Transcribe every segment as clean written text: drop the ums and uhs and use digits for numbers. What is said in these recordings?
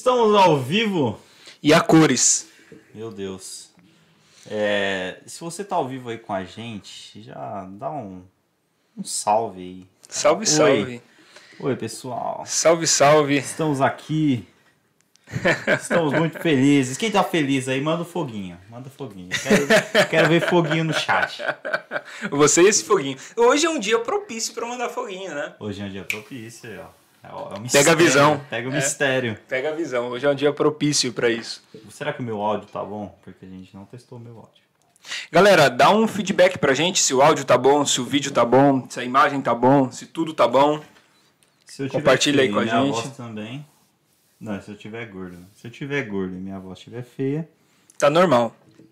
Estamos ao vivo e a cores. Meu Deus. Se você tá ao vivo aí com a gente, já dá um salve aí. Salve, salve. Oi, pessoal. Salve, salve. Estamos aqui. Estamos muito felizes. Quem tá feliz aí, manda um foguinho. Manda um foguinho. Quero ver foguinho no chat. Você e esse foguinho. Hoje é um dia propício para mandar foguinho, né? Hoje é um dia propício aí, ó. É um mistério. Pega a visão. Pega o mistério. Pega a visão. Hoje é um dia propício para isso. Será que o meu áudio tá bom? Porque a gente não testou o meu áudio. Galera, dá um feedback pra gente se o áudio tá bom, se o vídeo tá bom, se a imagem tá bom, se tudo tá bom. Compartilha aí com a gente. Minha voz também. Não, se eu tiver gordo. Se eu tiver gordo e minha voz estiver feia... Tá normal.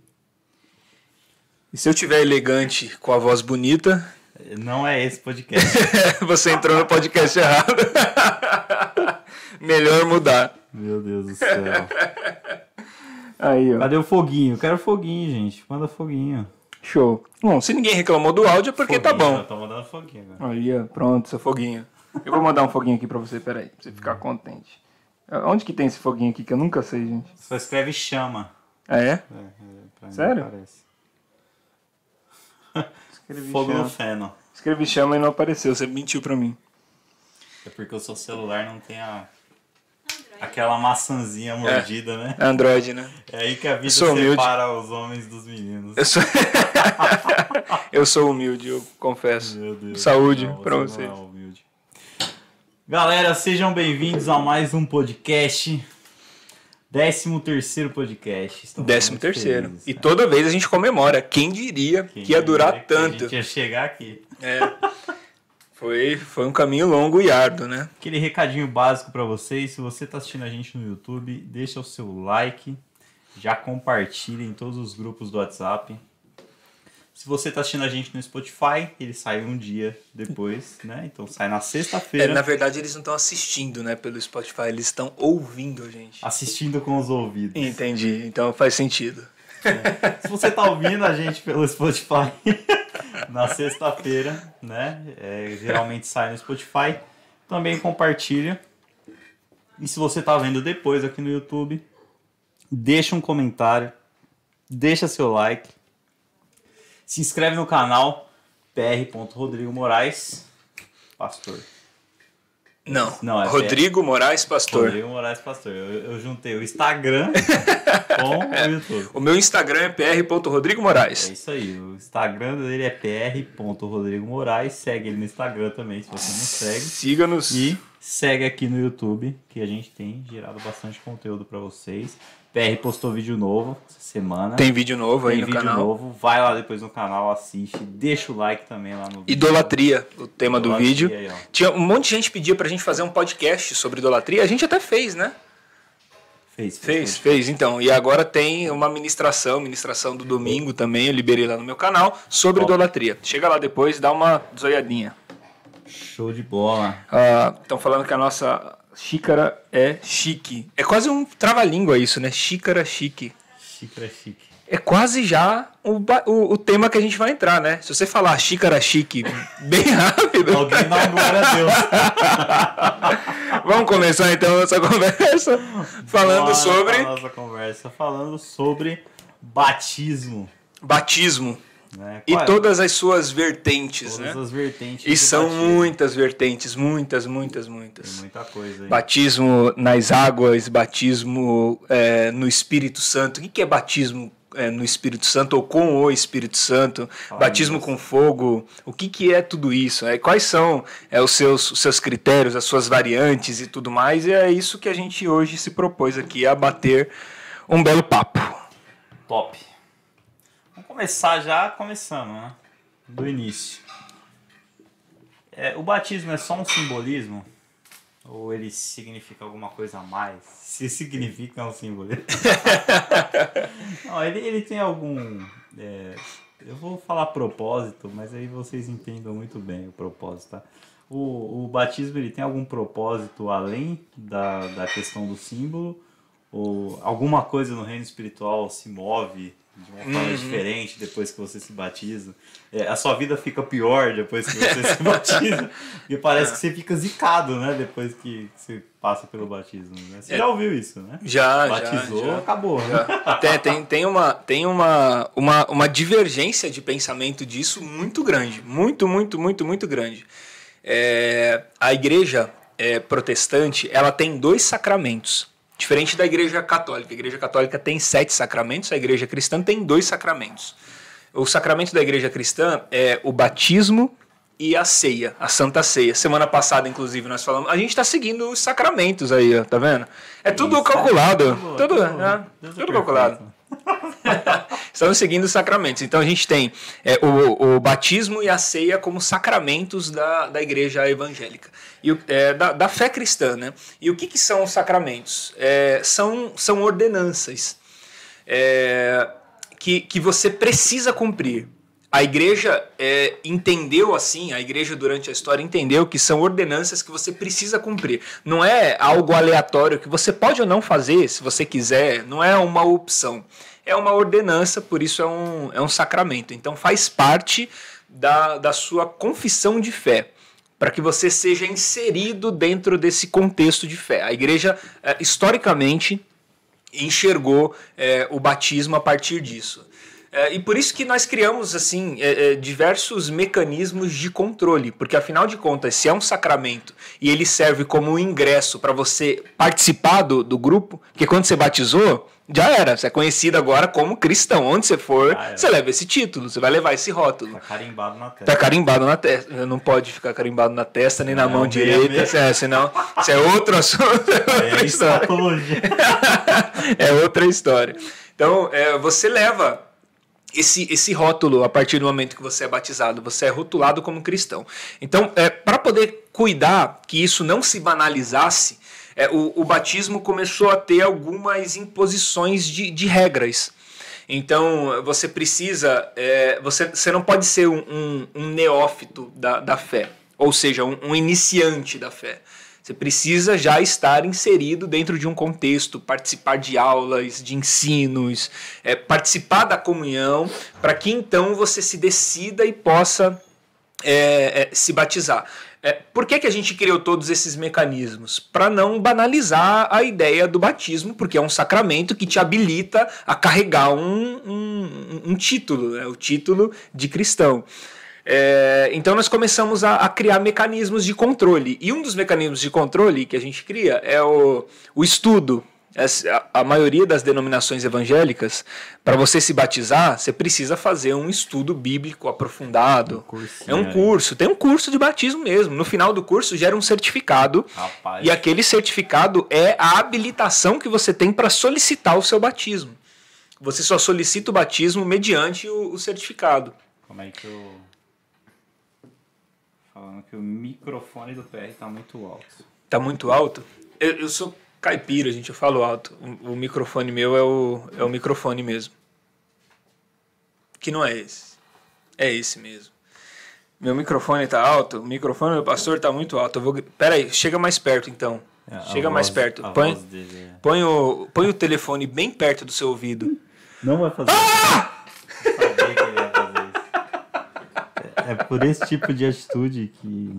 E se eu tiver elegante com a voz bonita... Não é esse podcast. Você entrou no podcast errado. Melhor mudar. Meu Deus do céu. Aí, ó. Cadê o foguinho? Eu quero foguinho, gente. Manda foguinho. Show. Bom, se ninguém reclamou do áudio é porque foguinho, tá bom. Eu tô mandando foguinho agora. Aí, ó. Pronto, seu foguinho. Eu vou mandar um foguinho aqui pra você, peraí. Pra você ficar contente. Onde que tem esse foguinho aqui que eu nunca sei, gente? Só escreve chama. Ah, é? Pra mim Sério? não aparece. Escrevi Fogo chama. no feno. Escrevi chama e não apareceu, você mentiu pra mim. É porque o seu celular não tem aquela maçãzinha mordida, né? Android, né? É aí que a vida sou humilde. separa os homens dos meninos. Eu sou humilde, eu confesso. Meu Deus. Saúde Não, pra você vocês. não é humilde. Galera, sejam bem-vindos a mais um podcast. 13º podcast. Estamos 13º. felizes, E né? toda vez a gente comemora. Quem diria que ia durar tanto? Que a gente ia chegar aqui. Foi um caminho longo e árduo, né? Aquele recadinho básico pra vocês. Se você tá assistindo a gente no YouTube, deixa o seu like. Já compartilha em todos os grupos do WhatsApp. Se você tá assistindo a gente no Spotify, ele sai um dia depois, né? Então sai na sexta-feira. Na verdade, eles não estão assistindo, né, pelo Spotify, eles estão ouvindo a gente. Assistindo com os ouvidos. Entendi, então faz sentido. Se você tá ouvindo a gente pelo Spotify na sexta-feira, né? Geralmente sai no Spotify. Também compartilha. E se você tá vendo depois aqui no YouTube, deixa um comentário, deixa seu like. Se inscreve no canal Rodrigo Moraes Pastor. Não, é Rodrigo Moraes Pastor. Rodrigo Moraes Pastor. Eu juntei o Instagram com o YouTube. O meu Instagram é pr.rodrigo Moraes. É isso aí. O Instagram dele é pr.rodrigo Moraes. Segue ele no Instagram também, se você não segue. Siga-nos. E segue aqui no YouTube, que a gente tem gerado bastante conteúdo pra vocês. PR postou vídeo novo essa semana. Tem vídeo novo aí no vídeo canal. novo. Vai lá depois no canal, assiste. Deixa o like também lá no vídeo. Idolatria, o tema do vídeo. Aí, ó. Tinha um monte de gente pedia pra gente fazer um podcast sobre idolatria. A gente até fez, né? Fez. Então, e agora tem uma ministração do domingo também, eu liberei lá no meu canal, sobre idolatria. Chega lá depois, dá uma zoiadinha. Show de bola. Estão falando que a nossa xícara é chique. É quase um trava-língua isso, né? Xícara chique. Xícara chique. É quase já o tema que a gente vai entrar, né? Se você falar xícara chique bem rápido... Alguém dá uma glória a Deus. Vamos começar então essa conversa falando sobre batismo. Batismo. Né? E todas as suas vertentes, todas né? as vertentes. E são batismo. muitas vertentes, muitas. Tem muita coisa aí. Batismo nas águas, batismo no Espírito Santo. O que é batismo no Espírito Santo ou com o Espírito Santo? Batismo com fogo. O que é tudo isso? Quais são os seus critérios, as suas variantes e tudo mais? E é isso que a gente hoje se propôs aqui a bater um belo papo. Top. Vamos começar já começando, né? Do início. O batismo é só um simbolismo? Ou ele significa alguma coisa a mais? Se significa, é um simbolismo. Não, ele tem algum... eu vou falar propósito, mas aí vocês entendam muito bem o propósito, tá? O batismo, ele tem algum propósito além da questão do símbolo? alguma coisa no reino espiritual se move de uma forma diferente depois que você se batiza. A sua vida fica pior depois que você se batiza. E parece que você fica zicado, né? Depois que você passa pelo batismo. Né? Você já ouviu isso, né? Já. Batizou, acabou. Já. Tem uma divergência de pensamento disso muito grande. Muito grande. A igreja protestante, ela tem 2 sacramentos. Diferente da igreja católica. A igreja católica tem 7 sacramentos, a igreja cristã tem 2 sacramentos. O sacramento da igreja cristã é o batismo e a ceia, a Santa Ceia. Semana passada, inclusive, nós falamos... A gente está seguindo os sacramentos aí, ó, tá vendo? É tudo calculado. Tudo calculado. Estamos seguindo os sacramentos. Então a gente tem o batismo e a ceia como sacramentos da igreja evangélica. E, da fé cristã, né? E o que são os sacramentos? São ordenanças que você precisa cumprir. A igreja entendeu assim, a igreja durante a história entendeu que são ordenanças que você precisa cumprir. Não é algo aleatório que você pode ou não fazer, se você quiser, não é uma opção. É uma ordenança, por isso é um sacramento. Então faz parte da sua confissão de fé, para que você seja inserido dentro desse contexto de fé. A igreja, historicamente, enxergou o batismo a partir disso. E por isso que nós criamos assim diversos mecanismos de controle, porque afinal de contas, se é um sacramento e ele serve como um ingresso para você participar do grupo, porque quando você batizou, já era, você é conhecido agora como cristão. Onde você for, você leva esse título, você vai levar esse rótulo. Tá carimbado na testa. Tá carimbado na testa. Não pode ficar carimbado na testa nem na mão direita, senão isso é outro assunto. É outra história. É outra história. Então, você leva esse rótulo a partir do momento que você é batizado, você é rotulado como cristão. Então, para poder cuidar que isso não se banalizasse, o batismo começou a ter algumas imposições de regras. Então, você precisa... você não pode ser um neófito da fé, ou seja, um iniciante da fé. Você precisa já estar inserido dentro de um contexto, participar de aulas, de ensinos, participar da comunhão, para que então você se decida e possa se batizar. Por que a gente criou todos esses mecanismos? Para não banalizar a ideia do batismo, porque é um sacramento que te habilita a carregar um título, né? O título de cristão. Então nós começamos a criar mecanismos de controle. E um dos mecanismos de controle que a gente cria é o estudo. A maioria das denominações evangélicas, para você se batizar, você precisa fazer um estudo bíblico aprofundado. Tem um curso de batismo mesmo. No final do curso gera um certificado. Rapaz. E aquele certificado é a habilitação que você tem para solicitar o seu batismo. Você só solicita o batismo mediante o certificado. Como é que eu... Falando que o microfone do PR está muito alto. Está muito alto? Eu sou caipira, gente, eu falo alto. O microfone meu é o microfone mesmo. Que não é esse. É esse mesmo. Meu microfone está alto, o microfone do pastor está muito alto. Pera aí, chega mais perto então. Chega mais perto. Põe o telefone bem perto do seu ouvido. Não vai fazer isso. Sabia que ele ia fazer isso. É por esse tipo de atitude que...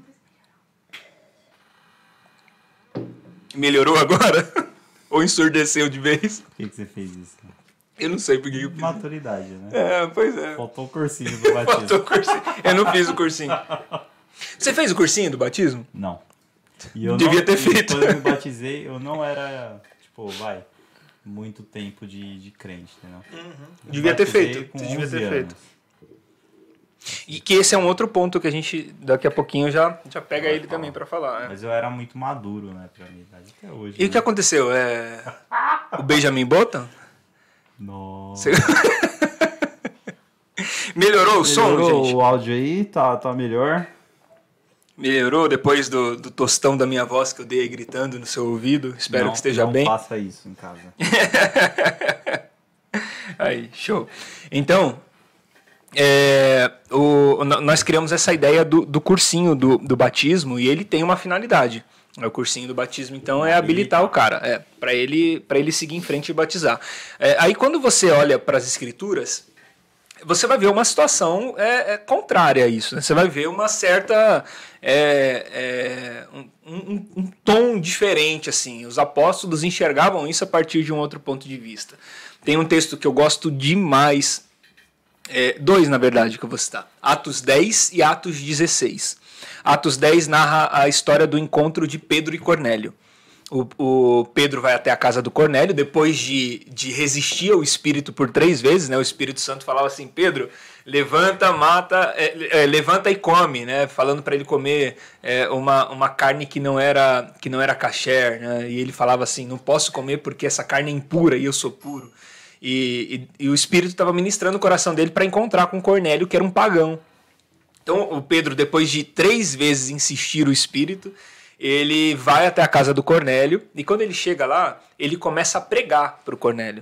Melhorou agora? Ou ensurdeceu de vez? Por que você fez isso? Eu não sei porque eu fiz. Maturidade, né? Pois é. Faltou o cursinho do batismo. Faltou o cursinho. Eu não fiz o cursinho. Você fez o cursinho do batismo? Não. Devia ter feito. Quando eu me batizei, eu não era, muito tempo de crente, entendeu? Devia ter feito. Você devia ter feito. E que esse é um outro ponto que a gente, daqui a pouquinho, já pega ele também para falar. Né? Mas eu era muito maduro, né, pra minha idade até hoje. E o que aconteceu? O Benjamin Button? Nossa. Melhorou o som, gente? O áudio aí tá melhor. Melhorou depois do tostão da minha voz que eu dei aí gritando no seu ouvido? Espero que esteja bem. Não faça isso em casa. Aí, show. Então... nós criamos essa ideia do cursinho do batismo e ele tem uma finalidade. É o cursinho do batismo, então é habilitar o cara, para ele seguir em frente e batizar. Aí quando você olha para as escrituras, você vai ver uma situação contrária a isso, né? Você vai ver uma certa um tom diferente, assim. Os apóstolos enxergavam isso a partir de um outro ponto de vista. Tem um texto que eu gosto demais, dois na verdade que eu vou citar, Atos 10 e Atos 16. Atos 10 narra a história do encontro de Pedro e Cornélio. O Pedro vai até a casa do Cornélio, depois de resistir ao Espírito por 3 vezes, né? O Espírito Santo falava assim, Pedro, levanta e come, né? Falando para ele comer uma carne que não era kasher, né? E ele falava assim, não posso comer porque essa carne é impura e eu sou puro. E o Espírito estava ministrando o coração dele para encontrar com Cornélio, que era um pagão. Então o Pedro, depois de 3 vezes insistir o Espírito, ele vai até a casa do Cornélio e quando ele chega lá, ele começa a pregar para o Cornélio.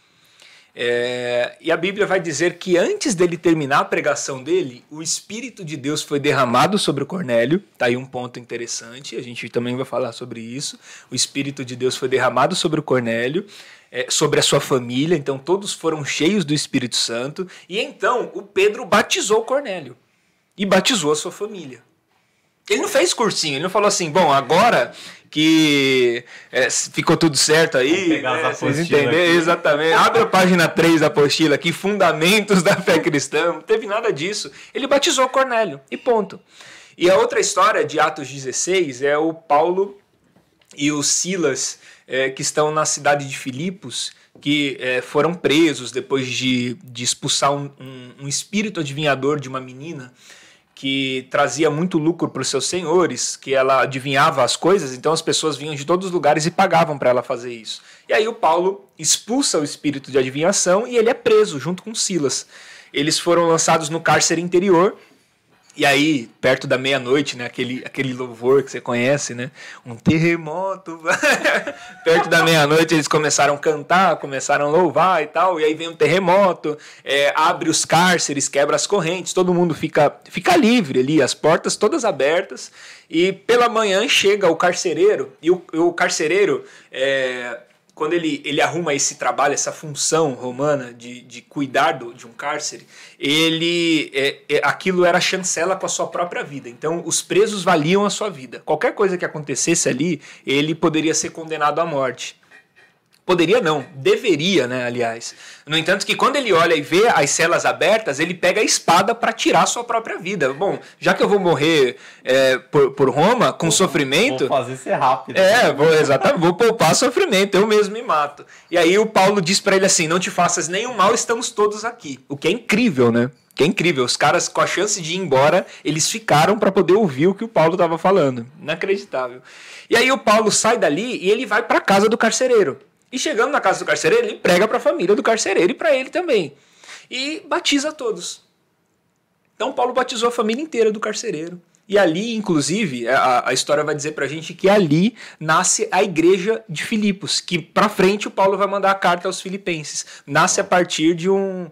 E a Bíblia vai dizer que antes dele terminar a pregação dele, o Espírito de Deus foi derramado sobre o Cornélio. Está aí um ponto interessante, a gente também vai falar sobre isso. O Espírito de Deus foi derramado sobre o Cornélio, sobre a sua família, então todos foram cheios do Espírito Santo. E então o Pedro batizou o Cornélio e batizou a sua família. Ele não fez cursinho, ele não falou assim, bom, agora que ficou tudo certo aí, vocês entenderam? Exatamente. Abre a página 3 da apostila aqui, Fundamentos da Fé Cristã. Não teve nada disso. Ele batizou o Cornélio e ponto. E a outra história de Atos 16 é o Paulo e o Silas, que estão na cidade de Filipos, que foram presos depois de expulsar um espírito adivinhador de uma menina que trazia muito lucro para os seus senhores, que ela adivinhava as coisas, então as pessoas vinham de todos os lugares e pagavam para ela fazer isso. E aí o Paulo expulsa o espírito de adivinhação e ele é preso junto com Silas. Eles foram lançados no cárcere interior. E aí, perto da meia-noite, né, aquele louvor que você conhece, né? Um terremoto. Perto da meia-noite eles começaram a cantar, começaram a louvar e tal. E aí vem um terremoto, abre os cárceres, quebra as correntes, todo mundo fica livre ali, as portas todas abertas. E pela manhã chega o carcereiro, e o carcereiro... quando ele arruma esse trabalho, essa função romana de cuidar de um cárcere, aquilo era chancela com a sua própria vida. Então, os presos valiam a sua vida. Qualquer coisa que acontecesse ali, ele poderia ser condenado à morte. Poderia não, deveria, né, aliás. No entanto, que quando ele olha e vê as celas abertas, ele pega a espada para tirar a sua própria vida. Bom, já que eu vou morrer por Roma, com sofrimento... Vou fazer ser rápido. Exatamente, vou poupar sofrimento, eu mesmo me mato. E aí o Paulo diz para ele assim, não te faças nenhum mal, estamos todos aqui. O que é incrível, né? Que é incrível, os caras com a chance de ir embora, eles ficaram para poder ouvir o que o Paulo estava falando. Inacreditável. E aí o Paulo sai dali e ele vai para a casa do carcereiro. E chegando na casa do carcereiro, ele prega para a família do carcereiro e para ele também. E batiza todos. Então Paulo batizou a família inteira do carcereiro. E ali, inclusive, a história vai dizer para a gente que ali nasce a igreja de Filipos, que para frente o Paulo vai mandar a carta aos filipenses. Nasce a partir de um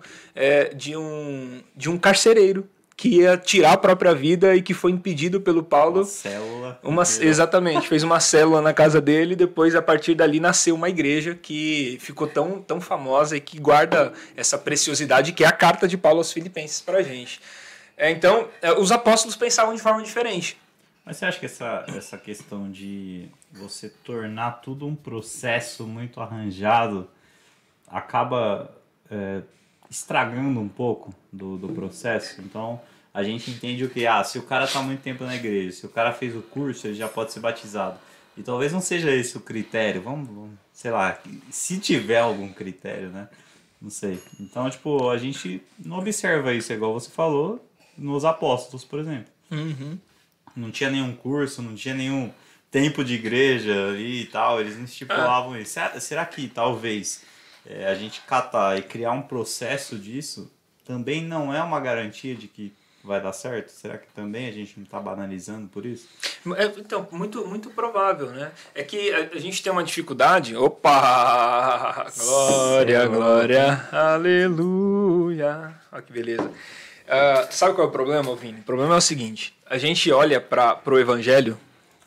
carcereiro que ia tirar a própria vida e que foi impedido pelo Paulo. Uma célula. Exatamente, fez uma célula na casa dele e depois, a partir dali, nasceu uma igreja que ficou tão famosa e que guarda essa preciosidade que é a carta de Paulo aos Filipenses para a gente. Então, os apóstolos pensavam de forma diferente. Mas você acha que essa questão de você tornar tudo um processo muito arranjado acaba... estragando um pouco do processo? Então a gente entende o que? Se o cara está muito tempo na igreja, se o cara fez o curso, ele já pode ser batizado. E talvez não seja esse o critério, vamos sei lá, se tiver algum critério, né? Não sei. Então, tipo, a gente não observa isso, igual você falou, nos apóstolos, por exemplo. Uhum. Não tinha nenhum curso, não tinha nenhum tempo de igreja e tal, eles não estipulavam isso. Será que talvez... a gente catar e criar um processo disso também não é uma garantia de que vai dar certo? Será que também a gente não está banalizando por isso? Então, muito, muito provável, né? É que a gente tem uma dificuldade... Opa! Glória, glória, aleluia! Olha que beleza. Sabe qual é o problema, Vini? O problema é o seguinte, a gente olha para o Evangelho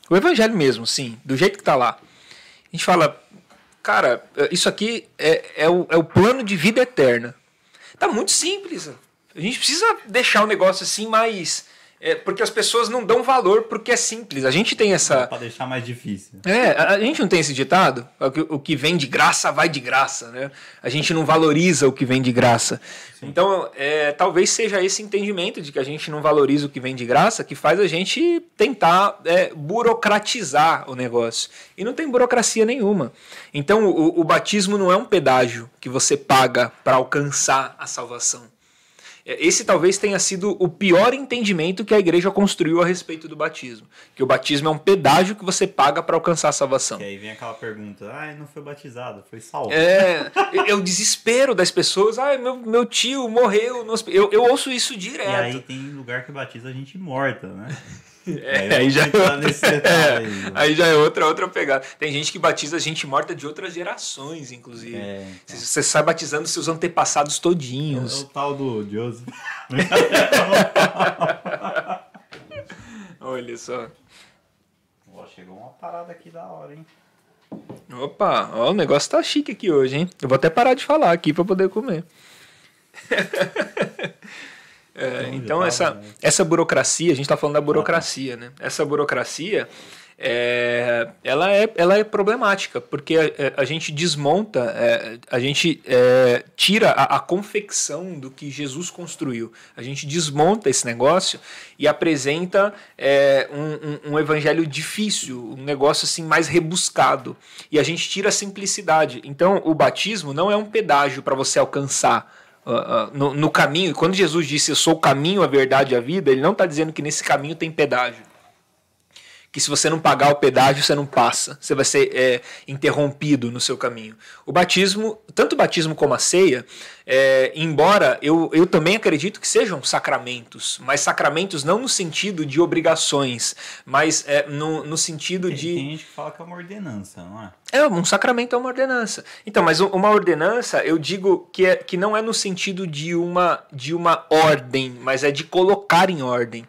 O evangelho mesmo, sim, do jeito que está lá. A gente fala, cara, isso aqui é o plano de vida eterna. Tá muito simples. A gente precisa deixar o negócio assim mais... porque as pessoas não dão valor porque é simples. A gente tem essa... Para deixar mais difícil. A gente não tem esse ditado? O que vem de graça vai de graça, né? A gente não valoriza o que vem de graça. Sim. Então, talvez seja esse entendimento de que a gente não valoriza o que vem de graça que faz a gente tentar burocratizar o negócio. E não tem burocracia nenhuma. Então, o batismo não é um pedágio que você paga para alcançar a salvação. Esse talvez tenha sido o pior entendimento que a igreja construiu a respeito do batismo. Que o batismo é um pedágio que você paga para alcançar a salvação. E aí vem aquela pergunta, não foi batizado, foi salvo. É o desespero das pessoas, meu tio morreu no hospital. Eu ouço isso direto. E aí tem lugar que batiza a gente morta, né? Aí já é outra pegada. Tem gente que batiza gente morta de outras gerações, inclusive. Então. Você sai batizando seus antepassados todinhos. É o tal do Joseph. Olha só. Chegou uma parada aqui da hora, hein? Opa, o negócio tá chique aqui hoje, hein? Eu vou até parar de falar aqui para poder comer. Então essa burocracia, a gente está falando da burocracia, né? Essa burocracia, ela é problemática, porque a gente desmonta, a gente tira a confecção do que Jesus construiu. A gente desmonta esse negócio e apresenta um evangelho difícil, um negócio assim mais rebuscado. E a gente tira a simplicidade. Então o batismo não é um pedágio para você alcançar no caminho. Quando Jesus disse eu sou o caminho, a verdade e a vida, ele não está dizendo que nesse caminho tem pedágio, que se você não pagar o pedágio você não passa, você vai ser interrompido no seu caminho. O batismo, tanto o batismo como a ceia, embora eu também acredito que sejam sacramentos, mas sacramentos não no sentido de obrigações, mas no sentido de... Tem gente que fala que é uma ordenança, não é? Um sacramento é uma ordenança. Então, mas uma ordenança, eu digo que não é no sentido de uma ordem, mas é de colocar em ordem.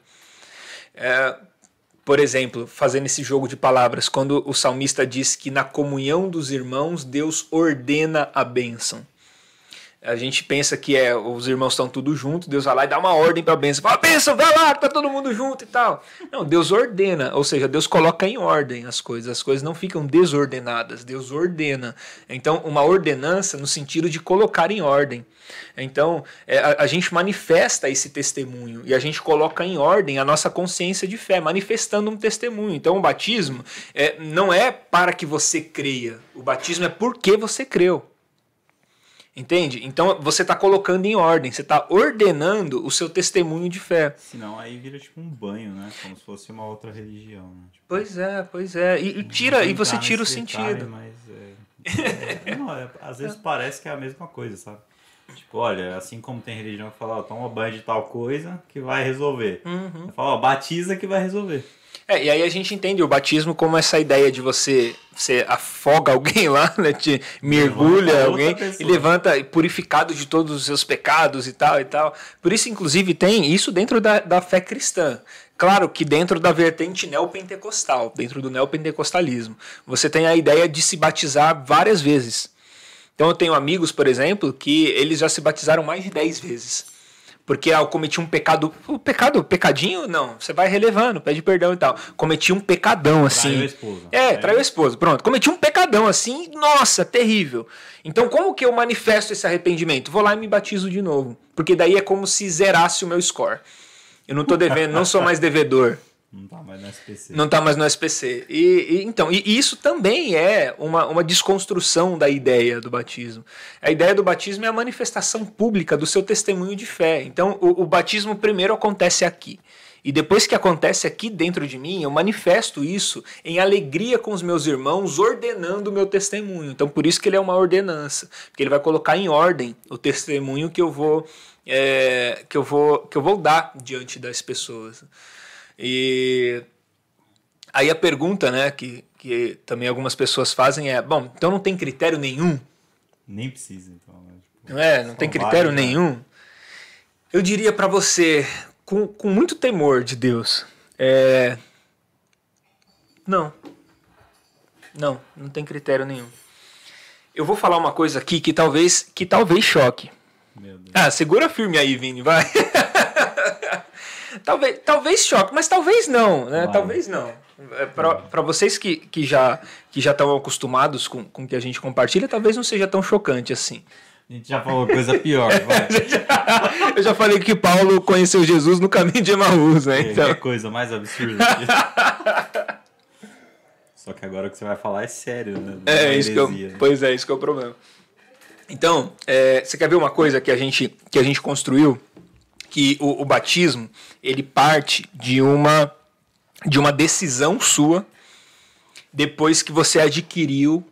Por exemplo, fazendo esse jogo de palavras, quando o salmista diz que na comunhão dos irmãos Deus ordena a bênção. A gente pensa que os irmãos estão tudo juntos, Deus vai lá e dá uma ordem para a bênção. Fala, bênção, vai lá, tá todo mundo junto e tal. Não, Deus ordena, ou seja, Deus coloca em ordem as coisas não ficam desordenadas, Deus ordena. Então, uma ordenança no sentido de colocar em ordem. Então, a gente manifesta esse testemunho e a gente coloca em ordem a nossa consciência de fé, manifestando um testemunho. Então, o batismo não é para que você creia, o batismo é porque você creu. Entende? Então você está colocando em ordem, você está ordenando o seu testemunho de fé. Senão aí vira tipo um banho, né? Como se fosse uma outra religião. Né? Tipo, pois é. E você tira o sentido. Mas às vezes parece que é a mesma coisa, sabe? Tipo, olha, assim como tem religião que fala, toma banho de tal coisa que vai resolver. Uhum. Fala, batiza que vai resolver. E aí a gente entende o batismo como essa ideia de você afoga alguém lá, né, te mergulha alguém e levanta purificado de todos os seus pecados e tal e tal. Por isso, inclusive, tem isso dentro da fé cristã. Claro que dentro da vertente neopentecostal, dentro do neopentecostalismo, você tem a ideia de se batizar várias vezes. Então eu tenho amigos, por exemplo, que eles já se batizaram mais de 10 vezes. Porque eu cometi um pecado. Pecadinho, não. Você vai relevando, pede perdão e tal. Cometi um pecadão assim. Traiu a esposa. Traiu a esposa. Pronto. Cometi um pecadão assim. Nossa, terrível. Então, como que eu manifesto esse arrependimento? Vou lá e me batizo de novo. Porque daí é como se zerasse o meu score. Eu não tô devendo, não sou mais devedor. Não tá mais no SPC. Não tá mais no SPC. Então, isso também é uma desconstrução da ideia do batismo. A ideia do batismo é a manifestação pública do seu testemunho de fé. Então, o batismo primeiro acontece aqui. E depois que acontece aqui dentro de mim, eu manifesto isso em alegria com os meus irmãos, ordenando o meu testemunho. Então, por isso que ele é uma ordenança. Porque ele vai colocar em ordem o testemunho que eu vou dar diante das pessoas. E aí a pergunta, né, que também algumas pessoas fazem bom, então não tem critério nenhum? Nem precisa, então. Né? Tipo, não tem critério nenhum? Eu diria para você, com muito temor de Deus, Não. Não tem critério nenhum. Eu vou falar uma coisa aqui que talvez choque. Meu Deus. Segura firme aí, Vini, vai. talvez choque, mas talvez não, né? Vai. Talvez não. Para vocês que já estão acostumados com o que a gente compartilha, talvez não seja tão chocante assim. A gente já falou coisa pior, vai. Eu já falei que Paulo conheceu Jesus no caminho de Emaús, né? Então... Que coisa mais absurda aqui. Só que agora o que você vai falar é sério, né? Pois é, isso que é o problema. Então, você quer ver uma coisa que a gente construiu? Que o batismo, ele parte de uma decisão sua depois que você adquiriu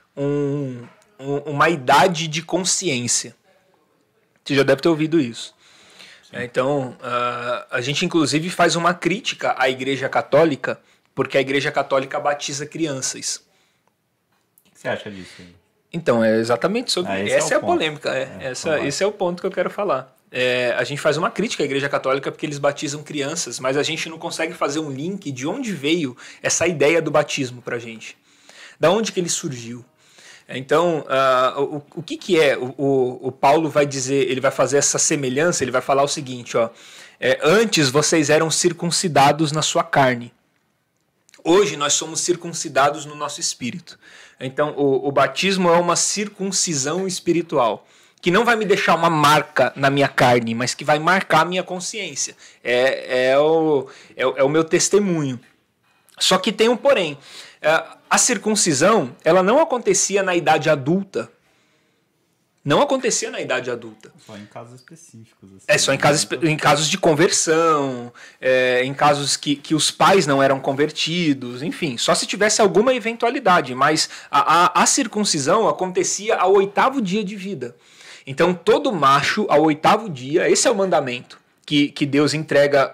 uma idade de consciência. Você já deve ter ouvido isso. Então, a gente inclusive faz uma crítica à Igreja Católica, porque a Igreja Católica batiza crianças. O que você acha disso? Então, é exatamente sobre essa é a polêmica. Esse é o ponto que eu quero falar. A gente faz uma crítica à Igreja Católica porque eles batizam crianças, mas a gente não consegue fazer um link de onde veio essa ideia do batismo pra gente. Da onde que ele surgiu. Então, o que é? O Paulo vai dizer, ele vai fazer essa semelhança, ele vai falar o seguinte, ó, antes vocês eram circuncidados na sua carne. Hoje nós somos circuncidados no nosso espírito. Então, o batismo é uma circuncisão espiritual, que não vai me deixar uma marca na minha carne, mas que vai marcar a minha consciência. É o meu testemunho. Só que tem um porém. A circuncisão, ela não acontecia na idade adulta. Não acontecia na idade adulta. Só em casos específicos. Assim, só em casos de conversão, em casos que os pais não eram convertidos, enfim, só se tivesse alguma eventualidade. Mas a circuncisão acontecia ao 8º dia de vida. Então, todo macho, ao 8º dia, esse é o mandamento que Deus entrega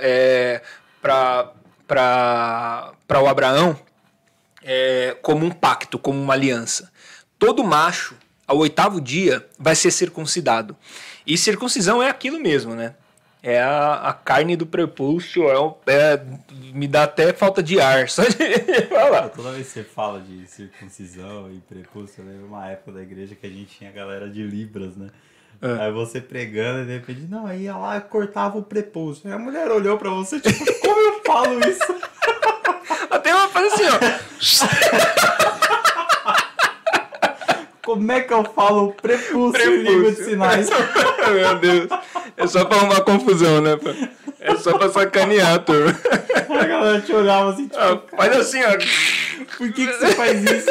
para o Abraão como um pacto, como uma aliança. Todo macho, ao 8º dia, vai ser circuncidado. E circuncisão é aquilo mesmo, né? É a carne do prepúcio, me dá até falta de ar, só de falar. Toda vez que você fala de circuncisão e prepúcio, eu lembro uma época da igreja que a gente tinha galera de Libras, né? Aí você pregando e de repente, não, aí ia lá e cortava o prepúcio. Aí a mulher olhou pra você, tipo, como eu falo isso? Até uma faz assim, ó. Como é que eu falo prepúcio em língua de sinais? Meu Deus. É só pra arrumar confusão, né? É só pra sacanear, turma. A galera te olhava assim, tipo... faz assim, ó. Por que você faz isso?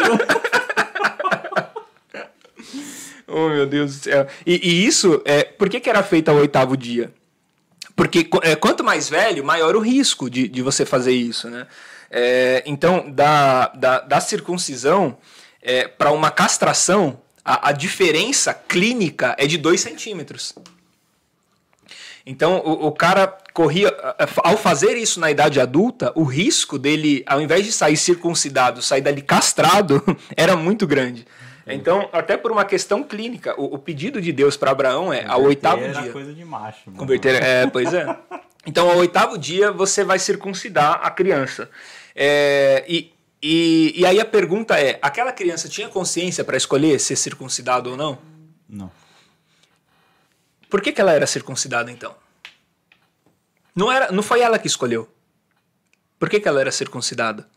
Oh, meu Deus do céu. E isso, por que era feito ao 8º dia? Porque quanto mais velho, maior o risco de você fazer isso, né? Então, da circuncisão para uma castração, a diferença clínica é de 2 centímetros. Então, o cara corria... Ao fazer isso na idade adulta, o risco dele, ao invés de sair circuncidado, sair dali castrado, era muito grande. Então, até por uma questão clínica, o pedido de Deus para Abraão é ao 8º dia. Era coisa de macho. Mano. Converter, pois é. Então, ao 8º dia, você vai circuncidar a criança. E aí a pergunta é, aquela criança tinha consciência para escolher ser circuncidado ou não? Não. Por que ela era circuncidada, então? Não foi ela que escolheu. Por que ela era circuncidada?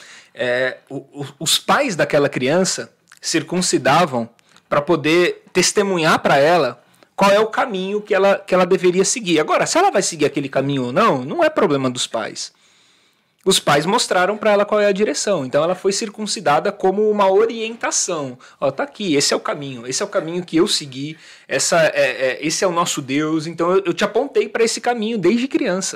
Os pais daquela criança circuncidavam para poder testemunhar para ela qual é o caminho que ela deveria seguir. Agora, se ela vai seguir aquele caminho ou não, não é problema dos pais. Os pais mostraram para ela qual é a direção. Então ela foi circuncidada como uma orientação. Ó, tá aqui, esse é o caminho que eu segui, esse é o nosso Deus, então eu te apontei para esse caminho desde criança.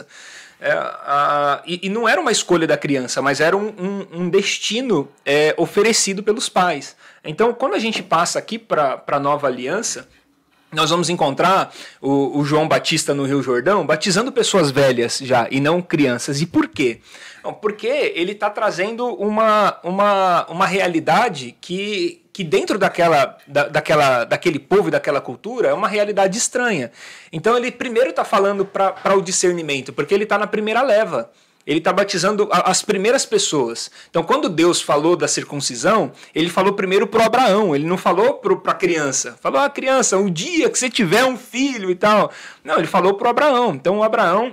E não era uma escolha da criança, mas era um destino oferecido pelos pais. Então, quando a gente passa aqui para a Nova Aliança, nós vamos encontrar o João Batista no Rio Jordão batizando pessoas velhas já, e não crianças. E por quê? Porque ele está trazendo uma realidade que dentro daquele povo e daquela cultura é uma realidade estranha. Então ele primeiro está falando para o discernimento, porque ele está na primeira leva. ele está batizando as primeiras pessoas. Então, quando Deus falou da circuncisão, ele falou primeiro para Abraão, ele não falou para a criança. Falou, criança, um dia que você tiver um filho e tal. Não, ele falou para Abraão. Então, o Abraão,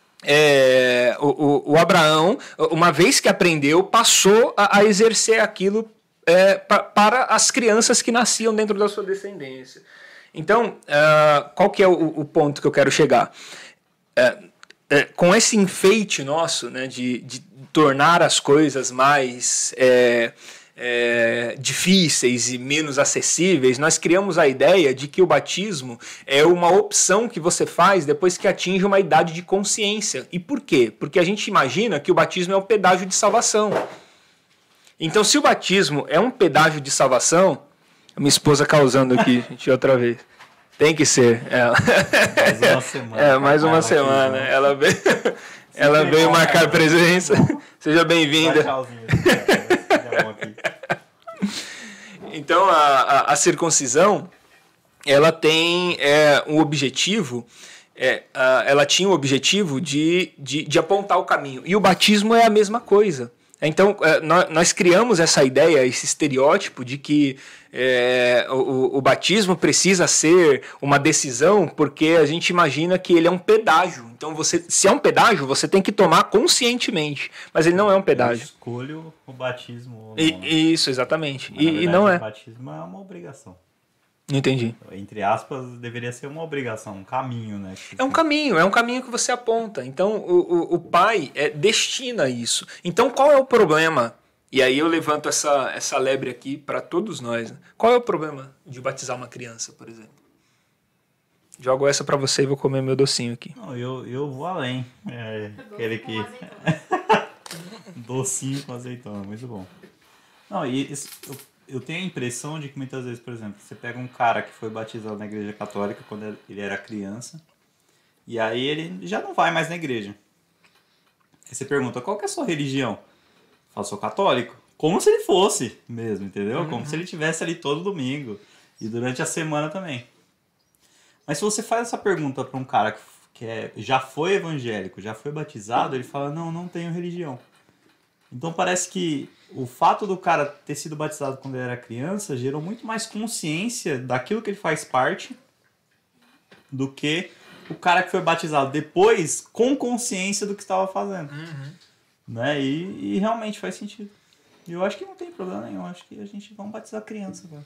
uma vez que aprendeu, passou a exercer aquilo para as crianças que nasciam dentro da sua descendência. Então, qual que é o ponto que eu quero chegar? Com esse enfeite nosso, né, de tornar as coisas mais difíceis e menos acessíveis, nós criamos a ideia de que o batismo é uma opção que você faz depois que atinge uma idade de consciência. E por quê? Porque a gente imagina que o batismo é um pedágio de salvação. Então, se o batismo é um pedágio de salvação... Minha esposa causando aqui, gente, outra vez. Tem que ser. Mais uma semana. Mais uma semana. Ela veio marcar presença. Seja bem-vinda. Então, a circuncisão, ela tem um objetivo, ela tinha o objetivo de apontar o caminho. E o batismo é a mesma coisa. Então, nós criamos essa ideia, esse estereótipo de que o batismo precisa ser uma decisão porque a gente imagina que ele é um pedágio. Então, se é um pedágio, você tem que tomar conscientemente. Mas ele não é um pedágio. Eu escolho o batismo. Isso, exatamente. Verdade, e não é. O batismo é uma obrigação. Entendi. Entre aspas, deveria ser uma obrigação, um caminho, né? É um caminho que você aponta. Então, o pai destina isso. Então, qual é o problema? E aí eu levanto essa lebre aqui para todos nós. Né? Qual é o problema de batizar uma criança, por exemplo? Jogo essa para você e vou comer meu docinho aqui. Não, eu vou além. Aquele que... Docinho com azeitona, muito bom. Não, e eu tenho a impressão de que muitas vezes, por exemplo, você pega um cara que foi batizado na igreja católica quando ele era criança, e aí ele já não vai mais na igreja. Aí você pergunta, qual que é a sua religião? Fala, sou católico. Como se ele fosse mesmo, entendeu? Como se ele estivesse ali todo domingo e durante a semana também. Mas se você faz essa pergunta para um cara que já foi evangélico, já foi batizado, ele fala, não tenho religião. Então parece que o fato do cara ter sido batizado quando ele era criança gerou muito mais consciência daquilo que ele faz parte do que o cara que foi batizado depois com consciência do que estava fazendo. Né? E realmente faz sentido. E eu acho que não tem problema nenhum. Acho que a gente vai batizar criança agora.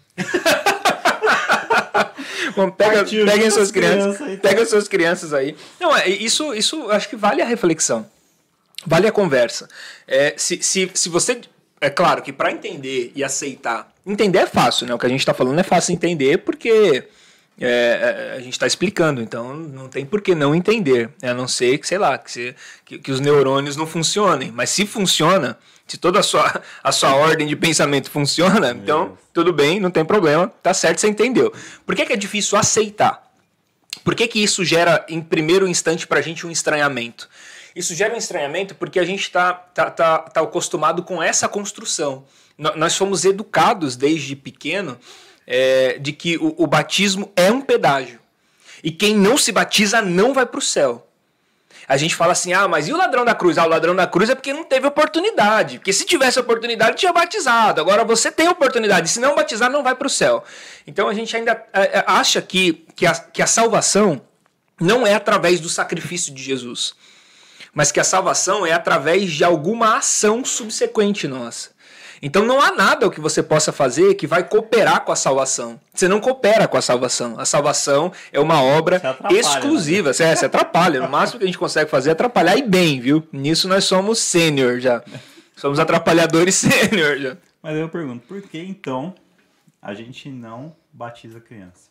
Bom, peguem suas crianças. Pega suas crianças aí. Não, isso acho que vale a reflexão. Vale a conversa. Se você... É claro que para entender e aceitar... Entender é fácil, né? O que a gente está falando é fácil entender porque a gente está explicando. Então não tem por que não entender. A não ser que, sei lá, que os neurônios não funcionem. Mas se funciona, se toda a sua ordem de pensamento funciona, então tudo bem, não tem problema. Tá certo, você entendeu. Por que é difícil aceitar? Por que isso gera, em primeiro instante, para a gente um estranhamento? Isso gera um estranhamento porque a gente tá acostumado com essa construção. Nós fomos educados desde pequeno de que o batismo é um pedágio. E quem não se batiza não vai para o céu. A gente fala assim, mas e o ladrão da cruz? O ladrão da cruz é porque não teve oportunidade. Porque se tivesse oportunidade, tinha batizado. Agora você tem oportunidade. Se não batizar, não vai para o céu. Então a gente ainda acha que a salvação não é através do sacrifício de Jesus. Mas que a salvação é através de alguma ação subsequente nossa. Então não há nada o que você possa fazer que vai cooperar com a salvação. Você não coopera com a salvação. A salvação é uma obra exclusiva. Né? Você atrapalha. No máximo que a gente consegue fazer é atrapalhar e bem, viu? Nisso nós somos sênior já. Somos atrapalhadores sênior já. Mas eu pergunto, por que então a gente não batiza criança?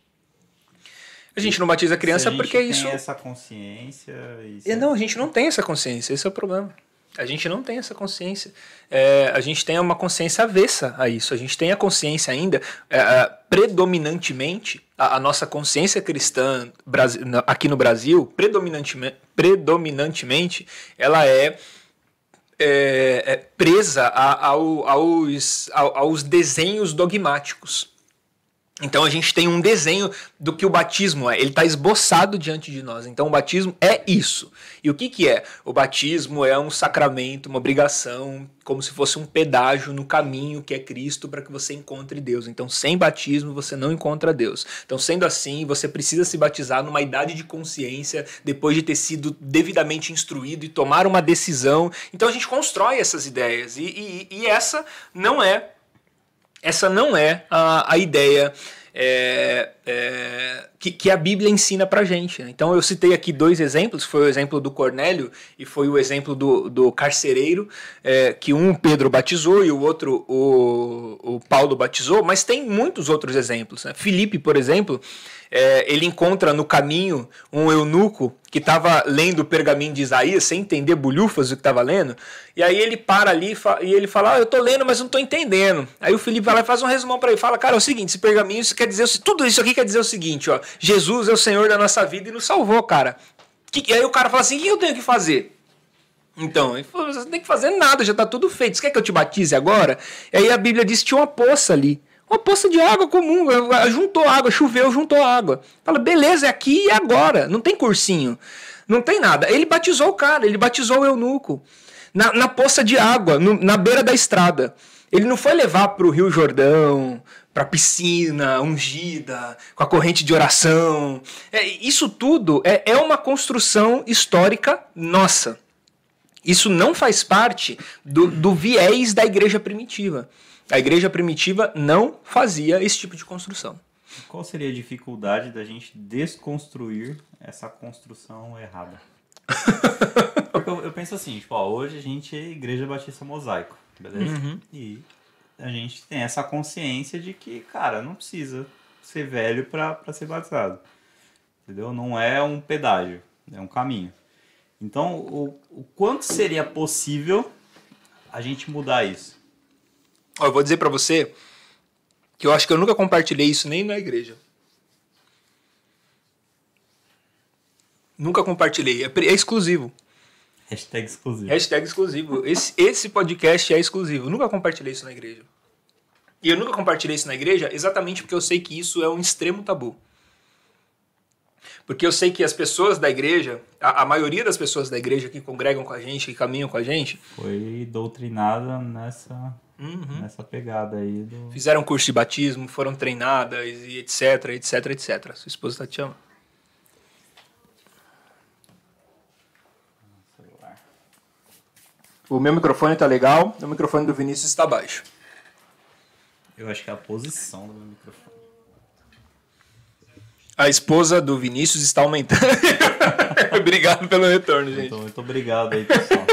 A gente não batiza criança porque isso... A gente tem essa consciência... Não, a gente não tem essa consciência, esse é o problema. A gente não tem essa consciência. A gente tem uma consciência avessa a isso. A gente tem a consciência ainda, predominantemente, a nossa consciência cristã aqui no Brasil, predominantemente ela é presa aos desenhos dogmáticos. Então a gente tem um desenho do que o batismo é. Ele está esboçado diante de nós. Então o batismo é isso. E o que, que é? O batismo é um sacramento, uma obrigação, como se fosse um pedágio no caminho que é Cristo para que você encontre Deus. Então sem batismo você não encontra Deus. Então sendo assim, você precisa se batizar numa idade de consciência, depois de ter sido devidamente instruído e tomar uma decisão. Então a gente constrói essas ideias. E essa não é a ideia que a Bíblia ensina pra gente. Então eu citei aqui 2 exemplos, foi o exemplo do Cornélio e foi o exemplo do carcereiro, que um Pedro batizou e o outro o Paulo batizou, mas tem muitos outros exemplos, né? Filipe, por exemplo, ele encontra no caminho um eunuco que estava lendo o pergaminho de Isaías sem entender bolhufas do que estava lendo, e aí ele para ali e ele fala, eu estou lendo, mas não estou entendendo. Aí o Filipe vai lá e faz um resumão para ele, fala, cara, é o seguinte, esse pergaminho isso quer dizer, tudo isso aqui quer dizer o seguinte, ó, Jesus é o Senhor da nossa vida e nos salvou, cara. E aí o cara fala assim, o que eu tenho que fazer? Então, ele falou, você não tem que fazer nada, já está tudo feito, você quer que eu te batize agora? E aí a Bíblia diz que tinha uma poça ali, uma poça de água comum, juntou água, choveu, juntou água. Fala, beleza, é aqui e agora, não tem cursinho, não tem nada. Ele batizou o cara, ele batizou o eunuco, na poça de água, na beira da estrada. Ele não foi levar para o Rio Jordão, para a piscina ungida, com a corrente de oração. Isso tudo é uma construção histórica nossa. Isso não faz parte do viés da igreja primitiva. A igreja primitiva não fazia esse tipo de construção. Qual seria a dificuldade da gente desconstruir essa construção errada? Porque eu penso assim, tipo, hoje a gente é Igreja Batista Mosaico, beleza? Uhum. E a gente tem essa consciência de que, cara, não precisa ser velho pra ser batizado. Entendeu? Não é um pedágio, é um caminho. Então, o quanto seria possível a gente mudar isso? Eu vou dizer pra você que eu acho que eu nunca compartilhei isso nem na igreja. Nunca compartilhei. É exclusivo. Hashtag exclusivo. Hashtag exclusivo. Esse podcast é exclusivo. Eu nunca compartilhei isso na igreja. E eu nunca compartilhei isso na igreja exatamente porque eu sei que isso é um extremo tabu. Porque eu sei que as pessoas da igreja, a maioria das pessoas da igreja que congregam com a gente, que caminham com a gente, foi doutrinada nessa pegada aí. Fizeram curso de batismo, foram treinadas e etc, etc, etc. Sua esposa tá te chamando. O meu microfone tá legal, o microfone do Vinícius está baixo. Eu acho que é a posição do meu microfone. A esposa do Vinícius está aumentando. Obrigado pelo retorno, gente. Muito obrigado aí, pessoal.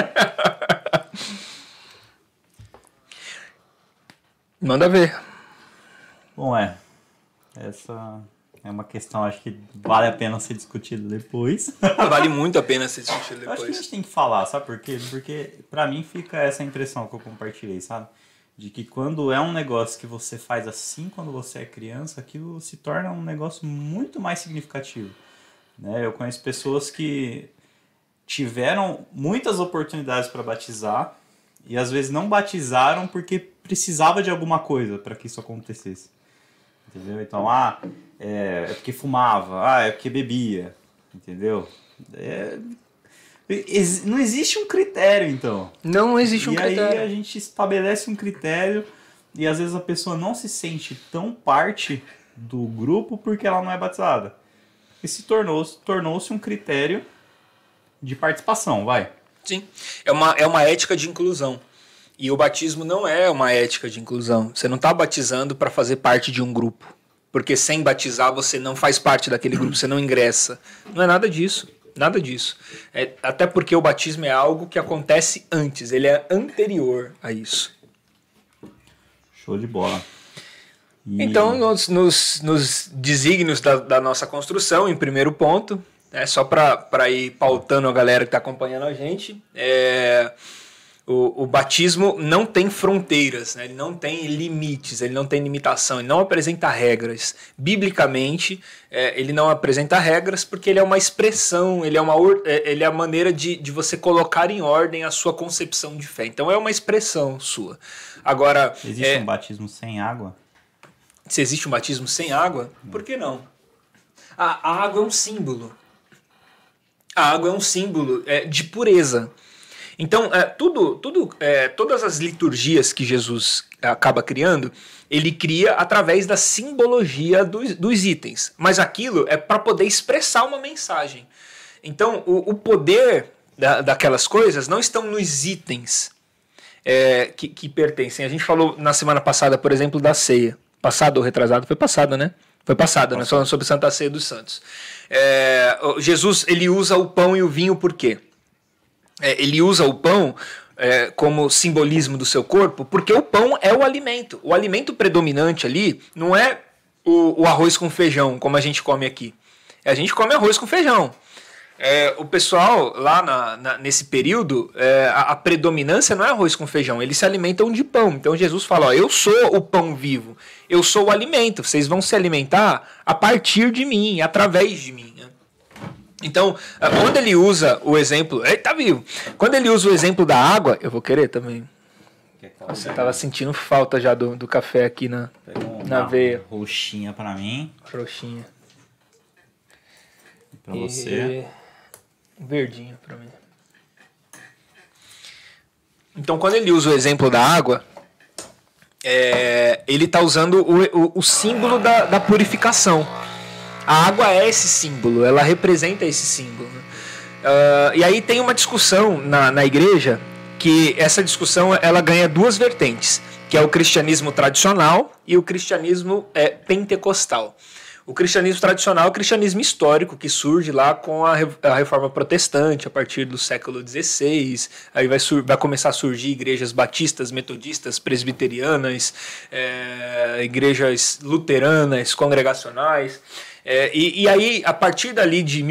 Manda ver. Bom, essa é uma questão, acho que vale a pena ser discutida depois. Vale muito a pena ser discutida depois. Eu acho que a gente tem que falar, sabe por quê? Porque pra mim fica essa impressão que eu compartilhei, sabe? De que quando é um negócio que você faz assim quando você é criança, aquilo se torna um negócio muito mais significativo. Né? Eu conheço pessoas que tiveram muitas oportunidades para batizar e às vezes não batizaram porque precisava de alguma coisa para que isso acontecesse. Entendeu? Então, é porque fumava, é porque bebia, entendeu? Não existe um critério, então. Não existe um critério. E aí a gente estabelece um critério e às vezes a pessoa não se sente tão parte do grupo porque ela não é batizada. E tornou-se um critério de participação, vai. Sim, é uma ética de inclusão. E o batismo não é uma ética de inclusão. Você não está batizando para fazer parte de um grupo. Porque sem batizar você não faz parte daquele grupo, você não ingressa. Não é nada disso. Nada disso. Até porque o batismo é algo que acontece antes. Ele é anterior a isso. Show de bola. Então, nos desígnios da nossa construção, em primeiro ponto, só para ir pautando a galera que está acompanhando a gente, o batismo não tem fronteiras, né? Ele não tem limites, ele não tem limitação, ele não apresenta regras. Biblicamente, ele não apresenta regras porque ele é uma expressão, ele é a maneira de você colocar em ordem a sua concepção de fé. Então é uma expressão sua. Agora, existe um batismo sem água? se existe um batismo sem água, por que não? A água é um símbolo. A água é um símbolo de pureza. Então, todas as liturgias que Jesus acaba criando, ele cria através da simbologia dos itens. Mas aquilo é para poder expressar uma mensagem. Então, o poder daquelas coisas não estão nos itens que pertencem. A gente falou na semana passada, por exemplo, da ceia. Passado ou retrasado? Foi passada, né? Foi passada, né? Falando sobre Santa Ceia dos Santos. Jesus, ele usa o pão e o vinho por quê? Ele usa o pão como simbolismo do seu corpo, porque o pão é o alimento. O alimento predominante ali não é o arroz com feijão, como a gente come aqui. A gente come arroz com feijão. O pessoal lá nesse período, a predominância não é arroz com feijão, eles se alimentam de pão. Então Jesus fala, ó, eu sou o pão vivo, eu sou o alimento, vocês vão se alimentar a partir de mim, através de mim. Então, quando ele usa o exemplo, ele tá vivo. Quando ele usa o exemplo da água, eu vou querer também. Nossa, eu tava sentindo falta já do café aqui na veia. Roxinha pra mim. Roxinha. E pra você. Verdinho pra mim. Então, quando ele usa o exemplo da água, ele está usando o símbolo da purificação. A água é esse símbolo, ela representa esse símbolo. E aí tem uma discussão na igreja, que essa discussão ela ganha duas vertentes, que é o cristianismo tradicional e o cristianismo pentecostal. O cristianismo tradicional é o cristianismo histórico, que surge lá com a Reforma Protestante, a partir do século XVI. Aí vai começar a surgir igrejas batistas, metodistas, presbiterianas, igrejas luteranas, congregacionais. E aí, a partir dali de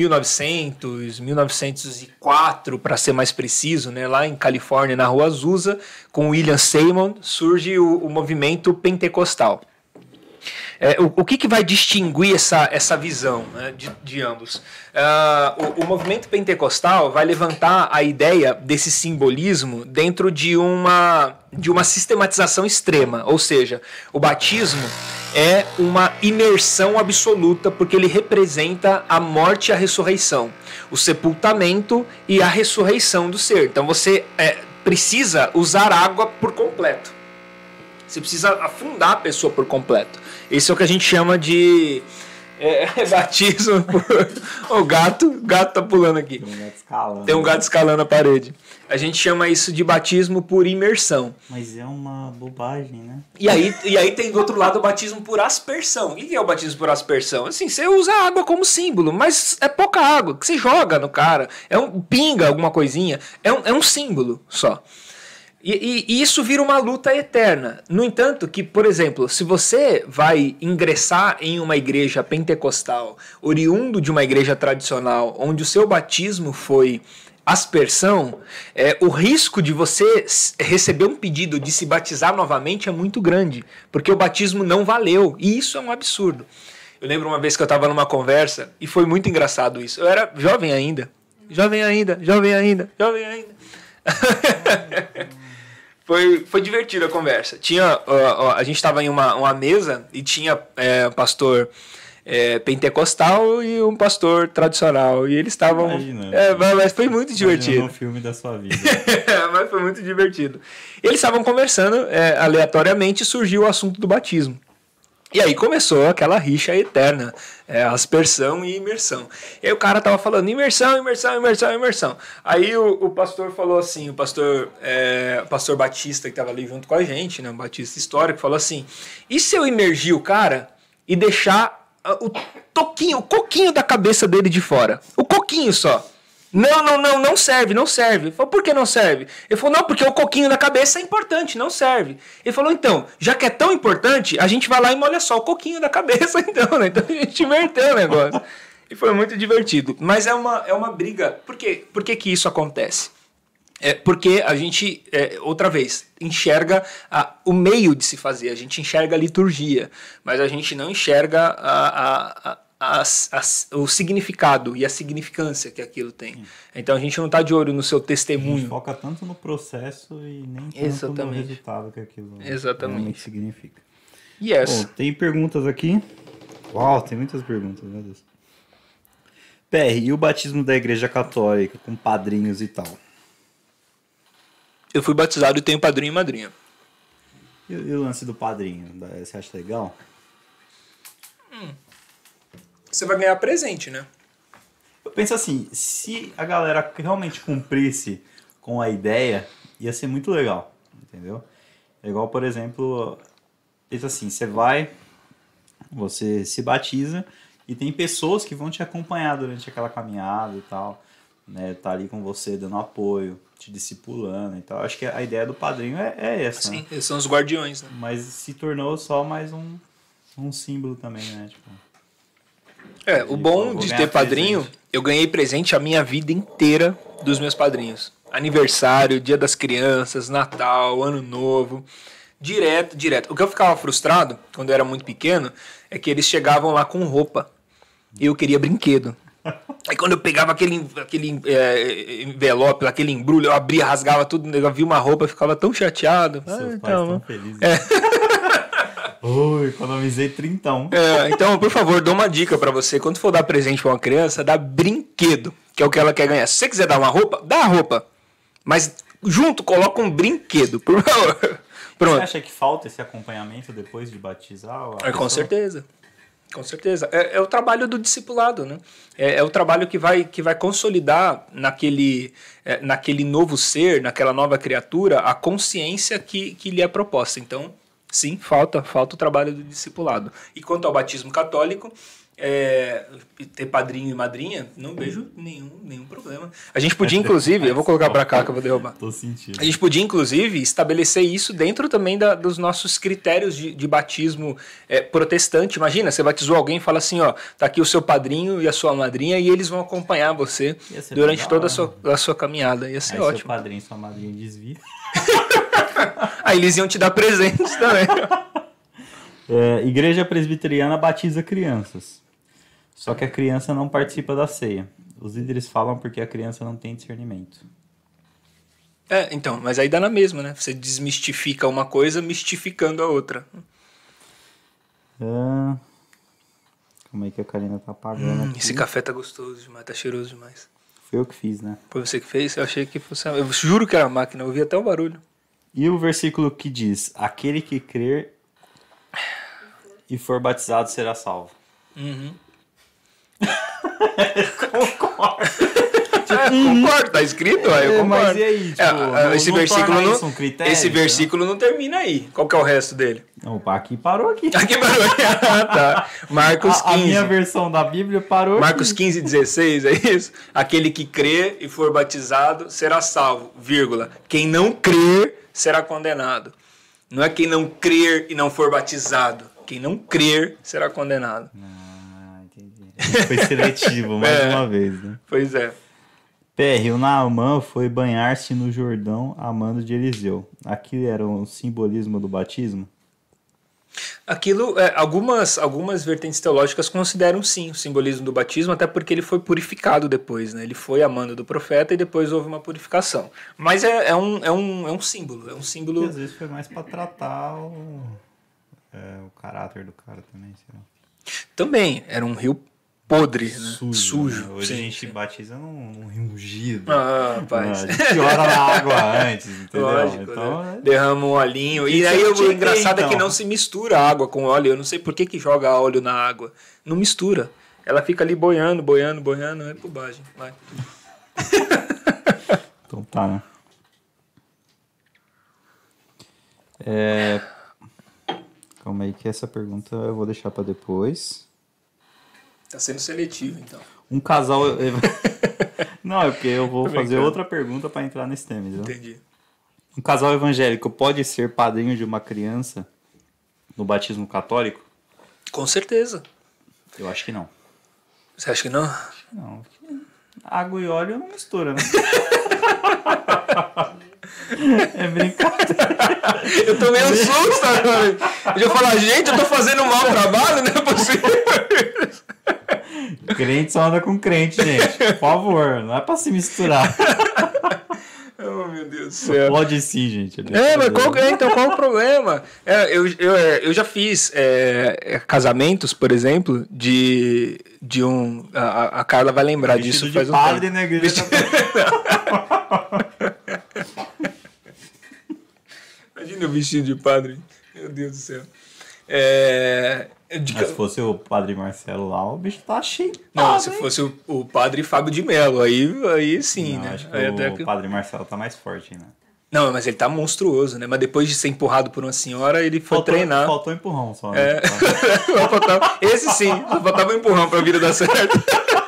1904, para ser mais preciso, né, lá em Califórnia, na Rua Azusa, com William Seymour, surge o movimento pentecostal. O que vai distinguir essa visão, né, de ambos? O movimento pentecostal vai levantar a ideia desse simbolismo dentro de uma sistematização extrema, ou seja, o batismo é uma imersão absoluta porque ele representa a morte e a ressurreição, o sepultamento e a ressurreição do ser. Então você precisa usar água por completo. Você precisa afundar a pessoa por completo. Esse é o que a gente chama de batismo por... O gato tá pulando aqui. Tem um gato escalando a parede. A gente chama isso de batismo por imersão. Mas é uma bobagem, né? E aí tem do outro lado o batismo por aspersão. O que é o batismo por aspersão? Assim, você usa a água como símbolo, mas é pouca água que você joga no cara. Pinga alguma coisinha. É um símbolo só. E isso vira uma luta eterna. No entanto, que, por exemplo, se você vai ingressar em uma igreja pentecostal, oriundo de uma igreja tradicional, onde o seu batismo foi aspersão, o risco de você receber um pedido de se batizar novamente é muito grande, porque o batismo não valeu, e isso é um absurdo. Eu lembro uma vez que eu estava numa conversa, e foi muito engraçado isso. Eu era jovem ainda. Foi divertida a conversa. A gente estava em uma mesa e tinha um pastor pentecostal e um pastor tradicional. E eles estavam... mas foi muito divertido. Um filme da sua vida. Mas foi muito divertido. Eles estavam conversando, aleatoriamente surgiu o assunto do batismo. E aí começou aquela rixa eterna, aspersão e imersão. E aí o cara tava falando imersão. Aí o pastor falou assim, o pastor Batista, que tava ali junto com a gente, né, um batista histórico, falou assim, e se eu imergir o cara e deixar o coquinho da cabeça dele de fora? O coquinho só. Não serve. Ele falou, por que não serve? Ele falou, não, porque o coquinho da cabeça é importante, não serve. Ele falou, então, já que é tão importante, a gente vai lá e molha só o coquinho da cabeça, então, né? Então a gente inverteu o negócio. E foi muito divertido. Mas é uma briga. Por que isso acontece? Porque a gente, outra vez, enxerga o meio de se fazer. A gente enxerga a liturgia, mas a gente não enxerga o significado e a significância que aquilo tem. Então a gente não está de olho no seu testemunho. A gente foca tanto no processo e nem tanto no resultado que aquilo realmente significa. Yes. Bom, tem perguntas aqui. Uau, tem muitas perguntas, meu Deus. PR, e o batismo da Igreja Católica, com padrinhos e tal? Eu fui batizado e tenho padrinho e madrinha. E o lance do padrinho? Você acha legal? Você vai ganhar presente, né? Eu penso assim, se a galera realmente cumprisse com a ideia, ia ser muito legal, entendeu? É igual, por exemplo, pensa assim, você se batiza e tem pessoas que vão te acompanhar durante aquela caminhada e tal, né? Tá ali com você dando apoio, te discipulando e tal. Acho que a ideia do padrinho é essa. Sim, né? eles são os guardiões, né? Mas se tornou só mais um símbolo também, né? Tipo, O bom de ter padrinho, eu ganhei presente a minha vida inteira dos meus padrinhos. Aniversário, Dia das Crianças, Natal, Ano Novo, direto. O que eu ficava frustrado, quando eu era muito pequeno, é que eles chegavam lá com roupa e eu queria brinquedo. Aí quando eu pegava aquele envelope, aquele embrulho, eu abria, rasgava tudo, eu via uma roupa, eu ficava tão chateado. Seus pais tão felizes. Economizei 30. Então, por favor, dou uma dica pra você. Quando for dar presente pra uma criança, dá brinquedo, que é o que ela quer ganhar. Se você quiser dar uma roupa, dá a roupa. Mas junto, coloca um brinquedo, por favor. Pronto. Você acha que falta esse acompanhamento depois de batizar? Com certeza. Com certeza. É o trabalho do discipulado, né? É o trabalho que vai consolidar naquele novo ser, naquela nova criatura, a consciência que lhe é proposta. Então, sim, falta o trabalho do discipulado. E quanto ao batismo católico, ter padrinho e madrinha, não vejo nenhum problema. A gente podia, inclusive, eu vou colocar pra cá que eu vou derrubar. Tô sentindo. A gente podia, inclusive, estabelecer isso dentro também dos nossos critérios de batismo protestante. Imagina, você batizou alguém e fala assim, ó, tá aqui o seu padrinho e a sua madrinha e eles vão acompanhar você durante toda a sua caminhada. Ia ser aí ótimo. Seu padrinho e sua madrinha desvia. Aí eles iam te dar presentes também. Igreja Presbiteriana batiza crianças. Só que a criança não participa da ceia. Os líderes falam porque a criança não tem discernimento. Então, mas aí dá na mesma, né? Você desmistifica uma coisa mistificando a outra. Como é que a Karina tá apagando aqui? Esse café tá gostoso demais, tá cheiroso demais. Foi eu que fiz, né? Foi você que fez? Eu achei que fosse... Eu juro que era a máquina, eu ouvi até o barulho. E o versículo que diz, aquele que crer e for batizado será salvo. Concordo, tá escrito? Eu concordo. Mas e aí? Tipo, esse versículo não termina aí. Qual que é o resto dele? Opa, aqui parou aqui. Aqui parou. Tá. Marcos 15. A minha versão da Bíblia parou Marcos aqui. 15, 16, é isso? Aquele que crer e for batizado será salvo, vírgula. Quem não crer será condenado. Não é quem não crer e não for batizado. Quem não crer será condenado. Entendi. Foi seletivo mais uma vez, né? Pois é. PR, o Naamã foi banhar-se no Jordão a mando de Eliseu. Aquilo era um simbolismo do batismo? Aquilo, algumas vertentes teológicas consideram sim o simbolismo do batismo, até porque ele foi purificado depois, né? Ele foi a mando do profeta e depois houve uma purificação. Mas é um símbolo, é um símbolo... E às vezes foi mais para tratar o caráter do cara também, sei lá. Também, era um rio podre, né? Sujo. Né? Hoje a gente batiza num rio ungido. Rapaz. A gente ora na água antes, entendeu? Lógico, então, né? Derrama um olhinho. E aí o engraçado é que não se mistura água com óleo. Eu não sei por que joga óleo na água. Não mistura. Ela fica ali boiando. É bobagem. Vai. Então tá, né? Calma aí que essa pergunta eu vou deixar para depois. Tá sendo seletivo, então. Um casal... Não, é porque eu vou fazer outra pergunta para entrar nesse tema, entendeu? Entendi. Um casal evangélico pode ser padrinho de uma criança no batismo católico? Com certeza. Eu acho que não. Você acha que não? Acho que não. Água e óleo não mistura, né? É brincadeira. Eu tomei um susto agora. Eu já falar, gente, eu tô fazendo um mau trabalho, não é possível. Crente só anda com crente, gente. Por favor, não é pra se misturar. Oh, meu Deus do céu. Pode sim, gente. Mas qual o problema? Eu já fiz casamentos, por exemplo, de um... A Carla vai lembrar Vestido disso faz de um padre tempo. na igreja. Imagina o vestido de padre. Meu Deus do céu. Mas se fosse o padre Marcelo lá, o bicho tá cheio. Não, se fosse o padre Fábio de Mello, aí sim, Não, né? acho que Aí o padre Marcelo tá mais forte, né? Não, mas ele tá monstruoso, né? Mas depois de ser empurrado por uma senhora, ele foi treinar. Faltou empurrão só. Né? Esse sim, só faltava um empurrão pra vida dar certo.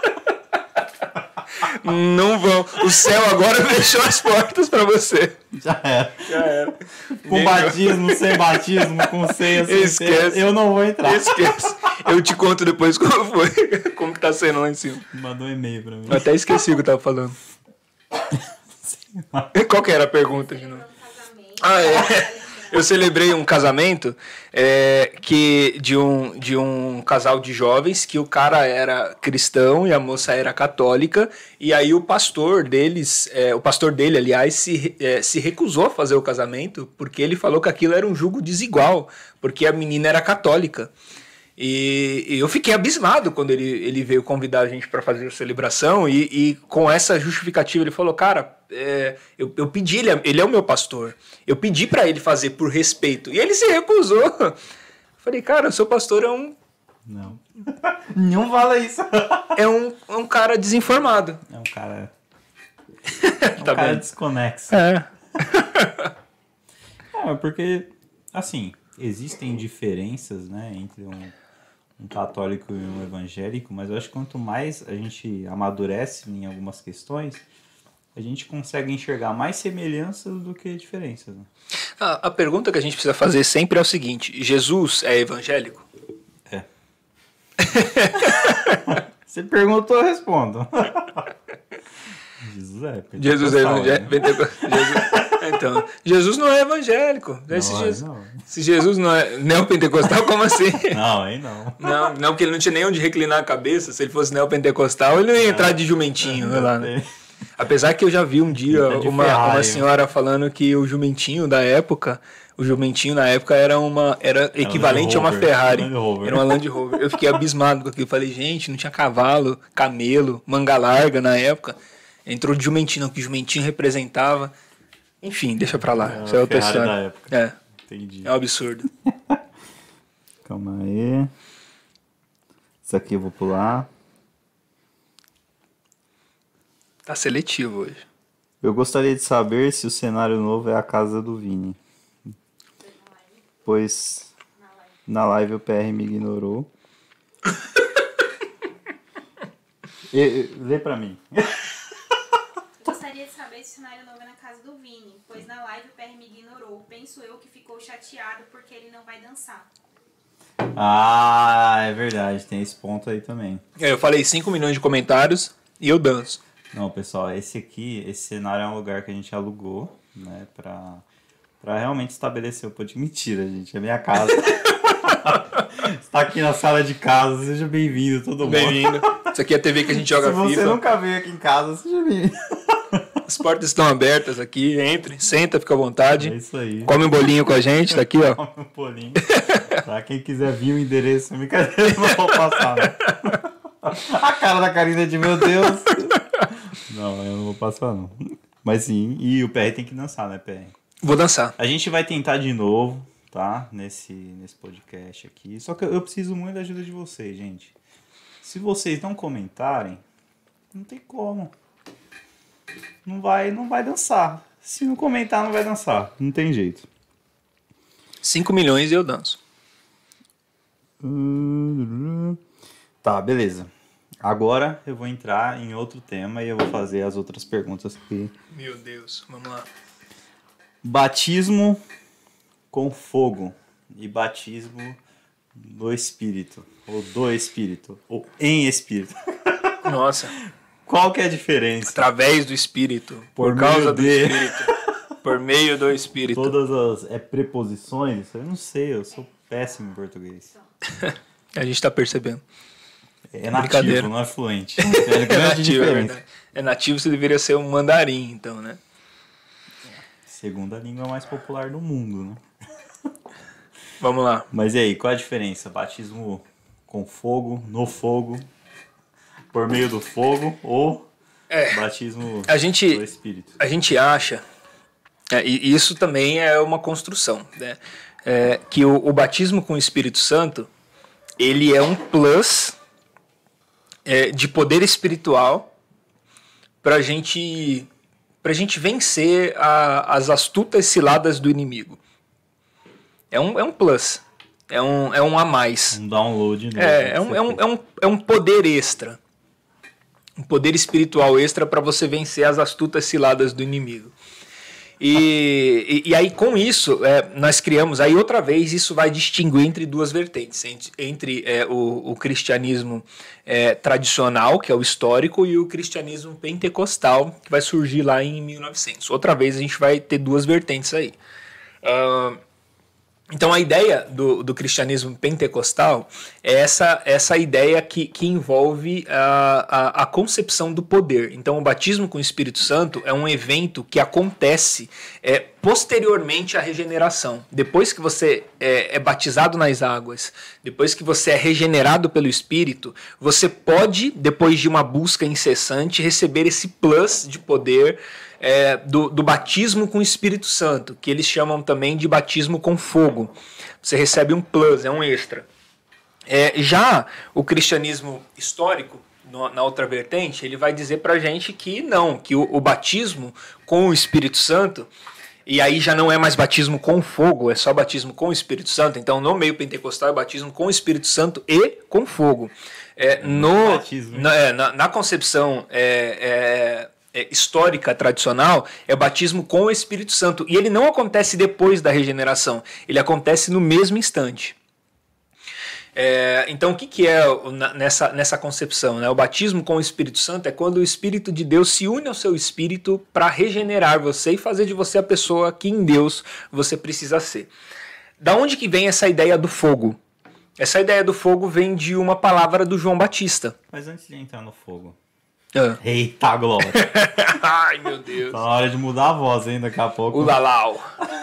Não vão. O céu agora fechou as portas pra você. Já era. Com Nem batismo, sem batismo, com ceia, sem Esquece. ceia, eu não vou entrar. Esquece. Eu te conto depois como foi. Como que tá sendo lá em cima. Mandou um e-mail pra mim. Eu até esqueci o que eu tava falando. Qual que era a pergunta de novo? Eu celebrei um casamento de um casal de jovens que o cara era cristão e a moça era católica, e aí o pastor dele, aliás, se recusou a fazer o casamento porque ele falou que aquilo era um jugo desigual, porque a menina era católica. E eu fiquei abismado quando ele veio convidar a gente para fazer a celebração e com essa justificativa ele falou, cara, eu pedi, ele é o meu pastor, eu pedi para ele fazer por respeito e ele se recusou. Eu falei, cara, o seu pastor é um... Não. Não fala isso. É um cara desinformado. É um cara... Tá cara bem. desconexo. Porque, assim, existem diferenças, né, entre um católico e um evangélico, mas eu acho que quanto mais a gente amadurece em algumas questões, a gente consegue enxergar mais semelhanças do que diferenças. Né? A pergunta que a gente precisa fazer sempre é o seguinte: Jesus é evangélico? É. Você perguntou, eu respondo. Jesus é evangélico. Então, Jesus não é evangélico. Se Jesus não é neopentecostal, como assim? Não, aí não. Não, porque ele não tinha nem onde reclinar a cabeça. Se ele fosse neopentecostal, ele não ia entrar de jumentinho. Lá, né? Apesar que eu já vi um dia uma senhora falando que o jumentinho da época... O jumentinho na época era equivalente a uma Ferrari. Era uma Land Rover. Eu fiquei abismado com aquilo. Eu falei, gente, não tinha cavalo, camelo, manga larga na época. Entrou de jumentinho, que o jumentinho representava. Enfim, deixa pra lá. Isso é outra história. Entendi. É um absurdo. Calma aí. Isso aqui eu vou pular. Tá seletivo hoje. Eu gostaria de saber se o cenário novo é a casa do Vini. Pois na live o PR me ignorou. Lê pra mim. Gostaria de saber se o cenário novo é na casa do Vini, pois na live o PR me ignorou. Penso eu que ficou chateado porque ele não vai dançar. Ah, é verdade, tem esse ponto aí também. Eu falei 5 milhões de comentários e eu danço. Não, pessoal, esse cenário é um lugar que a gente alugou, né, pra realmente estabelecer o podcast. Mentira, gente, é minha casa. Você tá aqui na sala de casa, seja bem-vindo, todo mundo. Bem-vindo. Isso aqui é a TV que a gente joga FIFA. Se você nunca veio aqui em casa, seja bem-vindo. As portas estão abertas aqui, entre, senta, fica à vontade. É isso aí. Come um bolinho com a gente, tá aqui, ó. Come um bolinho. Pra quem quiser vir o endereço, brincadeira, não vou passar, né? A cara da Karina de meu Deus. Não, eu não vou passar, não. Mas sim, e o PR tem que dançar, né, PR? Vou dançar. A gente vai tentar de novo, tá? Nesse podcast aqui. Só que eu preciso muito da ajuda de vocês, gente. Se vocês não comentarem, não tem como. Não vai dançar. Se não comentar, não vai dançar. Não tem jeito. 5 milhões e eu danço. Tá, beleza. Agora eu vou entrar em outro tema e eu vou fazer as outras perguntas aqui. Meu Deus, vamos lá. Batismo com fogo e batismo no Espírito, ou do Espírito, ou em Espírito. Nossa. Qual que é a diferença? Através do Espírito, por causa do Espírito, por meio do Espírito. Todas as preposições, eu não sei, eu sou péssimo em português. A gente tá percebendo. É nativo, não é fluente. É nativo, é verdade. É nativo, você deveria ser um mandarim, então, né? Segunda língua mais popular do mundo, né? Vamos lá. Mas e aí, qual a diferença? Batismo com fogo, no fogo, por meio do fogo ou batismo do Espírito? A gente acha, e isso também é uma construção, né? Que o batismo com o Espírito Santo, ele é um plus de poder espiritual para a gente vencer as astutas ciladas do inimigo. É um plus. É um a mais. Um download. É um poder extra. Um poder espiritual extra para você vencer as astutas ciladas do inimigo. E aí, com isso, nós criamos... Aí, outra vez, isso vai distinguir entre duas vertentes. Entre o cristianismo tradicional, que é o histórico, e o cristianismo pentecostal, que vai surgir lá em 1900. Outra vez, a gente vai ter duas vertentes aí. Então, a ideia do cristianismo pentecostal é essa ideia que envolve a concepção do poder. Então, o batismo com o Espírito Santo é um evento que acontece posteriormente à regeneração. Depois que você é batizado nas águas, depois que você é regenerado pelo Espírito, você pode, depois de uma busca incessante, receber esse plus de poder do batismo com o Espírito Santo, que eles chamam também de batismo com fogo. Você recebe um plus, é um extra. Já o cristianismo histórico, na outra vertente, ele vai dizer pra gente que não, que o batismo com o Espírito Santo, e aí já não é mais batismo com fogo, é só batismo com o Espírito Santo. Então, no meio pentecostal é batismo com o Espírito Santo e com fogo. Na concepção histórica, tradicional, é o batismo com o Espírito Santo. E ele não acontece depois da regeneração, ele acontece no mesmo instante. Então, o que é nessa concepção? Né? O batismo com o Espírito Santo é quando o Espírito de Deus se une ao seu Espírito para regenerar você e fazer de você a pessoa que em Deus você precisa ser. Da onde que vem essa ideia do fogo? Essa ideia do fogo vem de uma palavra do João Batista. Mas antes de entrar no fogo... Eita, glória! Ai, meu Deus! Tá na hora de mudar a voz, hein, daqui a pouco. O Lalau!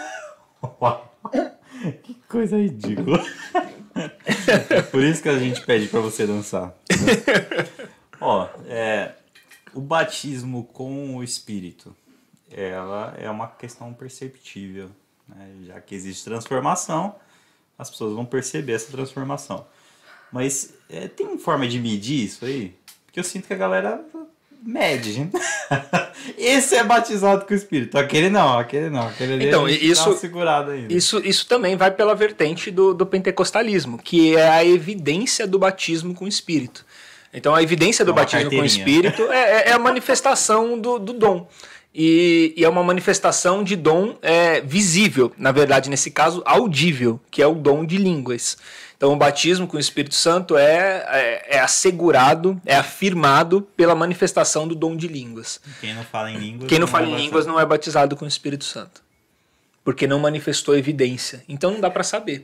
Que coisa ridícula. É por isso que a gente pede pra você dançar. O batismo com o Espírito, ela é uma questão perceptível, né? Já que existe transformação, as pessoas vão perceber essa transformação. Mas tem forma de medir isso aí? Porque eu sinto que a galera mede, gente. Esse é batizado com o Espírito. Aquele não. Aquele ali então, dá uma segurada ainda. Isso também vai pela vertente do pentecostalismo, que é a evidência do batismo com o Espírito. Então, a evidência do batismo com o Espírito é a manifestação do dom. E é uma manifestação de dom visível, na verdade, nesse caso, audível, que é o dom de línguas. Então, o batismo com o Espírito Santo é assegurado, é afirmado pela manifestação do dom de línguas. Quem não fala em línguas, não é batizado com o Espírito Santo, porque não manifestou evidência. Então, não dá para saber.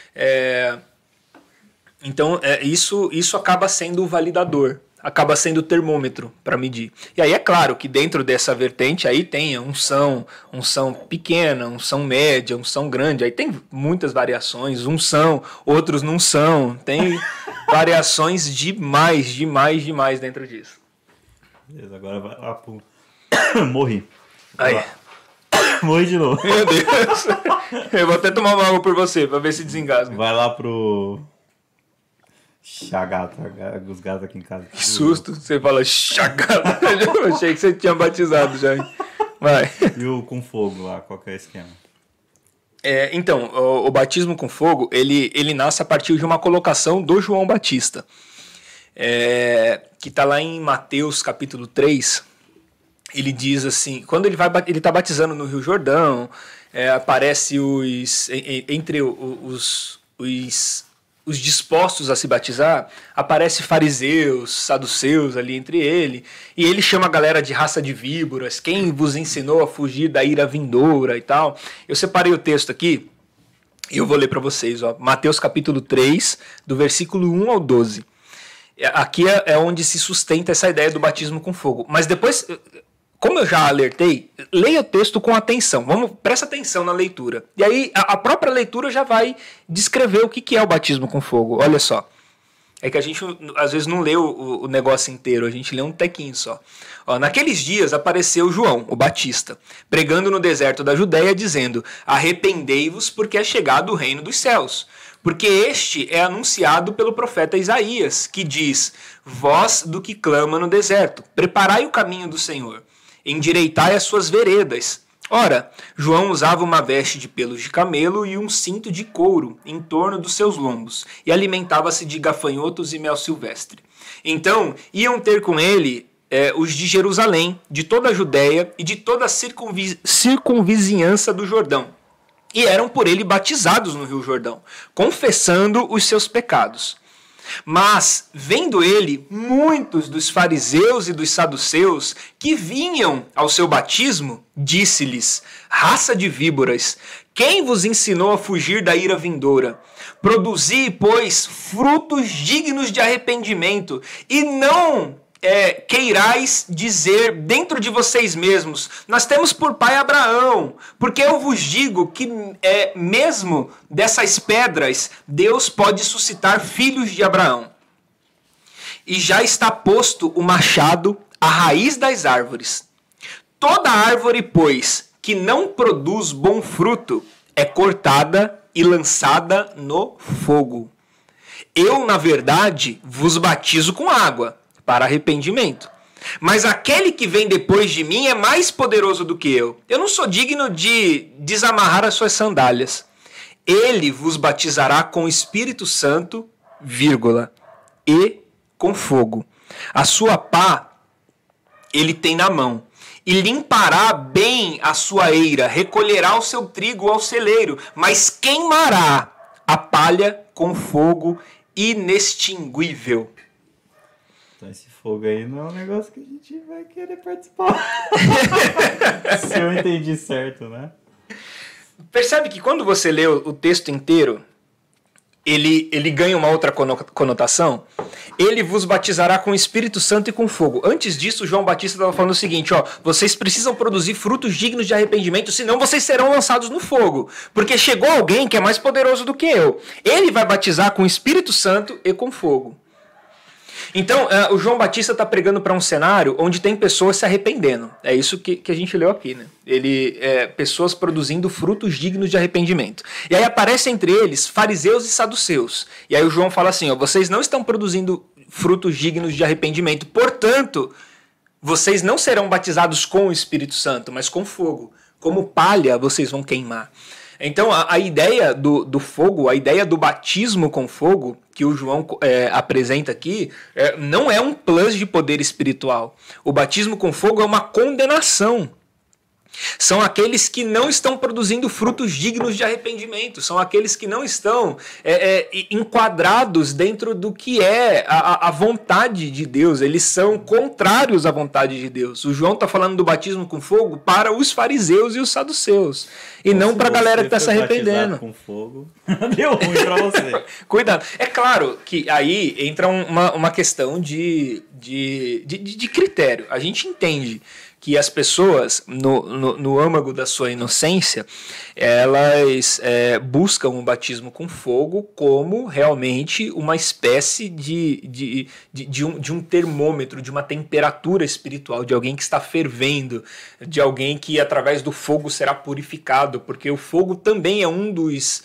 Então, isso acaba sendo o validador, acaba sendo o termômetro para medir. E aí é claro que dentro dessa vertente aí tem a unção pequena, unção média, unção grande, aí tem muitas variações, unção, outros não são, tem variações demais dentro disso. Beleza, agora vai lá pro... Morri. Aí. Morri de novo. Meu Deus. Eu vou até tomar uma água por você, pra ver se desengasga. Vai lá pro... Chagato, os gatos aqui em casa. Que susto, você fala chagato. Eu achei que você tinha batizado já. Vai. E o com fogo lá, qual que é o esquema? Então, o batismo com fogo, ele nasce a partir de uma colocação do João Batista. Que está lá em Mateus capítulo 3. Ele diz assim, quando ele está batizando no Rio Jordão, aparece entre os dispostos a se batizar, aparece fariseus, saduceus ali entre ele, e ele chama a galera de raça de víboras, quem vos ensinou a fugir da ira vindoura e tal. Eu separei o texto aqui, e eu vou ler para vocês, Mateus capítulo 3, do versículo 1 ao 12. Aqui é onde se sustenta essa ideia do batismo com fogo. Mas depois, como eu já alertei, leia o texto com atenção. Presta atenção na leitura. E aí a própria leitura já vai descrever o que é o batismo com fogo. Olha só. É que a gente às vezes não lê o negócio inteiro, a gente lê um tequinho só. Ó, naqueles dias apareceu João, o Batista, pregando no deserto da Judéia, dizendo: arrependei-vos, porque é chegado o reino dos céus. Porque este é anunciado pelo profeta Isaías, que diz: voz do que clama no deserto, preparai o caminho do Senhor, endireitai as suas veredas. Ora, João usava uma veste de pelos de camelo e um cinto de couro em torno dos seus lombos, e alimentava-se de gafanhotos e mel silvestre. Então iam ter com ele os de Jerusalém, de toda a Judéia e de toda a circunvizinhança do Jordão, e eram por ele batizados no Rio Jordão, confessando os seus pecados. Mas, vendo ele, muitos dos fariseus e dos saduceus que vinham ao seu batismo, disse-lhes: raça de víboras, quem vos ensinou a fugir da ira vindoura? Produzi, pois, frutos dignos de arrependimento, e não queirais dizer dentro de vocês mesmos: nós temos por pai Abraão, porque eu vos digo que mesmo dessas pedras Deus pode suscitar filhos de Abraão. E já está posto o machado à raiz das árvores. Toda árvore, pois, que não produz bom fruto é cortada e lançada no fogo. Eu, na verdade, vos batizo com água para arrependimento. Mas aquele que vem depois de mim é mais poderoso do que eu. Eu não sou digno de desamarrar as suas sandálias. Ele vos batizará com o Espírito Santo, e com fogo. A sua pá ele tem na mão, e limpará bem a sua eira, recolherá o seu trigo ao celeiro, mas queimará a palha com fogo inextinguível. Então esse fogo aí não é um negócio que a gente vai querer participar. Se eu entendi certo, né? Percebe que quando você lê o texto inteiro, ele ganha uma outra conotação? Ele vos batizará com o Espírito Santo e com fogo. Antes disso, João Batista estava falando o seguinte: vocês precisam produzir frutos dignos de arrependimento, senão vocês serão lançados no fogo. Porque chegou alguém que é mais poderoso do que eu. Ele vai batizar com o Espírito Santo e com fogo. Então, o João Batista está pregando para um cenário onde tem pessoas se arrependendo. É isso que a gente leu aqui, né? Pessoas produzindo frutos dignos de arrependimento. E aí aparece entre eles fariseus e saduceus. E aí o João fala assim: vocês não estão produzindo frutos dignos de arrependimento, portanto, vocês não serão batizados com o Espírito Santo, mas com fogo. Como palha vocês vão queimar. Então, a ideia do fogo, a ideia do batismo com fogo, que o João apresenta aqui, não é um plus de poder espiritual. O batismo com fogo é uma condenação. São aqueles que não estão produzindo frutos dignos de arrependimento. São aqueles que não estão enquadrados dentro do que é a vontade de Deus. Eles são contrários à vontade de Deus. O João está falando do batismo com fogo para os fariseus e os saduceus. E não para a galera que está se arrependendo. Com fogo, deu ruim para você. Cuidado. É claro que aí entra uma questão de critério. A gente entende que as pessoas, no âmago da sua inocência, elas buscam o batismo com fogo como realmente uma espécie de um termômetro, de uma temperatura espiritual, de alguém que está fervendo, de alguém que através do fogo será purificado, porque o fogo também é um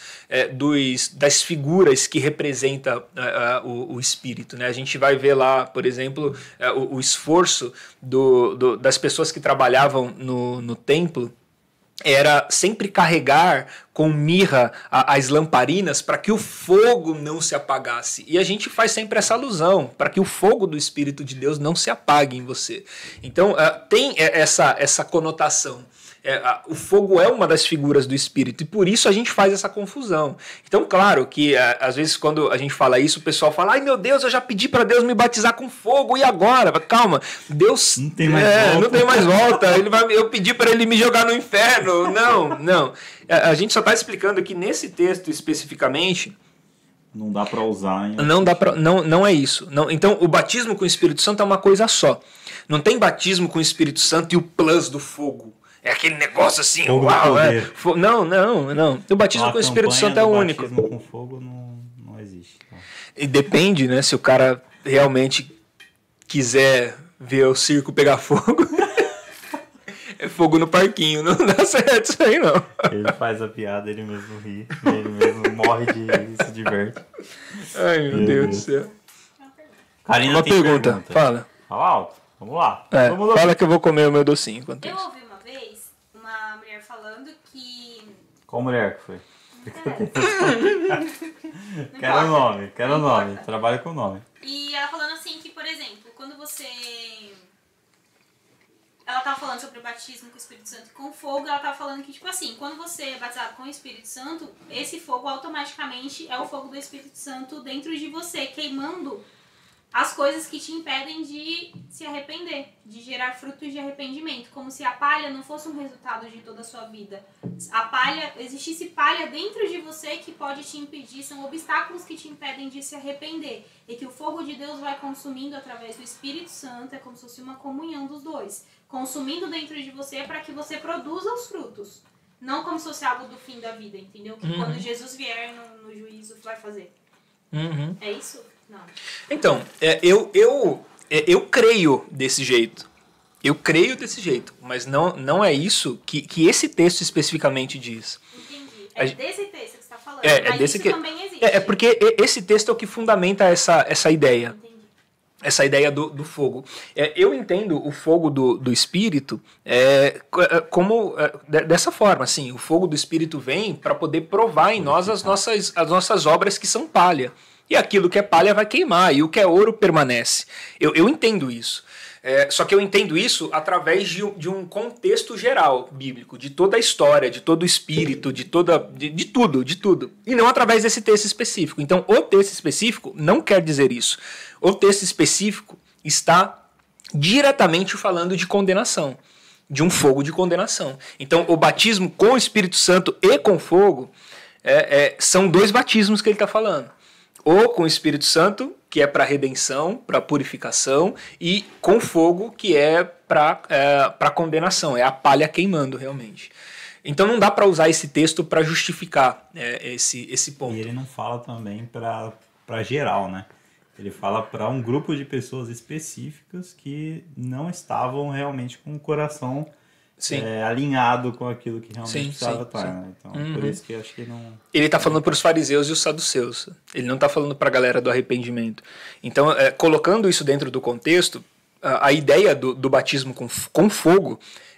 das figuras que representa o espírito, né? A gente vai ver lá, por exemplo, o esforço das pessoas que trabalhavam no templo era sempre carregar com mirra as lamparinas para que o fogo não se apagasse. E a gente faz sempre essa alusão, para que o fogo do Espírito de Deus não se apague em você. Então, tem essa conotação. O fogo é uma das figuras do Espírito e por isso a gente faz essa confusão. Então, claro que às vezes quando a gente fala isso, o pessoal fala: ai meu Deus, eu já pedi para Deus me batizar com fogo, e agora? Calma, Deus não tem mais volta. Não tem mais volta. Eu pedi para ele me jogar no inferno. Não. A gente só está explicando aqui nesse texto especificamente. Não dá para usar. Não é isso. Não, então, o batismo com o Espírito Santo é uma coisa só. Não tem batismo com o Espírito Santo e o plus do fogo. É aquele negócio assim, Fogo uau, do é. poder. Não. O batismo com o Espírito Santo é o único. O batismo com fogo não existe. Então. E depende, né? Se o cara realmente quiser ver o circo pegar fogo, é fogo no parquinho. Não dá certo isso aí, não. Ele faz a piada, ele mesmo ri, ele mesmo morre de rir, se diverte. Ai, meu Deus do céu. Karina Uma tem pergunta, fala. Fala alto, vamos lá. É, Vamos lá. fala que eu vou comer o meu docinho enquanto Eu isso. ouvi uma vez uma mulher falando que. Qual mulher que foi? Não Quero o importa. nome, quero Não o nome. importa. Trabalho com o nome. E ela falando assim que, por exemplo, quando você. Ela tava falando sobre o batismo com o Espírito Santo e com fogo, ela tava falando que, tipo assim, quando você é batizado com o Espírito Santo, esse fogo automaticamente é o fogo do Espírito Santo dentro de você, queimando as coisas que te impedem de se arrepender, de gerar frutos de arrependimento, como se a palha não fosse um resultado de toda a sua vida. A palha, existisse palha dentro de você que pode te impedir, são obstáculos que te impedem de se arrepender, e que o fogo de Deus vai consumindo através do Espírito Santo, é como se fosse uma comunhão dos dois, consumindo dentro de você para que você produza os frutos, não como se fosse algo do fim da vida, entendeu? Que quando Jesus vier no juízo vai fazer. Uhum. É isso? Não. Então, eu creio desse jeito. Eu creio desse jeito, mas não é isso que esse texto especificamente diz. Entendi. É desse texto que você está falando. É mas desse isso que também existe. é porque esse texto é o que fundamenta essa ideia. Entendi. Essa ideia do fogo. Eu entendo o fogo do Espírito como dessa forma, assim, o fogo do Espírito vem para poder provar em nós as nossas obras que são palha. E aquilo que é palha vai queimar, e o que é ouro permanece. Eu entendo isso. Só que eu entendo isso através de um contexto geral bíblico, de toda a história, de todo o espírito, de tudo. E não através desse texto específico. Então, o texto específico não quer dizer isso. O texto específico está diretamente falando de condenação, de um fogo de condenação. Então, o batismo com o Espírito Santo e com fogo são dois batismos que ele está falando. Ou com o Espírito Santo, que é para redenção, para purificação, e com fogo, que é para condenação, é a palha queimando realmente. Então não dá para usar esse texto para justificar esse ponto. E ele não fala também para geral, né? Ele fala para um grupo de pessoas específicas que não estavam realmente com o coração alinhado com aquilo que realmente precisava estar. Né? Então, por isso que eu acho que não... Ele está falando para os fariseus e os saduceus. Ele não está falando para a galera do arrependimento. Então, colocando isso dentro do contexto, a ideia do batismo com fogo,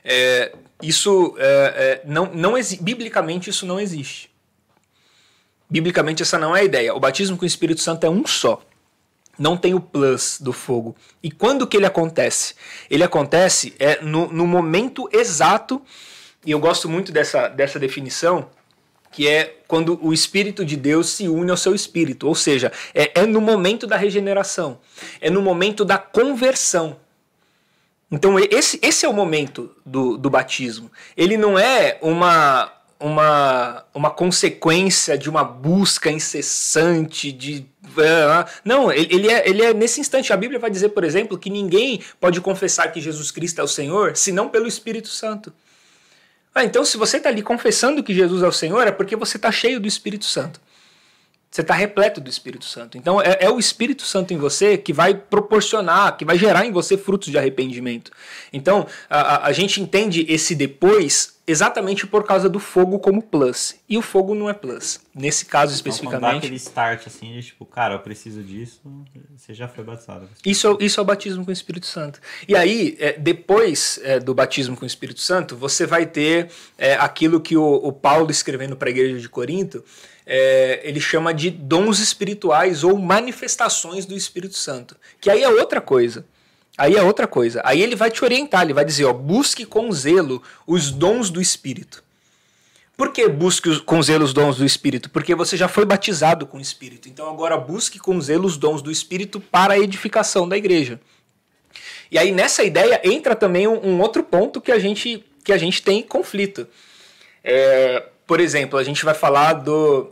biblicamente isso não existe. Biblicamente essa não é a ideia. O batismo com o Espírito Santo é um só. Não tem o plus do fogo. E quando que ele acontece? Ele acontece no momento exato, e eu gosto muito dessa definição, que é quando o Espírito de Deus se une ao seu Espírito. Ou seja, é no momento da regeneração. É no momento da conversão. Então esse é o momento do batismo. Ele não é uma consequência de uma busca incessante não, ele é nesse instante. A Bíblia vai dizer, por exemplo, que ninguém pode confessar que Jesus Cristo é o Senhor senão pelo Espírito Santo. Então se você está ali confessando que Jesus é o Senhor, é porque você está cheio do Espírito Santo. Você está repleto do Espírito Santo. Então é o Espírito Santo em você que vai proporcionar, que vai gerar em você frutos de arrependimento. Então a gente entende esse depois exatamente por causa do fogo como plus. E o fogo não é plus. Nesse caso especificamente... Então, quando dá aquele start assim, de tipo, cara, eu preciso disso, você já foi batizado. Isso é o batismo com o Espírito Santo. E aí, depois do batismo com o Espírito Santo, você vai ter aquilo que o Paulo, escrevendo para a igreja de Corinto, ele chama de dons espirituais ou manifestações do Espírito Santo. Que aí é outra coisa. Aí ele vai te orientar, ele vai dizer, busque com zelo os dons do Espírito. Por que busque com zelo os dons do Espírito? Porque você já foi batizado com o Espírito. Então agora busque com zelo os dons do Espírito para a edificação da igreja. E aí nessa ideia entra também um outro ponto que a gente tem conflito. Por exemplo, a gente vai falar do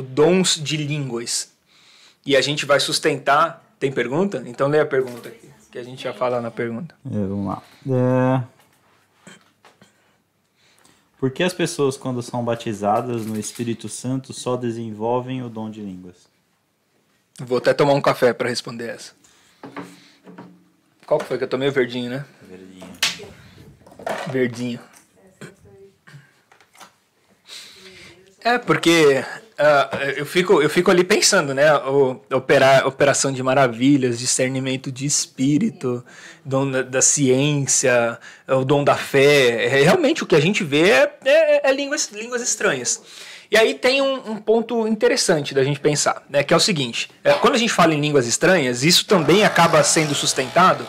dons de línguas. E a gente vai sustentar... Tem pergunta? Então lê a pergunta aqui. que a gente já fala na pergunta. Vamos lá. Por que as pessoas, quando são batizadas no Espírito Santo, só desenvolvem o dom de línguas? Vou até tomar um café para responder essa. Qual que foi que eu tomei? O verdinho, né? Verdinho. Verdinho. Porque eu fico ali pensando, né? Operação de maravilhas, discernimento de espírito, dom da ciência, o dom da fé. Realmente o que a gente vê é línguas estranhas. E aí tem um ponto interessante da gente pensar, né? Que é o seguinte: quando a gente fala em línguas estranhas, isso também acaba sendo sustentado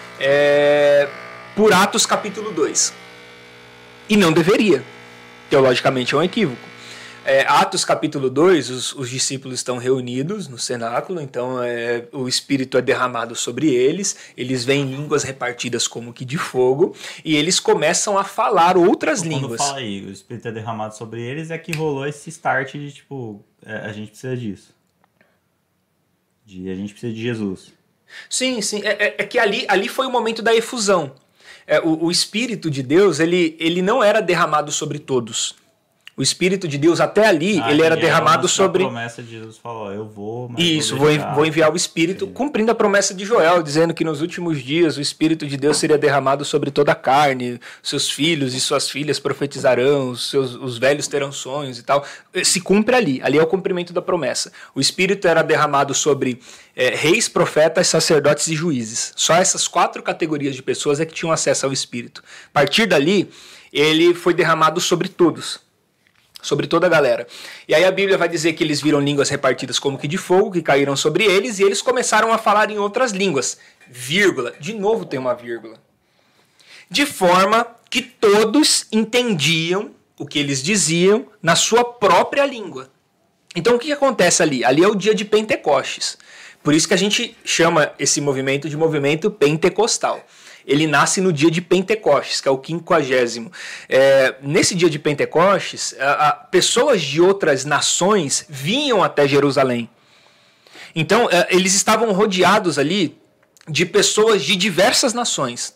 por Atos capítulo 2. E não deveria. Teologicamente é um equívoco. Atos capítulo 2, os discípulos estão reunidos no cenáculo, então o Espírito é derramado sobre eles veem línguas repartidas como que de fogo, e eles começam a falar outras línguas. Quando fala aí, o Espírito é derramado sobre eles, é que rolou esse start de tipo, a gente precisa disso. A gente precisa de Jesus. Sim. É que ali foi o momento da efusão. O Espírito de Deus, ele não era derramado sobre todos. O Espírito de Deus até ali, ele era derramado sobre... A promessa de Jesus falou, eu vou... Isso, vou enviar o Espírito, cumprindo a promessa de Joel, dizendo que nos últimos dias o Espírito de Deus seria derramado sobre toda a carne, seus filhos e suas filhas profetizarão, os velhos terão sonhos e tal. Se cumpre ali é o cumprimento da promessa. O Espírito era derramado sobre reis, profetas, sacerdotes e juízes. Só essas 4 categorias de pessoas é que tinham acesso ao Espírito. A partir dali, ele foi derramado sobre todos. Sobre toda a galera. E aí a Bíblia vai dizer que eles viram línguas repartidas como que de fogo, que caíram sobre eles, e eles começaram a falar em outras línguas. Vírgula. De novo tem uma vírgula. De forma que todos entendiam o que eles diziam na sua própria língua. Então o que acontece ali? Ali é o dia de Pentecostes. Por isso que a gente chama esse movimento de movimento pentecostal. Ele nasce no dia de Pentecostes, que é o 50º. Nesse dia de Pentecostes, pessoas de outras nações vinham até Jerusalém. Então, eles estavam rodeados ali de pessoas de diversas nações.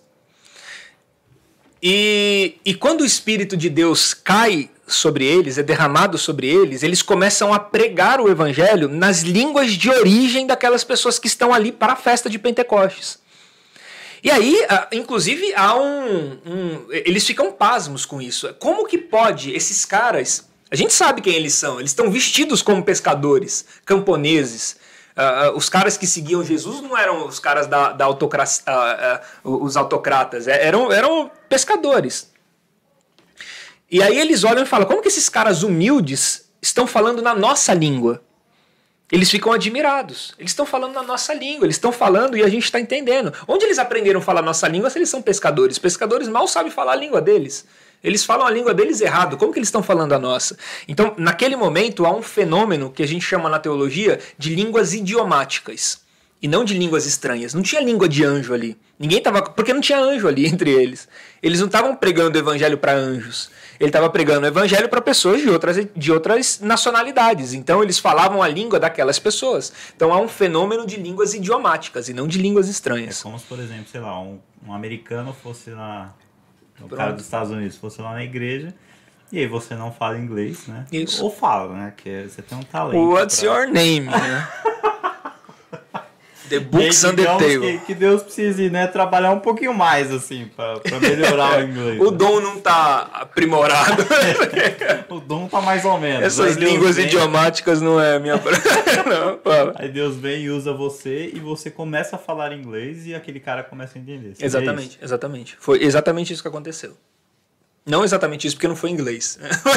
E quando o Espírito de Deus cai sobre eles, é derramado sobre eles, eles começam a pregar o Evangelho nas línguas de origem daquelas pessoas que estão ali para a festa de Pentecostes. E aí, inclusive, eles ficam pasmos com isso. Como que pode esses caras... A gente sabe quem eles são. Eles estão vestidos como pescadores, camponeses. Os caras que seguiam Jesus não eram os caras da autocracia, os autocratas. Eram pescadores. E aí eles olham e falam, como que esses caras humildes estão falando na nossa língua? Eles ficam admirados. Eles estão falando na nossa língua. Eles estão falando e a gente está entendendo. Onde eles aprenderam a falar a nossa língua se eles são pescadores? Pescadores mal sabem falar a língua deles. Eles falam a língua deles errado. Como que eles estão falando a nossa? Então, naquele momento, há um fenômeno que a gente chama na teologia de línguas idiomáticas. E não de línguas estranhas. Não tinha língua de anjo ali. Porque não tinha anjo ali entre eles. Eles não estavam pregando o evangelho para anjos. Ele estava pregando o evangelho para pessoas de outras nacionalidades. Então eles falavam a língua daquelas pessoas. Então há um fenômeno de línguas idiomáticas e não de línguas estranhas. É como se, por exemplo, sei lá, um americano fosse lá, cara dos Estados Unidos fosse lá na igreja, e aí você não fala inglês, né? Isso. Ou fala, né? Que você tem um talento. What's your name? Né? The Books and the Tale. Que Deus precise, né, trabalhar um pouquinho mais, assim, pra melhorar o inglês. O dom não tá aprimorado. O dom tá mais ou menos. Essas línguas idiomáticas não é minha... Não, fala. Aí Deus vem e usa você, e você começa a falar inglês, e aquele cara começa a entender. Exatamente. Foi exatamente isso que aconteceu. Não exatamente isso, porque não foi inglês.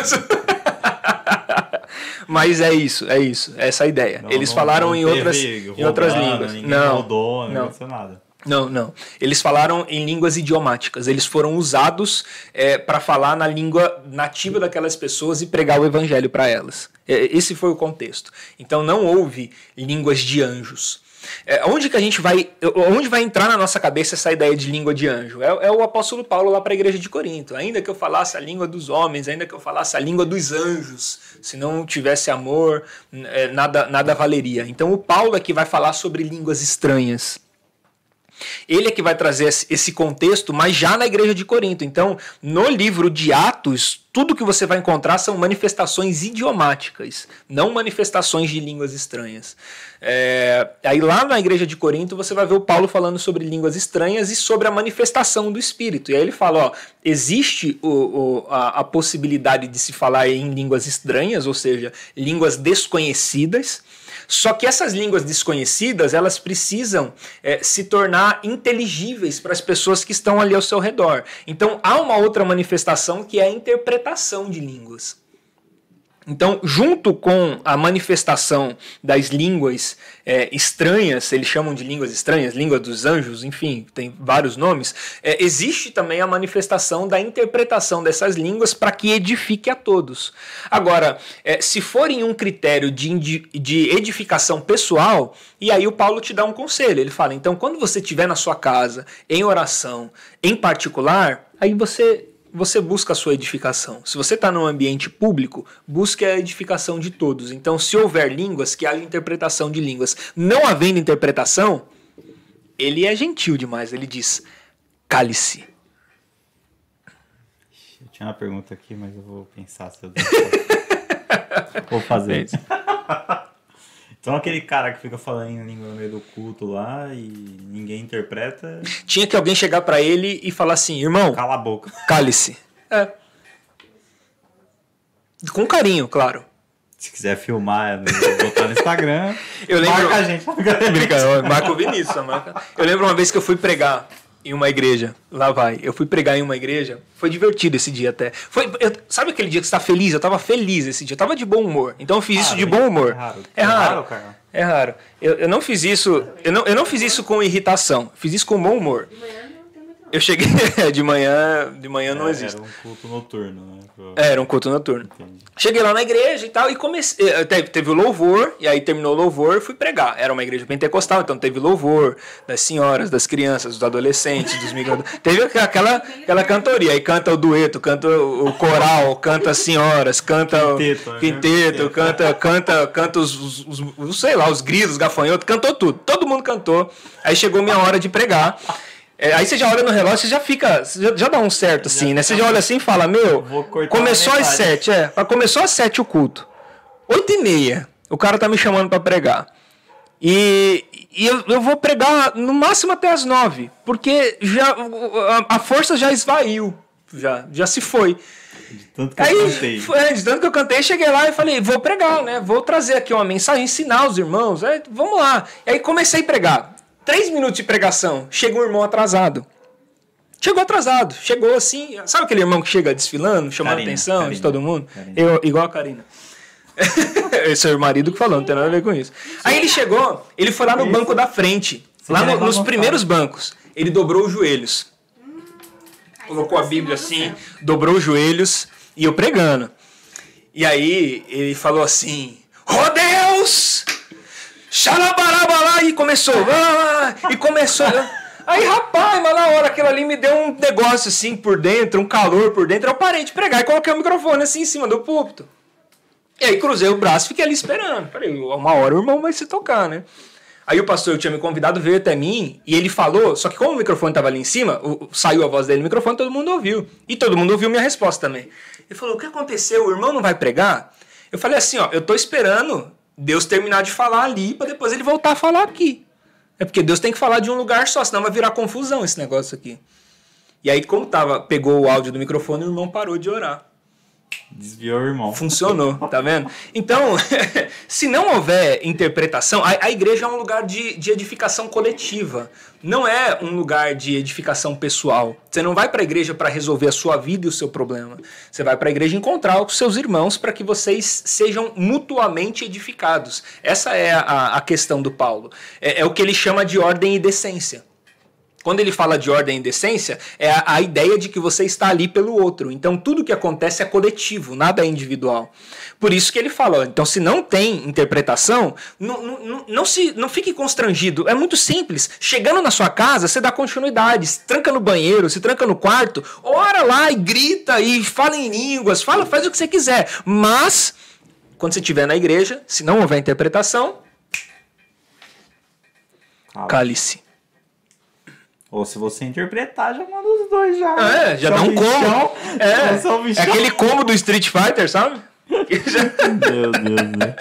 Mas é isso, essa é a ideia. Eles falaram em outras línguas. Não aconteceu nada. Não. Eles falaram em línguas idiomáticas. Eles foram usados para falar na língua nativa daquelas pessoas e pregar o evangelho para elas. Esse foi o contexto. Então não houve línguas de anjos. Onde vai entrar na nossa cabeça essa ideia de língua de anjo? É o apóstolo Paulo lá para a igreja de Corinto. Ainda que eu falasse a língua dos homens, ainda que eu falasse a língua dos anjos, se não tivesse amor, nada valeria. Então o Paulo é que vai falar sobre línguas estranhas. Ele é que vai trazer esse contexto, mas já na igreja de Corinto. Então, no livro de Atos, tudo que você vai encontrar são manifestações idiomáticas, não manifestações de línguas estranhas. Aí lá na igreja de Corinto você vai ver o Paulo falando sobre línguas estranhas e sobre a manifestação do Espírito. E aí ele fala, existe a possibilidade de se falar em línguas estranhas, ou seja, línguas desconhecidas. Só que essas línguas desconhecidas, elas precisam se tornar inteligíveis para as pessoas que estão ali ao seu redor. Então, há uma outra manifestação que é a interpretação de línguas. Então, junto com a manifestação das línguas estranhas, eles chamam de línguas estranhas, língua dos anjos, enfim, tem vários nomes, existe também a manifestação da interpretação dessas línguas para que edifique a todos. Agora, se for em um critério de edificação pessoal, e aí o Paulo te dá um conselho, ele fala, então, quando você estiver na sua casa, em oração, em particular, aí você busca a sua edificação. Se você está num ambiente público, busque a edificação de todos. Então, se houver línguas, que haja interpretação de línguas. Não havendo interpretação, ele é gentil demais. Ele diz, cale-se. Eu tinha uma pergunta aqui, mas eu vou pensar se eu vou fazer. Então aquele cara que fica falando em língua no meio do culto lá e ninguém interpreta... Tinha que alguém chegar pra ele e falar assim, irmão... Cala a boca. Cale-se. Com carinho, claro. Se quiser filmar, botar no Instagram, marca a gente. Marca o Vinícius. Eu lembro uma vez que eu fui pregar em uma igreja. Lá vai. Eu fui pregar em uma igreja. Foi divertido esse dia até. Sabe aquele dia que você tá feliz? Eu tava feliz esse dia. Eu tava de bom humor. Então eu fiz isso de bom humor. É raro. Cara. É raro. Eu não fiz isso. Eu não fiz isso com irritação. Fiz isso com bom humor. Eu cheguei de manhã não existe. Era um culto noturno, né? Era um culto noturno. Entendi. Cheguei lá na igreja e tal, e comecei. Teve o louvor, e aí terminou o louvor, fui pregar. Era uma igreja pentecostal, então teve louvor das senhoras, das crianças, dos adolescentes, dos migrantes. Teve aquela cantoria. Aí canta o dueto, canta o coral, canta as senhoras, canta o quinteto, canta os sei lá, os grilos, os gafanhotos, cantou tudo. Todo mundo cantou. Aí chegou minha hora de pregar. Aí você já olha no relógio, você já fica, já dá um certo assim, né? Você já olha assim e fala, começou às 7, começou às 7 o culto. 8h30, o cara tá me chamando para pregar. E eu vou pregar no máximo até às 9, porque a força já esvaiu, já se foi. De tanto que eu cantei. De tanto que eu cantei, cheguei lá e falei, vou pregar, né? Vou trazer aqui uma mensagem, ensinar os irmãos, vamos lá. E aí comecei a pregar. 3 minutos de pregação, chega um irmão atrasado. Chegou assim, sabe aquele irmão que chega desfilando, chamando a atenção de todo mundo? Igual a Karina. Esse é o marido que falou, não tem nada a ver com isso. Aí ele chegou, ele foi lá no banco da frente, lá nos primeiros bancos. Ele dobrou os joelhos. Colocou a Bíblia assim, dobrou os joelhos e eu pregando. E aí ele falou assim, Deus! Xalabarabalá, e começou. Aí, rapaz, mas na hora aquilo ali me deu um negócio assim por dentro, um calor por dentro. Eu parei de pregar e coloquei o microfone assim em cima do púlpito. E aí cruzei o braço e fiquei ali esperando. Falei, uma hora o irmão vai se tocar, né? Aí o pastor, eu tinha me convidado, veio até mim e ele falou, só que como o microfone estava ali em cima, saiu a voz dele no microfone, todo mundo ouviu. E todo mundo ouviu minha resposta também. Ele falou, o que aconteceu? O irmão não vai pregar? Eu falei assim, eu tô esperando Deus terminar de falar ali para depois ele voltar a falar aqui. É porque Deus tem que falar de um lugar só, senão vai virar confusão esse negócio aqui. E aí, como pegou o áudio do microfone, o irmão parou de orar. Desviou o irmão. Funcionou, tá vendo? Então, se não houver interpretação, a igreja é um lugar de edificação coletiva. Não é um lugar de edificação pessoal. Você não vai para a igreja para resolver a sua vida e o seu problema. Você vai para a igreja encontrar os seus irmãos para que vocês sejam mutuamente edificados. Essa é a questão do Paulo. É o que ele chama de ordem e decência. Quando ele fala de ordem e decência, é a ideia de que você está ali pelo outro. Então, tudo que acontece é coletivo, nada é individual. Por isso que ele fala, então, se não tem interpretação, não fique constrangido. É muito simples. Chegando na sua casa, você dá continuidade. Se tranca no banheiro, se tranca no quarto, ora lá e grita e fala em línguas, faz o que você quiser. Mas, quando você estiver na igreja, se não houver interpretação, cale-se. Ou se você interpretar, já manda os dois já. Já dá um combo. É aquele combo do Street Fighter, sabe? Meu Deus, né?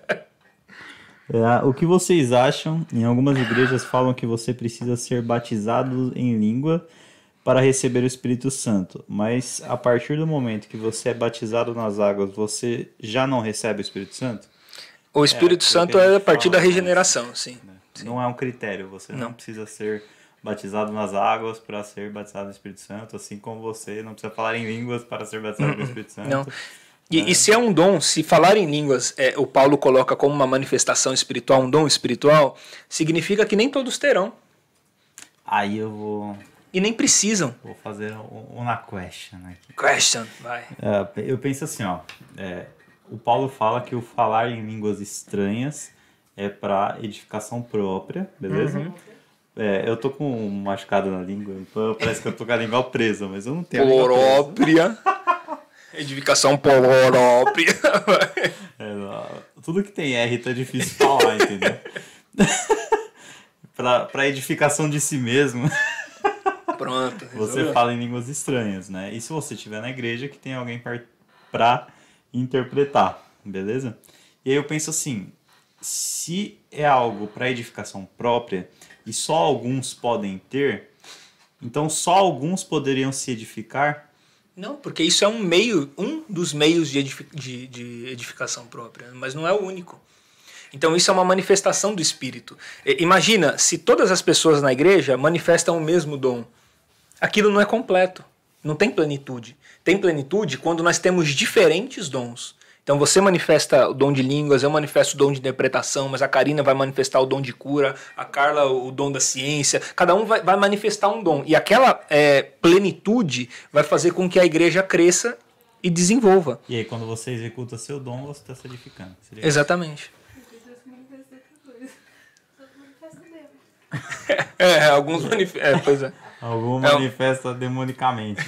O que vocês acham? Em algumas igrejas falam que você precisa ser batizado em língua para receber o Espírito Santo. Mas a partir do momento que você é batizado nas águas, você já não recebe o Espírito Santo? O Espírito Santo é a partir da regeneração, sim. Não é um critério. Você não precisa ser batizado nas águas para ser batizado no Espírito Santo, assim como você não precisa falar em línguas para ser batizado no Espírito Santo. Não. E se é um dom, se falar em línguas, o Paulo coloca como uma manifestação espiritual, um dom espiritual, significa que nem todos terão. Aí eu vou... E nem precisam. Vou fazer uma question aqui. Question, vai. Eu penso assim, ó. O Paulo fala que o falar em línguas estranhas é para edificação própria, beleza? Uhum. Eu tô com um machucado na língua, então parece que eu tô com a língua presa, mas eu não tenho própria. Edificação própria. Tudo que tem R tá difícil falar, entendeu? Pra edificação de si mesmo. Pronto. Você fala em línguas estranhas, né? E se você estiver na igreja, que tem alguém pra interpretar, beleza? E aí eu penso assim, se é algo para edificação própria e só alguns podem ter, então só alguns poderiam se edificar? Não, porque isso é um dos meios de edificação própria, mas não é o único. Então isso é uma manifestação do Espírito. Imagina, se todas as pessoas na igreja manifestam o mesmo dom, aquilo não é completo, não tem plenitude. Tem plenitude quando nós temos diferentes dons. Então você manifesta o dom de línguas, eu manifesto o dom de interpretação, mas a Karina vai manifestar o dom de cura, a Carla o dom da ciência, cada um vai manifestar um dom. E aquela plenitude vai fazer com que a igreja cresça e desenvolva. E aí quando você executa seu dom, você está se edificando. Exatamente. Alguns manifestam. Pois é. Algum manifesta demonicamente.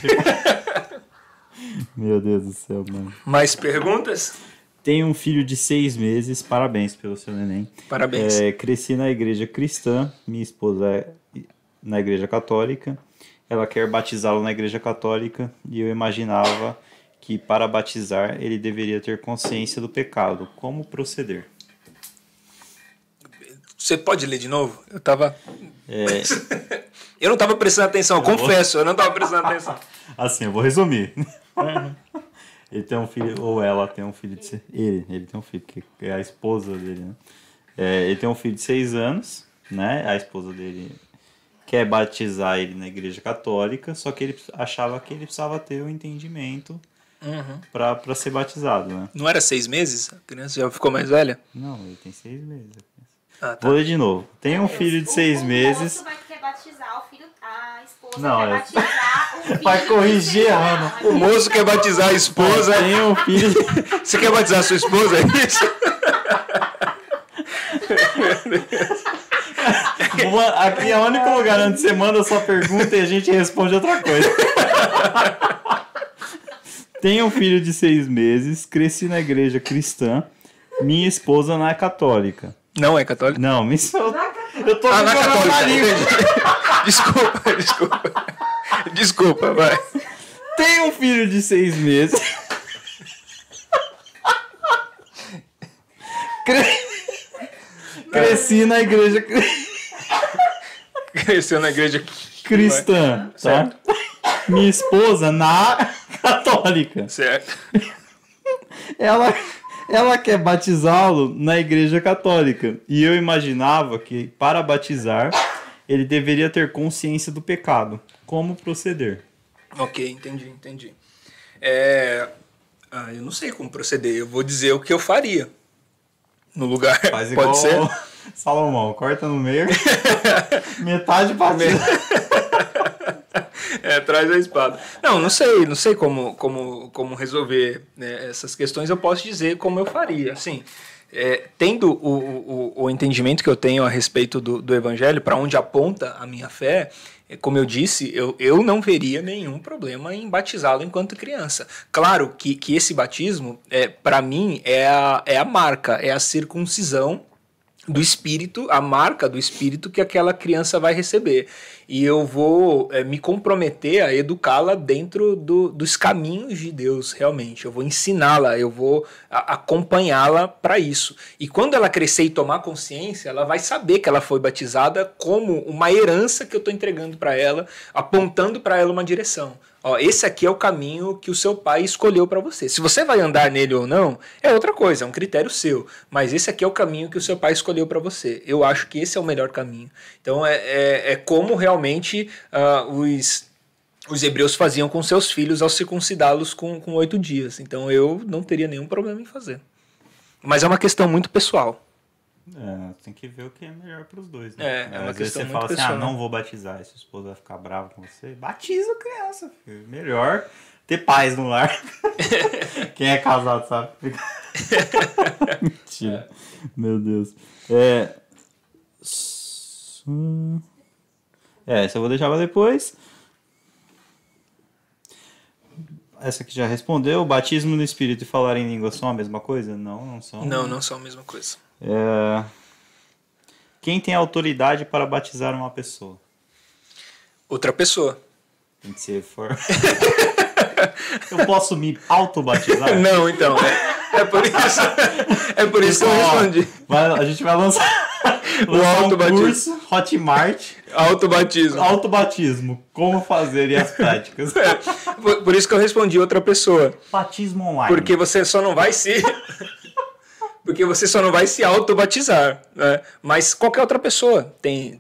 Meu Deus do céu, mano. Mais perguntas? Tenho um filho de 6 meses. Parabéns pelo seu neném. Parabéns. Cresci na igreja cristã. Minha esposa é na igreja católica. Ela quer batizá-lo na igreja católica. E eu imaginava que para batizar ele deveria ter consciência do pecado. Como proceder? Você pode ler de novo? Eu tava... Eu não tava prestando atenção, confesso. Eu não tava prestando atenção. Assim, eu vou resumir. Ele tem um filho, ou ela tem um filho de... Ele tem um filho, que é a esposa dele, né? Ele tem um filho de 6 anos, né? A esposa dele quer batizar ele na igreja católica, só que ele achava que ele precisava ter um entendimento para ser batizado, né? Não era 6 meses? A criança já ficou mais velha? Não, ele tem 6 meses. Tá. Vou ler de novo. Tem um filho de 6 meses... O moço quer batizar o filho... A esposa não, quer batizar o filho... Vai corrigir a Ana. O moço quer batizar a esposa. Tem um filho... Você quer batizar a sua esposa? É isso? Aqui é o único lugar onde você manda a sua pergunta e a gente responde outra coisa. Tenho um filho de 6 meses, cresci na igreja cristã, minha esposa não é católica. Não é católica? Não, minha esposa... Eu tô na católica. Desculpa, vai. Tenho um filho de 6 meses. Cresci na igreja... Cresceu na igreja cristã, tá? Certo. Minha esposa na católica. Certo. Ela quer batizá-lo na igreja católica. E eu imaginava que para batizar ele deveria ter consciência do pecado. Como proceder? Ok, entendi. Eu não sei como proceder. Eu vou dizer o que eu faria no lugar. Faz igual Pode ser? Salomão, corta no meio, metade batiza. Traz a espada. Não sei como resolver, né, essas questões. Eu posso dizer como eu faria. Assim, tendo o entendimento que eu tenho a respeito do Evangelho, para onde aponta a minha fé, como eu disse, eu não veria nenhum problema em batizá-lo enquanto criança. Claro que esse batismo, para mim, é a marca, é a circuncisão do Espírito, a marca do Espírito que aquela criança vai receber. E eu vou me comprometer a educá-la dentro dos caminhos de Deus, realmente. Eu vou ensiná-la, eu vou acompanhá-la para isso. E quando ela crescer e tomar consciência, ela vai saber que ela foi batizada como uma herança que eu estou entregando para ela, apontando para ela uma direção. Ó, esse aqui é o caminho que o seu pai escolheu para você. Se você vai andar nele ou não, é outra coisa, é um critério seu. Mas esse aqui é o caminho que o seu pai escolheu para você. Eu acho que esse é o melhor caminho. Então é como realmente os hebreus faziam com seus filhos ao circuncidá-los com 8 dias. Então eu não teria nenhum problema em fazer. Mas é uma questão muito pessoal. Tem que ver o que é melhor para os dois, né? É uma Às vezes questão você muito fala assim, pessoal. não vou batizar, e sua esposa vai ficar brava com você. Batiza a criança, filho. Melhor ter paz no lar. Quem é casado sabe. Mentira. Meu Deus. Essa eu vou deixar para depois. Essa aqui já respondeu. O batismo no Espírito e falar em língua são a mesma coisa? Não, não são. Não são a mesma coisa. Quem tem autoridade para batizar uma pessoa? Outra pessoa. Tem que ser Eu posso me autobatizar? Não, então. É por isso. É por isso que eu respondi. A gente vai lançar um curso Hotmart. Autobatismo. Como fazer e as práticas. Por isso que eu respondi outra pessoa. Batismo online. Porque você só não vai se... Porque você só não vai se autobatizar, né? Mas qualquer outra pessoa tem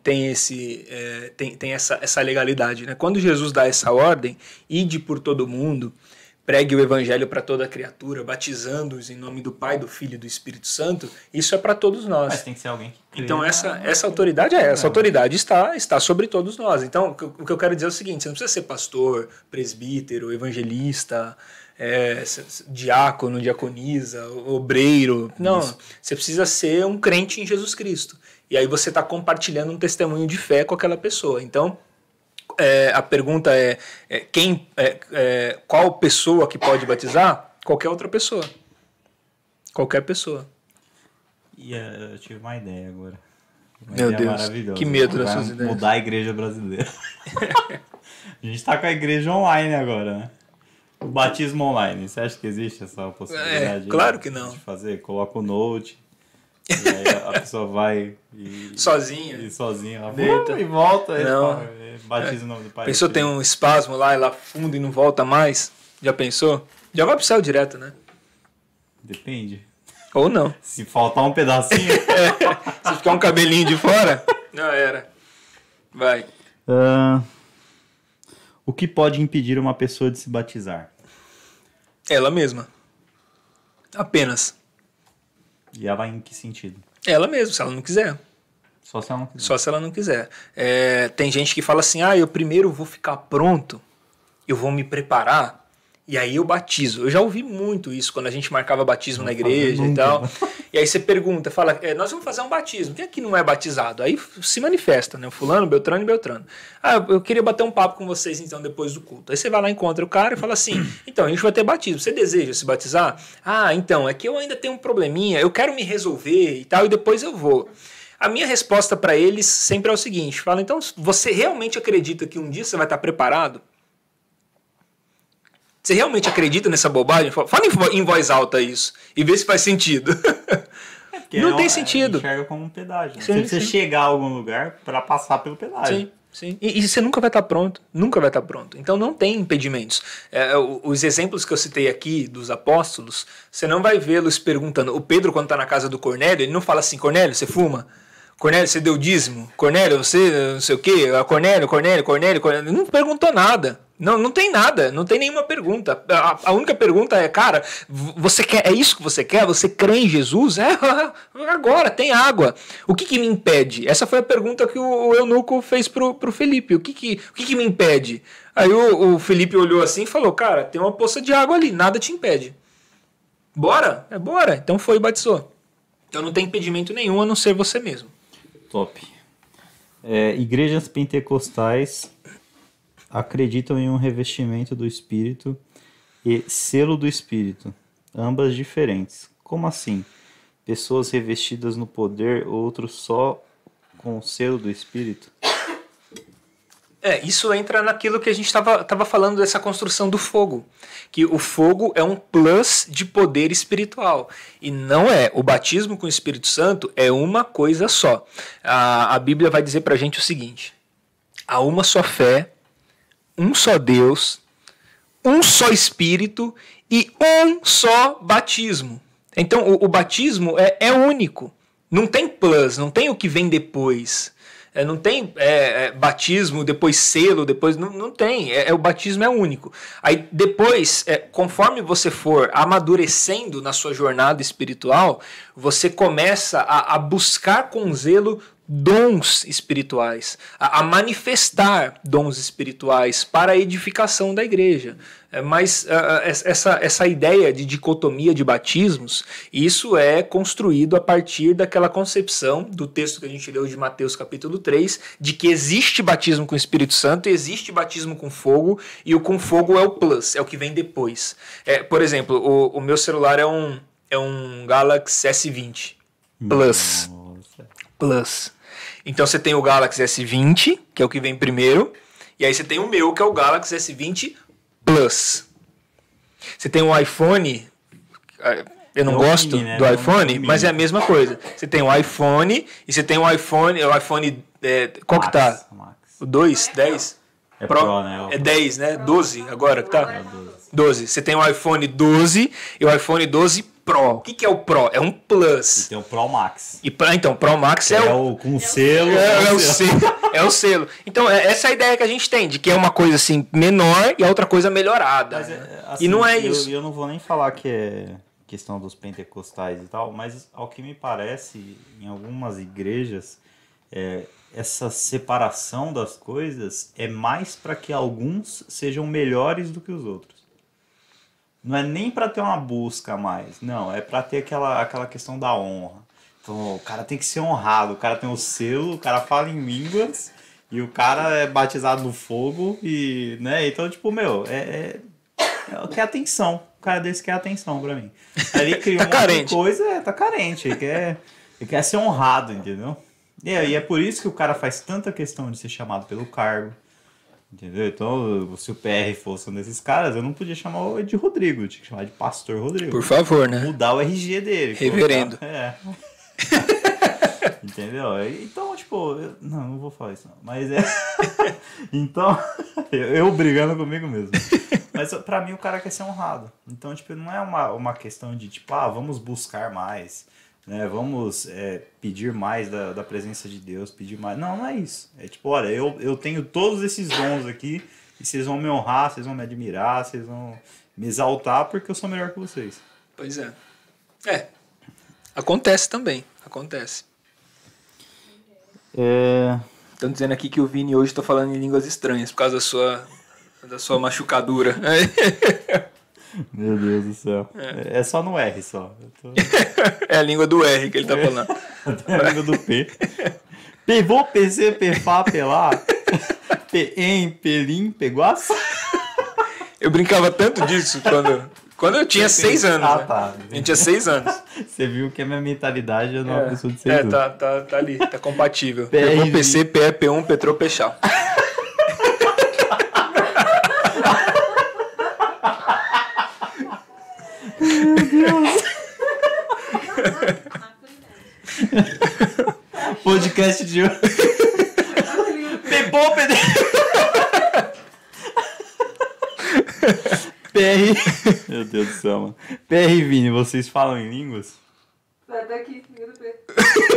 essa legalidade, né? Quando Jesus dá essa ordem, ide por todo mundo, pregue o evangelho para toda criatura, batizando-os em nome do Pai, do Filho e do Espírito Santo, isso é para todos nós. Mas tem que ser alguém que crê. Então essa autoridade essa autoridade está sobre todos nós. Então o que eu quero dizer é o seguinte: você não precisa ser pastor, presbítero, evangelista, diácono, diaconisa, obreiro. Não, você precisa ser um crente em Jesus Cristo. E aí você está compartilhando um testemunho de fé com aquela pessoa. Então a pergunta qual pessoa que pode batizar? Qualquer outra pessoa. Qualquer pessoa. E eu tive uma ideia agora. Meu Deus, que medo dessas ideias. Mudar a igreja brasileira. A gente tá com a igreja online agora, né? O batismo online. Você acha que existe essa possibilidade? Claro que não. De fazer? Coloca o Note. E aí a pessoa vai sozinha. Deita. E volta. Não. Batiza o nome do Pai. Pensou, tem um espasmo lá, ela afunda e não volta mais? Já pensou? Já vai pro céu direto, né? Depende. Ou não. Se faltar um pedacinho. Se ficar um cabelinho de fora, já era. Vai. O que pode impedir uma pessoa de se batizar? Ela mesma. Apenas. E ela vai em que sentido? Ela mesma, se ela não quiser. Só se ela não quiser. Só se ela não quiser. Tem gente que fala assim, eu primeiro vou ficar pronto, eu vou me preparar, e aí eu batizo. Eu já ouvi muito isso quando a gente marcava batismo na igreja e tal. E aí você pergunta, fala, nós vamos fazer um batismo. Quem aqui não é batizado? Aí se manifesta, né? Fulano, Beltrano e Beltrano. Eu queria bater um papo com vocês então depois do culto. Aí você vai lá, encontra o cara e fala assim, então, a gente vai ter batismo. Você deseja se batizar? Então, é que eu ainda tenho um probleminha, eu quero me resolver e tal, e depois eu vou. A minha resposta para eles sempre é o seguinte, fala, então, você realmente acredita que um dia você vai estar preparado? Você realmente acredita nessa bobagem? Fala em voz alta isso e vê se faz sentido. Não tem sentido. Enxerga como um pedágio. Né? Sim, você precisa chegar a algum lugar para passar pelo pedágio. Sim. E você nunca vai estar pronto. Nunca vai estar pronto. Então não tem impedimentos. Os exemplos que eu citei aqui dos apóstolos, você não vai vê-los perguntando. O Pedro, quando está na casa do Cornélio, ele não fala assim, Cornélio, você fuma? Cornélio, você deu dízimo? Cornélio, você não sei o quê? Cornélio. Ele não perguntou nada. Não tem nada, não tem nenhuma pergunta. A única pergunta é, cara, você quer, é isso que você quer? Você crê em Jesus? Agora, tem água. O que me impede? Essa foi a pergunta que o eunuco fez pro Felipe. O que me impede? Aí o Felipe olhou assim e falou, cara, tem uma poça de água ali, nada te impede. Bora? Bora. Então foi e batizou. Então não tem impedimento nenhum a não ser você mesmo. Top. Igrejas pentecostais acreditam em um revestimento do Espírito e selo do Espírito, ambas diferentes. Como assim? pessoas revestidas no poder, outros só com o selo do Espírito? Isso entra naquilo que a gente estava falando dessa construção do fogo. Que o fogo é um plus de poder espiritual. E não é. O batismo com o Espírito Santo é uma coisa só. A Bíblia vai dizer pra gente o seguinte: há uma só fé, um só Deus, um só Espírito e um só batismo. Então o batismo é único. Não tem plus, não tem o que vem depois. Não tem batismo, depois selo, depois... Não tem. O batismo é único. Aí depois, conforme você for amadurecendo na sua jornada espiritual, você começa a buscar com zelo dons espirituais, a manifestar dons espirituais para a edificação da igreja. Mas essa ideia de dicotomia de batismos, isso é construído a partir daquela concepção do texto que a gente leu de Mateus capítulo 3, de que existe batismo com o Espírito Santo e existe batismo com fogo, e o com fogo é o plus, é o que vem depois. Por exemplo, o meu celular é um Galaxy S20 Plus. Plus. Então você tem o Galaxy S20, que é o que vem primeiro, e aí você tem o meu, que é o Galaxy S20 Plus. Você tem um iPhone, eu não gosto mini, né? do iPhone, mas é a mesma coisa. Você tem um iPhone, e você tem o iPhone qual Max, que tá? Max. O 2, 10? É Pro, né? É 10, né? 12 agora que tá? É o 12. 12. Você tem o iPhone 12 e o iPhone 12 Pro. O que é o Pro? É um Plus. E tem o Pro Max. Então, Pro Max É o com selo. É o selo. Então, essa é a ideia que a gente tem, de que é uma coisa assim menor e a outra coisa melhorada. Mas, né? assim, E não é isso. Eu não vou nem falar que é questão dos pentecostais e tal, mas ao que me parece, em algumas igrejas, essa separação das coisas é mais para que alguns sejam melhores do que os outros. Não é nem para ter uma busca a mais, não, é para ter aquela questão da honra. Então, o cara tem que ser honrado, o cara tem o selo, o cara fala em línguas e o cara é batizado no fogo e, né, então, tipo, quer atenção. O cara desse quer atenção pra mim. Aí ele cria Tá um monte de carente. coisa, tá carente, ele quer ser honrado, entendeu? E é por isso que o cara faz tanta questão de ser chamado pelo cargo. Entendeu? Então, se o PR fosse um desses caras, eu não podia chamar de Rodrigo, eu tinha que chamar de Pastor Rodrigo. Por favor, né? Mudar o RG dele. Reverendo. Entendeu? Então, tipo, não vou falar isso não. Mas então, eu brigando comigo mesmo. Mas pra mim o cara quer ser honrado. Então, tipo, não é uma questão de, tipo, vamos buscar mais. Né, vamos pedir mais da presença de Deus, pedir mais. Não é isso. É tipo, olha, eu tenho todos esses dons aqui e vocês vão me honrar, vocês vão me admirar, vocês vão me exaltar porque eu sou melhor que vocês. Pois é. Acontece também. Acontece. Estão dizendo aqui que o Vini hoje está falando em línguas estranhas por causa da sua machucadura. Meu Deus do céu. É só no R só. É a língua do R que ele tá falando. É a língua do P. Pivô, PC, Pfá, Pelá. Pem, Pelim, Peguaça. Eu brincava tanto disso quando eu tinha 6 anos. Ah, né? tá. Eu tinha 6 anos. Você viu que a minha mentalidade é de uma pessoa de 6 anos. Tá ali, tá compatível. PRG. Pegou PC, PE, P1, Petrô, Peixal. Meu Deus. Podcast de hoje. Pebô, PD. PR. Meu Deus do céu, mano. PR e Vini, vocês falam em línguas? Sai daqui, língua do P.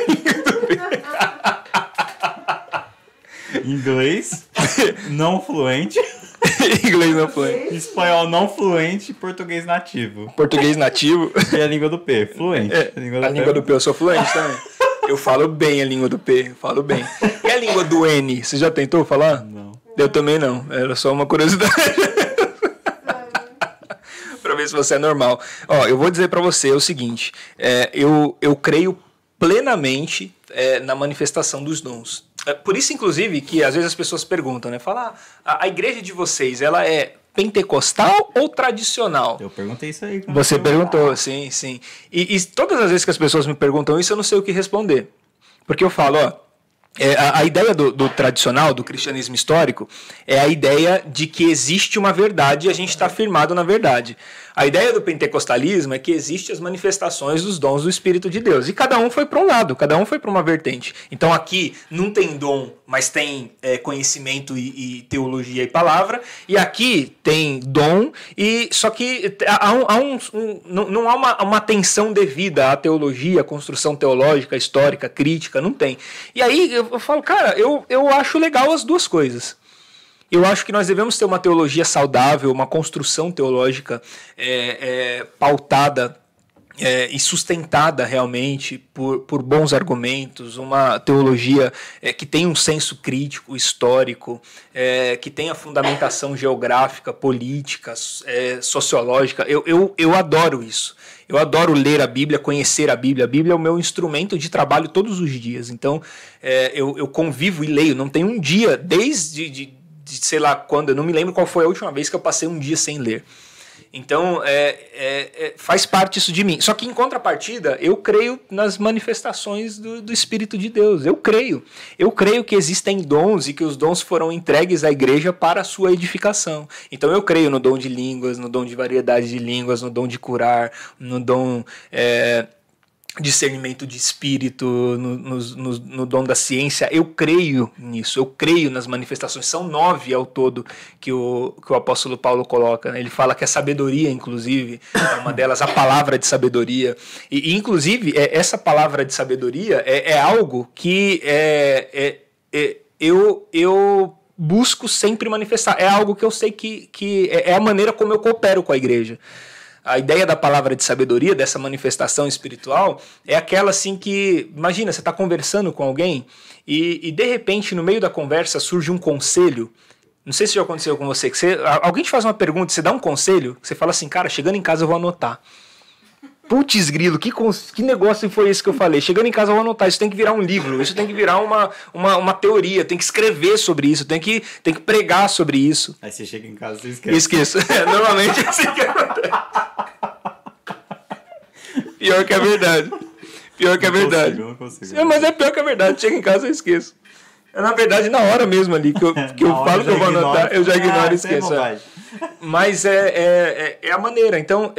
Inglês não fluente, Inglês não fluente. espanhol não fluente e português nativo. Português nativo. E a língua do P, fluente. A língua do P eu sou fluente também. Eu falo bem a língua do P, eu falo bem. E a língua do N, você já tentou falar? Não. Eu também não, era só uma curiosidade. Pra ver se você é normal. Ó, eu vou dizer pra você o seguinte, eu creio plenamente na manifestação dos dons. Por isso, inclusive, que às vezes as pessoas perguntam, né? Falam, a igreja de vocês, ela é pentecostal ou tradicional? Eu perguntei isso aí. Você perguntou, sim. E todas as vezes que as pessoas me perguntam isso, eu não sei o que responder. Porque eu falo, a ideia do tradicional, do cristianismo histórico, é a ideia de que existe uma verdade e a gente está firmado na verdade. A ideia do pentecostalismo é que existem as manifestações dos dons do Espírito de Deus. E cada um foi para um lado, cada um foi para uma vertente. Então aqui não tem dom, mas tem conhecimento e teologia e palavra. E aqui tem dom, só que não há uma atenção devida à teologia, à construção teológica, histórica, crítica, não tem. E aí eu falo, cara, eu acho legal as duas coisas. Eu acho que nós devemos ter uma teologia saudável, uma construção teológica pautada e sustentada realmente por bons argumentos, uma teologia que tenha um senso crítico, histórico, que tenha fundamentação geográfica, política, sociológica. Eu adoro isso. Eu adoro ler a Bíblia, conhecer a Bíblia. A Bíblia é o meu instrumento de trabalho todos os dias. Então, eu convivo e leio. Não tem um dia, desde sei lá quando, eu não me lembro qual foi a última vez que eu passei um dia sem ler. Então, faz parte isso de mim. Só que, em contrapartida, eu creio nas manifestações do Espírito de Deus. Eu creio. Eu creio que existem dons e que os dons foram entregues à igreja para a sua edificação. Então, eu creio no dom de línguas, no dom de variedade de línguas, no dom de curar, no dom discernimento de espírito, no dom da ciência. Eu creio nisso, eu creio nas manifestações. São 9 ao todo que o apóstolo Paulo coloca, né? Ele fala que a sabedoria, inclusive, é uma delas, a palavra de sabedoria. E inclusive, essa palavra de sabedoria é algo que eu busco sempre manifestar. É algo que eu sei que é a maneira como eu coopero com a igreja. A ideia da palavra de sabedoria, dessa manifestação espiritual, é aquela assim que, imagina, você está conversando com alguém e de repente no meio da conversa surge um conselho. Não sei se já aconteceu com você, que alguém te faz uma pergunta, você dá um conselho, você fala assim, cara, chegando em casa eu vou anotar. Putz grilo, que negócio foi esse que eu falei? Chegando em casa eu vou anotar, isso tem que virar um livro, isso tem que virar uma teoria, tem que escrever sobre isso, tem que pregar sobre isso. Aí você chega em casa e você esquece. Esqueço. Normalmente é assim que acontece. Pior que é verdade. Não consigo. Mas é pior que a verdade, chega em casa eu esqueço. Na verdade, na hora mesmo ali que eu falo que eu vou anotar, eu já ignoro e esqueço. Mas é a maneira. Então,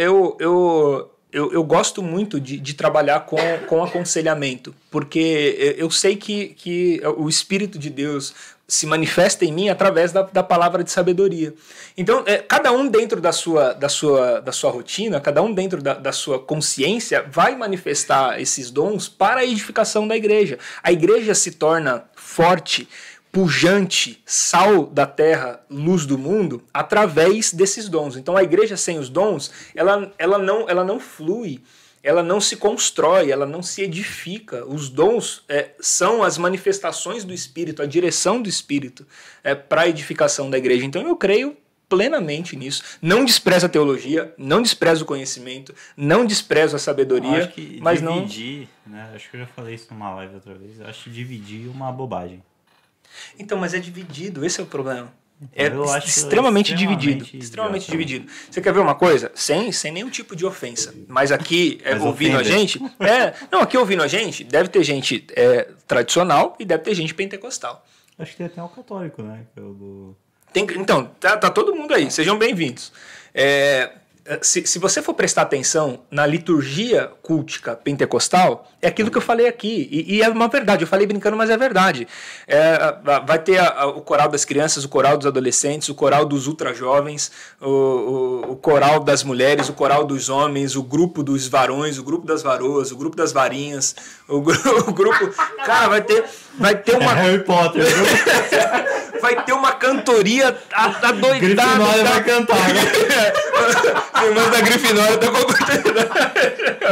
eu gosto muito de trabalhar com aconselhamento, porque eu sei que o Espírito de Deus se manifesta em mim através da palavra de sabedoria. Então, cada um dentro da sua rotina, cada um dentro da sua consciência vai manifestar esses dons para a edificação da igreja. A igreja se torna forte, pujante, sal da terra, luz do mundo, através desses dons. Então a igreja sem os dons, ela não flui, ela não se constrói, ela não se edifica. Os dons são as manifestações do Espírito, a direção do Espírito para a edificação da igreja. Então eu creio plenamente nisso. Não desprezo a teologia, não desprezo o conhecimento, não desprezo a sabedoria, acho que mas dividir, né? Acho que eu já falei isso numa live outra vez, acho que dividir é uma bobagem. Então, mas é dividido, esse é o problema. Eu acho extremamente dividido. idiota. Extremamente dividido. Você quer ver uma coisa? Sem nenhum tipo de ofensa. Mas aqui, ouvindo a gente... aqui ouvindo a gente, deve ter gente tradicional e deve ter gente pentecostal. Acho que tem até o católico, né? Então, tá todo mundo aí. Sejam bem-vindos. Se você for prestar atenção na liturgia cultica pentecostal, é aquilo que eu falei aqui. E é uma verdade. Eu falei brincando, mas é verdade. Vai ter o coral das crianças, o coral dos adolescentes, o coral dos ultrajovens, o coral das mulheres, o coral dos homens, o grupo dos varões, o grupo das varoas, o grupo das varinhas, o grupo... Cara, vai ter uma... Harry Potter. Vai ter uma cantoria adoidada. Grifinória vai cantar, né? Irmãos da Grifinória estão com oportunidade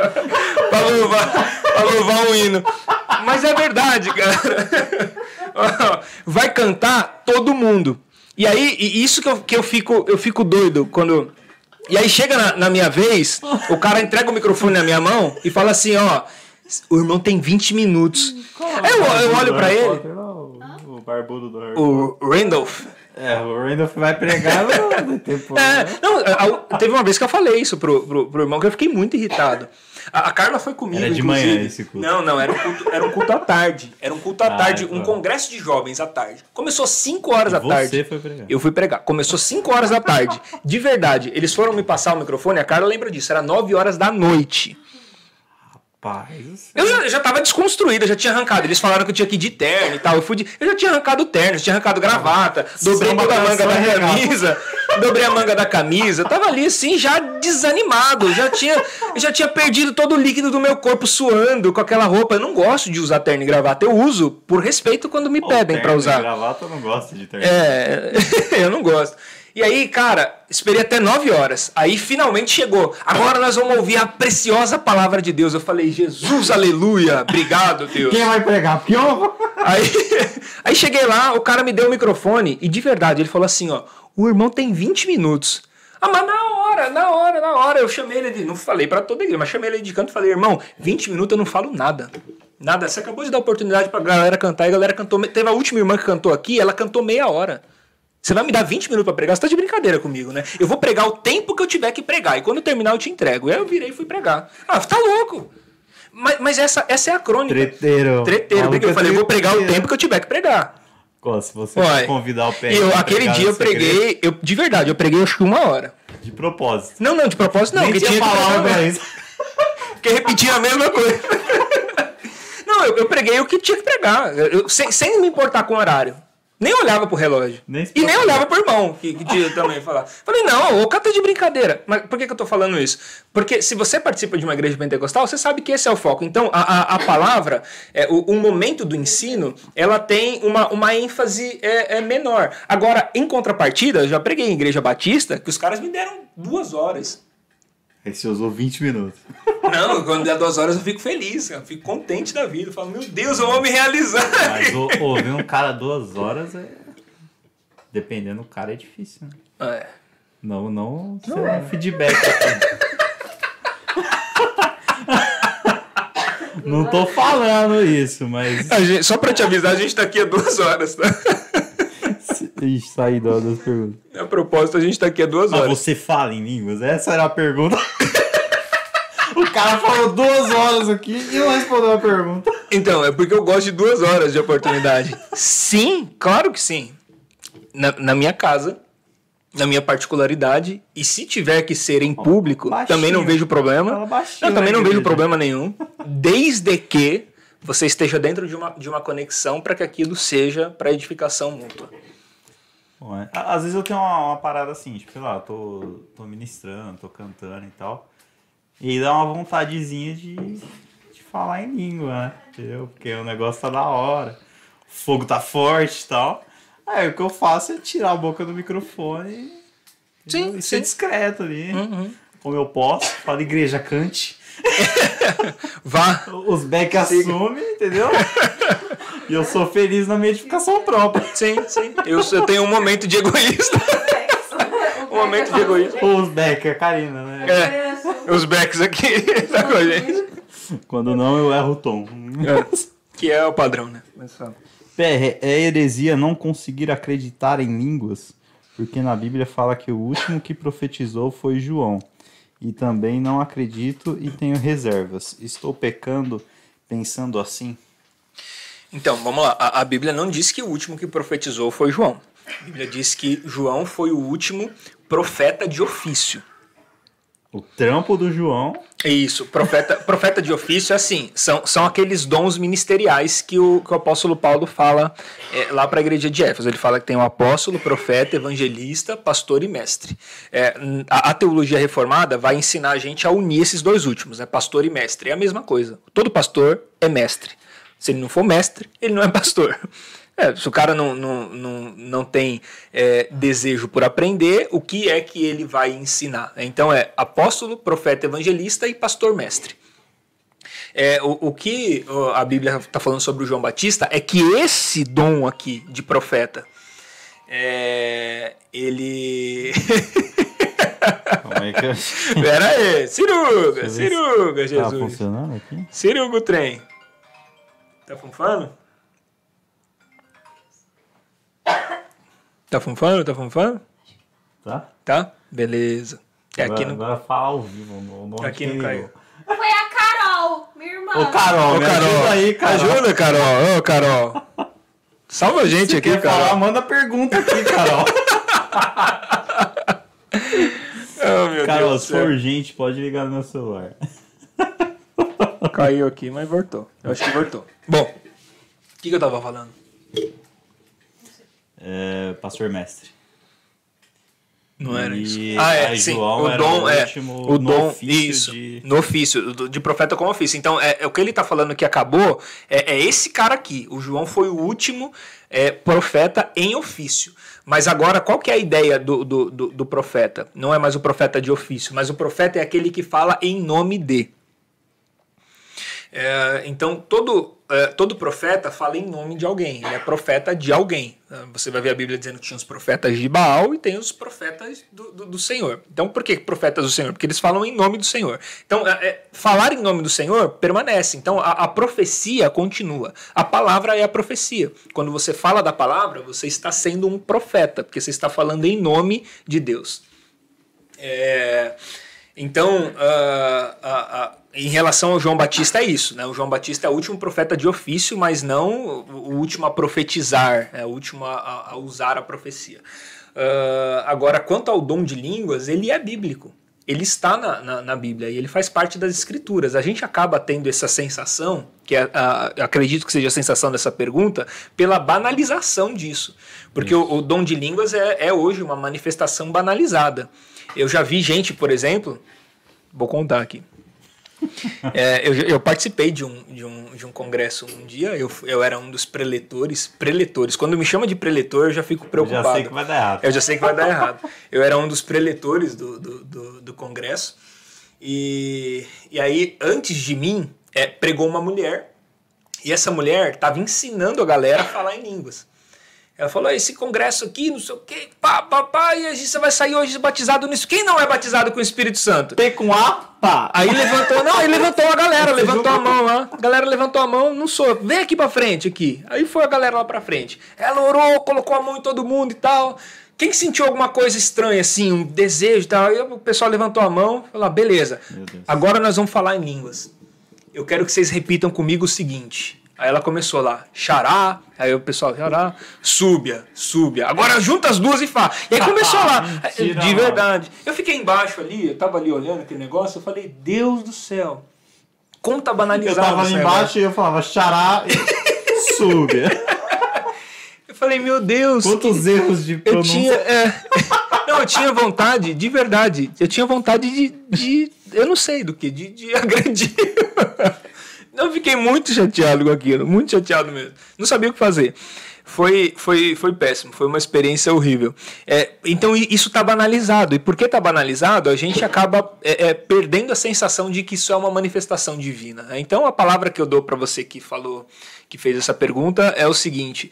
para louvar um hino. Mas é verdade, cara. Vai cantar todo mundo. E aí, isso que eu fico doido quando... E aí chega na minha vez, o cara entrega o microfone na minha mão e fala assim, ó... O irmão tem 20 minutos. Aí eu olho pra ele. O barbudo do Harry O Randolph. O Randolph vai pregar no tempo. Teve uma vez que eu falei isso pro irmão, que eu fiquei muito irritado. A Carla foi comigo, Era de inclusive. manhã esse culto. Não, era um culto à tarde. Era um culto à tarde, um congresso de jovens à tarde. Começou 5 horas da tarde. Você foi pregar. Eu fui pregar. Começou 5 horas da tarde. De verdade, eles foram me passar o microfone, a Carla lembra disso, era 9 horas da noite. Rapaz. Eu já tava desconstruído, eu já tinha arrancado. Eles falaram que eu tinha que ir de terno e tal. Eu já tinha arrancado o terno, já tinha arrancado gravata, dobrei toda a manga da camisa, dobrei a manga da camisa. Eu tava ali assim, já desanimado. Eu já tinha perdido todo o líquido do meu corpo suando com aquela roupa. Eu não gosto de usar terno e gravata. Eu uso por respeito quando me pedem pra usar. Gravata eu não gosto de terno. Eu não gosto. E aí, cara, esperei até 9 horas. Aí finalmente chegou. Agora nós vamos ouvir a preciosa palavra de Deus. Eu falei, Jesus, aleluia, obrigado, Deus. Quem vai pregar? Porque eu... Aí cheguei lá, o cara me deu o microfone e de verdade, ele falou assim, ó, o irmão tem 20 minutos. Ah, mas na hora, eu chamei ele não falei pra toda a igreja, mas chamei ele de canto e falei, irmão, 20 minutos eu não falo nada. Nada, você acabou de dar oportunidade pra galera cantar e a galera cantou, teve a última irmã que cantou aqui, ela cantou meia hora. Você vai me dar 20 minutos pra pregar? Você tá de brincadeira comigo, né? Eu vou pregar o tempo que eu tiver que pregar. E quando eu terminar, eu te entrego. E aí eu virei e fui pregar. Ah, tá louco. Mas essa é a crônica. Treteiro. Porque eu falei, eu vou pregar o tempo que eu tiver que pregar. Se você convidar o pé. Aquele dia eu preguei, de verdade, eu preguei acho que 1 hora. De propósito. Não, de propósito não. Nem tinha palavra isso. Porque repetir a mesma coisa. Não, eu preguei o que tinha que pregar. Sem me importar com o horário. Nem olhava pro relógio. E nem olhava pro irmão, que tinha também falar. Falei, não, o cara tá de brincadeira. Mas por que eu tô falando isso? Porque se você participa de uma igreja pentecostal, você sabe que esse é o foco. Então, a palavra, o momento do ensino, ela tem uma ênfase menor. Agora, em contrapartida, eu já preguei em igreja batista, que os caras me deram 2 horas. Aí você usou 20 minutos. Não, quando der 2 horas eu fico feliz, eu fico contente da vida. Eu falo, meu Deus, eu vou me realizar. Mas ouvir um cara 2 horas dependendo do cara é difícil, né? Não é feedback aqui. Não tô falando isso, mas... Só pra te avisar, a gente tá aqui há 2 horas, tá? Ixi, saí das perguntas. A propósito, a gente tá aqui há 2 horas. Mas você fala em línguas? Essa era a pergunta. O cara falou 2 horas aqui e não respondeu a pergunta. Então, é porque eu gosto de 2 horas de oportunidade. Sim, claro que sim. Na minha casa, na minha particularidade, e se tiver que ser em público, também não vejo problema. Eu também não vejo problema nenhum. Desde que você esteja dentro de uma conexão para que aquilo seja para edificação mútua. Às vezes eu tenho uma parada assim, tipo, sei lá, tô ministrando, tô cantando e tal. E aí dá uma vontadezinha de falar em língua, né? Entendeu? Porque o negócio tá da hora, o fogo tá forte e tal. Aí o que eu faço é tirar a boca do microfone e ser discreto ali. Como eu posso, falo, igreja, cante. Vá. Os Beck assumem, entendeu? E eu sou feliz na minha edificação própria. Sim. Eu tenho um momento de egoísta. Um momento de egoísmo. Os Beck, a Karina, né? Os Becks aqui tá com a gente. Quando não, eu erro o tom. Que é o padrão, né? É heresia não conseguir acreditar em línguas, porque na Bíblia fala que o último que profetizou foi João. E também não acredito e tenho reservas. Estou pecando pensando assim? Então, vamos lá. A Bíblia não diz que o último que profetizou foi João. A Bíblia diz que João foi o último profeta de ofício. O trampo do João. Isso, profeta de ofício é assim, são aqueles dons ministeriais que o apóstolo Paulo fala lá para a igreja de Éfeso. Ele fala que tem o apóstolo, profeta, evangelista, pastor e mestre. A teologia reformada vai ensinar a gente a unir esses 2 últimos, né? Pastor e mestre. É a mesma coisa. Todo pastor é mestre. Se ele não for mestre, ele não é pastor. Se o cara não tem desejo por aprender, o que é que ele vai ensinar? Então é apóstolo, profeta, evangelista e pastor mestre. O que a Bíblia está falando sobre o João Batista é que esse dom aqui de profeta, ele... Calma é que eu... Pera aí, ciruga, Deixa eu ver ciruga, Tá Jesus. funcionando aqui? Ciruga o trem. Tá funfando? Tá funfando? Tá funfando? Tá? Tá? Beleza. É aqui no... Agora fala ao vivo. Aqui não caiu. Foi a Carol, minha irmã. Ô, Carol, Ô, me Carol, ajuda aí, Carol. ajuda, Carol. Ô, Carol. Salva a gente Se aqui, quer Carol. falar, manda pergunta aqui, Carol. Oh, meu Carol, Deus se do céu. for urgente, pode ligar no meu celular. Caiu aqui, mas voltou. Eu acho que voltou. Bom, o que eu tava falando? Pastor mestre. Não era isso. E É, sim. João O era dom o é último o no dom, ofício isso, no ofício, de profeta com ofício. Então, o que ele está falando que acabou é esse cara aqui. O João foi o último profeta em ofício. Mas agora, qual que é a ideia do profeta? Não é mais o profeta de ofício, mas o profeta é aquele que fala em nome de. Então, todo profeta fala em nome de alguém. Ele é profeta de alguém. Você vai ver a Bíblia dizendo que tinha os profetas de Baal e tem os profetas do Senhor. Então, por que profetas do Senhor? Porque eles falam em nome do Senhor. Então, falar em nome do Senhor permanece. Então, a profecia continua. A palavra é a profecia. Quando você fala da palavra, você está sendo um profeta, porque você está falando em nome de Deus. Então, em relação ao João Batista é isso, né? O João Batista é o último profeta de ofício, mas não o último a profetizar, o último a usar a profecia. Agora, quanto ao dom de línguas, ele é bíblico. Ele está na Bíblia e ele faz parte das Escrituras. A gente acaba tendo essa sensação, que acredito que seja a sensação dessa pergunta, pela banalização disso. Porque o dom de línguas é hoje uma manifestação banalizada. Eu já vi gente, por exemplo, vou contar aqui. Eu participei de um congresso um dia, eu era um dos preletores. Quando me chama de preletor, eu já fico preocupado. Eu já sei que vai dar errado. Eu já sei que vai dar errado. Eu era um dos preletores do congresso. E aí, antes de mim, pregou uma mulher. E essa mulher estava ensinando a galera a falar em línguas. Ela falou, esse congresso aqui, não sei o quê, e a gente vai sair hoje batizado nisso. Quem não é batizado com o Espírito Santo? T com A, pá. Aí levantou a galera, levantou a mão lá. A galera levantou a mão, não sou, vem aqui pra frente, aqui. Aí foi a galera lá pra frente. Ela orou, colocou a mão em todo mundo e tal. Quem sentiu alguma coisa estranha, assim, um desejo e tal? Aí o pessoal levantou a mão e falou, beleza, agora nós vamos falar em línguas. Eu quero que vocês repitam comigo o seguinte... Aí ela começou lá, xará, aí o pessoal, xará, súbia. Agora junta as duas e fala. E aí começou lá, Mentira, de verdade. Eu fiquei embaixo ali, eu tava ali olhando aquele negócio, eu falei, Deus do céu, como tá banalizado. Eu tava ali embaixo e eu falava xará e súbia. Eu falei, meu Deus. Quantos erros de pronúncia. Não, eu tinha vontade, de verdade, eu tinha vontade de eu não sei do que, de agredir. Eu fiquei muito chateado com aquilo, muito chateado mesmo. Não sabia o que fazer. Foi péssimo, foi uma experiência horrível. Então isso está banalizado. E por que está banalizado? A gente acaba perdendo a sensação de que isso é uma manifestação divina. Né? Então a palavra que eu dou para você que falou, que fez essa pergunta, é o seguinte: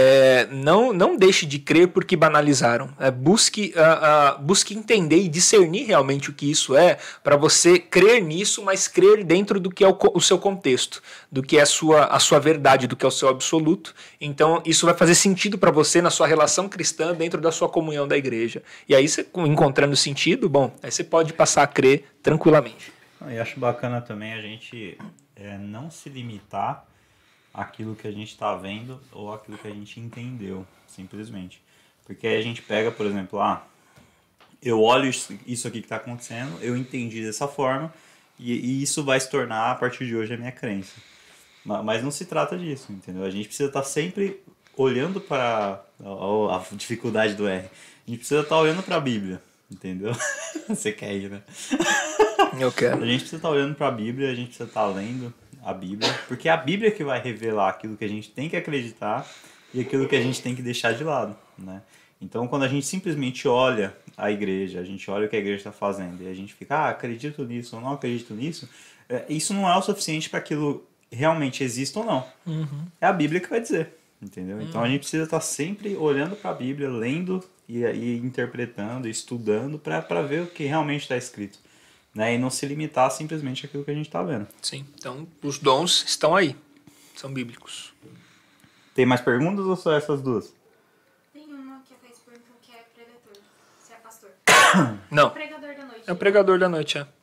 não deixe de crer porque banalizaram. Busque entender e discernir realmente o que isso é, para você crer nisso, mas crer dentro do que é o seu contexto, do que é a sua verdade, do que é o seu absoluto. Então isso vai fazer sentido para você na sua relação cristã, dentro da sua comunhão da igreja. E aí você, encontrando sentido, aí você pode passar a crer tranquilamente. E acho bacana também a gente não se limitar àquilo que a gente está vendo ou àquilo que a gente entendeu, simplesmente. Porque aí a gente pega, por exemplo, eu olho isso aqui que está acontecendo, eu entendi dessa forma e isso vai se tornar, a partir de hoje, a minha crença. Mas não se trata disso, entendeu? A gente precisa estar sempre olhando para a dificuldade do R. A gente precisa estar olhando para a Bíblia, entendeu? Você quer ir, né? Eu quero. A gente precisa estar olhando para a Bíblia, a gente precisa estar lendo a Bíblia, porque é a Bíblia que vai revelar aquilo que a gente tem que acreditar e aquilo que a gente tem que deixar de lado, né? Então, quando a gente simplesmente olha a igreja, a gente olha o que a igreja está fazendo e a gente fica, acredito nisso ou não acredito nisso, isso não é o suficiente para aquilo realmente exista ou não. Uhum. É a Bíblia que vai dizer, entendeu? Então, a gente precisa estar sempre olhando para a Bíblia, lendo ir interpretando, estudando para ver o que realmente está escrito. Né? E não se limitar simplesmente àquilo que a gente está vendo. Sim, então os dons estão aí, são bíblicos. Tem mais perguntas ou só essas duas? Tem uma que a Thaís perguntou que é pregador. Se é pastor. Não, Pregador da noite. é o pregador da noite, é.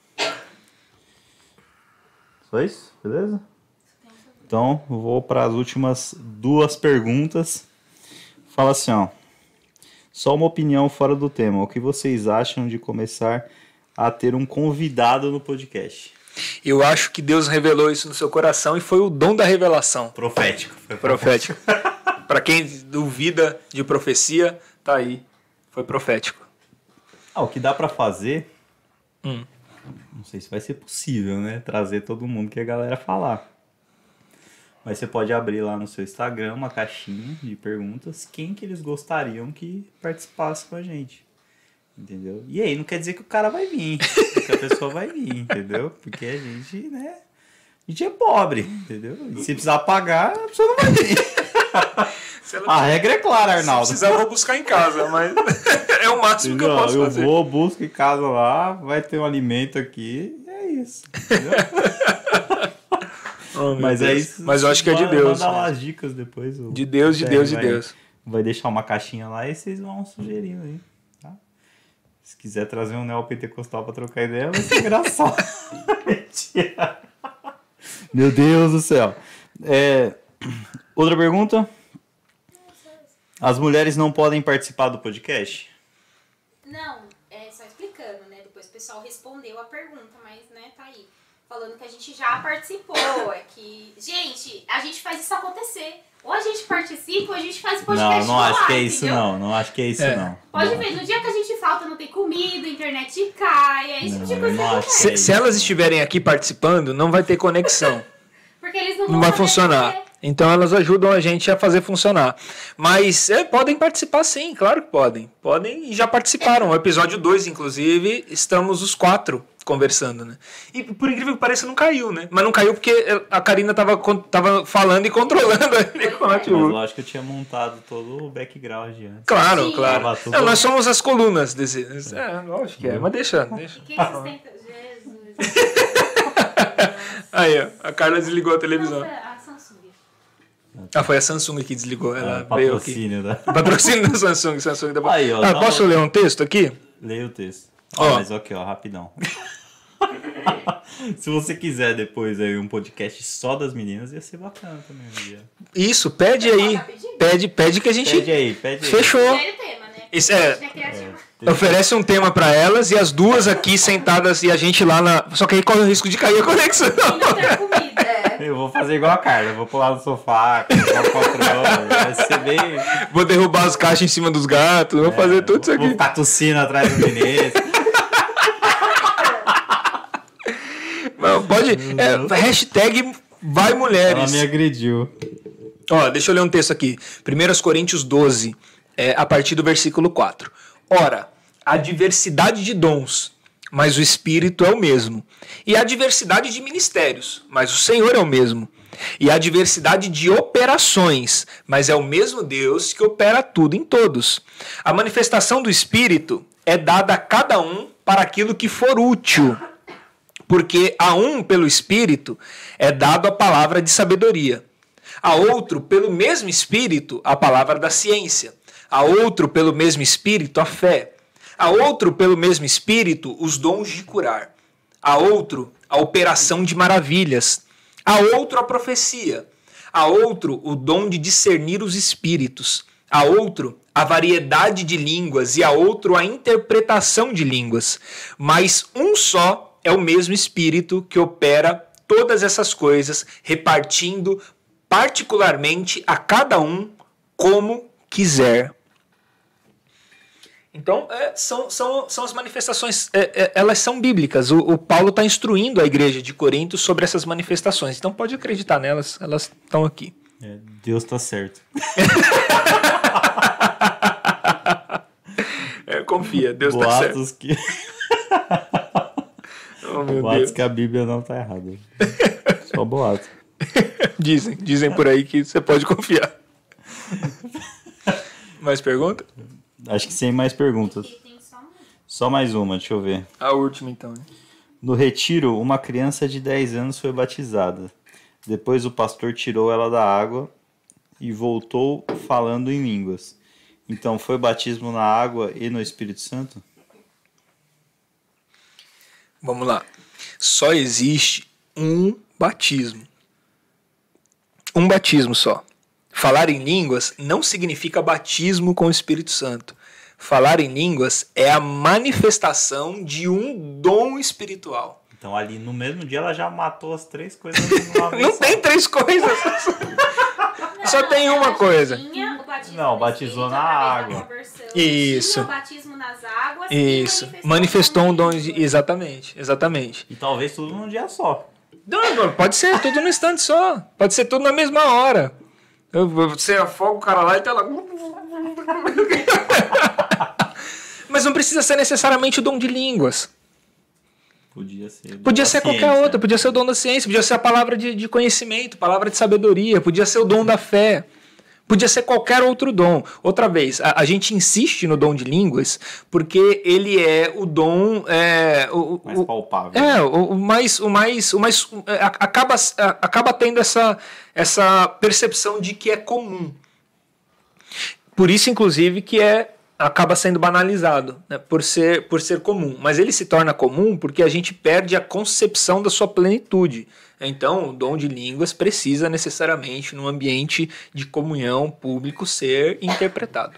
Só isso? Beleza? Então, eu vou para as últimas duas perguntas. Fala assim, ó. Só uma opinião fora do tema. O que vocês acham de começar a ter um convidado no podcast? Eu acho que Deus revelou isso no seu coração e foi o dom da revelação. Profético. Profético. Para quem duvida de profecia, tá aí. Foi profético. O que dá para fazer... Não sei se vai ser possível, né? Trazer todo mundo que a galera falar. Mas você pode abrir lá no seu Instagram uma caixinha de perguntas. Quem que eles gostariam que participasse com a gente. Entendeu? E aí, não quer dizer que o cara vai vir. Que a pessoa vai vir, entendeu? Porque a gente, né? A gente é pobre, entendeu? E se precisar pagar, a pessoa não vai vir. A regra é clara, Arnaldo. Se precisar, eu vou buscar em casa, mas é o máximo que eu posso fazer. Eu vou, busco em casa lá, vai ter um alimento aqui, e é isso. Entendeu? Oh, mas Deus. é isso. Mas eu acho que é de Deus. Manda lá as dicas depois. De Deus, de Deus, de Deus. Vai deixar uma caixinha lá e vocês vão sugerindo aí. Tá? Se quiser trazer um neopentecostal pra trocar ideia, vai ser engraçado. Mentira. Meu Deus do céu. Outra pergunta? As mulheres não podem participar do podcast? Não, só explicando, né? Depois o pessoal respondeu a pergunta, mas, né, tá aí. Falando que a gente já participou, que... Gente, a gente faz isso acontecer. Ou a gente participa, ou a gente faz podcast. Não acho que é isso, não. Não acho que é isso, não. Pode ver, no dia que a gente falta, não tem comida, a internet cai, é esse tipo de coisa que acontece. Se elas estiverem aqui participando, não vai ter conexão. Porque eles não vai funcionar. Fazer. Então elas ajudam a gente a fazer funcionar. Mas podem participar sim, claro que podem. Podem e já participaram. O episódio 2, inclusive, estamos os 4 conversando, né? E por incrível que pareça, não caiu, né? Mas não caiu porque a Karina tava falando e controlando ali com o Mas lógico que eu tinha montado todo o background antes. Claro, Sim. claro. Nós somos as colunas desse... lógico que é. Mas deixa. Quem sustenta? Jesus. Aí, ó. A Carla desligou a televisão. A Samsung. Foi a Samsung que desligou. Ela veio aqui. Patrocínio da Samsung. Samsung da... Aí, ó, posso ler um texto aqui? Leia o texto. Mas aqui, ó, rapidão. Se você quiser depois aí um podcast só das meninas, ia ser bacana também. Isso, pede aí. Pede que a gente... Pede aí. Fechou. Sério tema, né? Isso oferece um tema pra elas e as duas aqui sentadas e a gente lá na... Só que aí corre o risco de cair a conexão. E não ter comida. Eu vou fazer igual a Carla. Eu vou pular no sofá, colocar o controle. Vai ser bem... Vou derrubar as caixas em cima dos gatos. Vou fazer tudo isso aqui. Vou ficar tossindo atrás do Vinícius. Pode... hashtag vai mulheres. Ela me agrediu. Deixa eu ler um texto aqui. 1 Coríntios 12, a partir do versículo 4. Ora, há diversidade de dons, mas o Espírito é o mesmo. E há diversidade de ministérios, mas o Senhor é o mesmo. E há diversidade de operações, mas é o mesmo Deus que opera tudo em todos. A manifestação do Espírito é dada a cada um para aquilo que for útil. Porque a um, pelo Espírito, é dado a palavra de sabedoria. A outro, pelo mesmo Espírito, a palavra da ciência. A outro, pelo mesmo Espírito, a fé. A outro, pelo mesmo Espírito, os dons de curar. A outro, a operação de maravilhas. A outro, a profecia. A outro, o dom de discernir os espíritos. A outro, a variedade de línguas. E a outro, a interpretação de línguas. Mas um só é o mesmo Espírito que opera todas essas coisas, repartindo particularmente a cada um como quiser. Então, são as manifestações, elas são bíblicas. O Paulo está instruindo a igreja de Corinto sobre essas manifestações. Então, pode acreditar nelas, elas estão aqui. Deus está certo. Confia, Deus está certo. Boatos que a Bíblia não está errada. Só boato. Dizem por aí que você pode confiar. Mais pergunta? Acho que sem mais perguntas. Aqui tem só um. Só mais uma, deixa eu ver. A última, então. No retiro, uma criança de 10 anos foi batizada. Depois o pastor tirou ela da água e voltou falando em línguas. Então foi batismo na água e no Espírito Santo? Vamos lá. Só existe um batismo. Um batismo só. Falar em línguas não significa batismo com o Espírito Santo. Falar em línguas é a manifestação de um dom espiritual. Então ali no mesmo dia ela já matou as 3 coisas numa vez Não só. tem 3 coisas. Só tem uma coisa. Tinha o batismo Não, no batizou Espírito na através da água. conversão. Isso. Tinha o batismo nas águas. Isso. E Manifestou um dom. de... Exatamente. Exatamente. E talvez tudo num dia só. Não, pode ser tudo num instante só. Pode ser tudo na mesma hora. Você afoga o cara lá e tá lá. Mas não precisa ser necessariamente o dom de línguas. Podia ser. Podia ser qualquer outra. Podia ser o dom da ciência. Podia ser a palavra de conhecimento, palavra de sabedoria. Podia ser o dom da fé. Podia ser qualquer outro dom. Outra vez, a gente insiste no dom de línguas porque ele é o dom... Mais palpável. Acaba tendo essa percepção de que é comum. Por isso, inclusive, que acaba sendo banalizado, né, por ser comum. Mas ele se torna comum porque a gente perde a concepção da sua plenitude. Então, o dom de línguas precisa necessariamente, num ambiente de comunhão público, ser interpretado.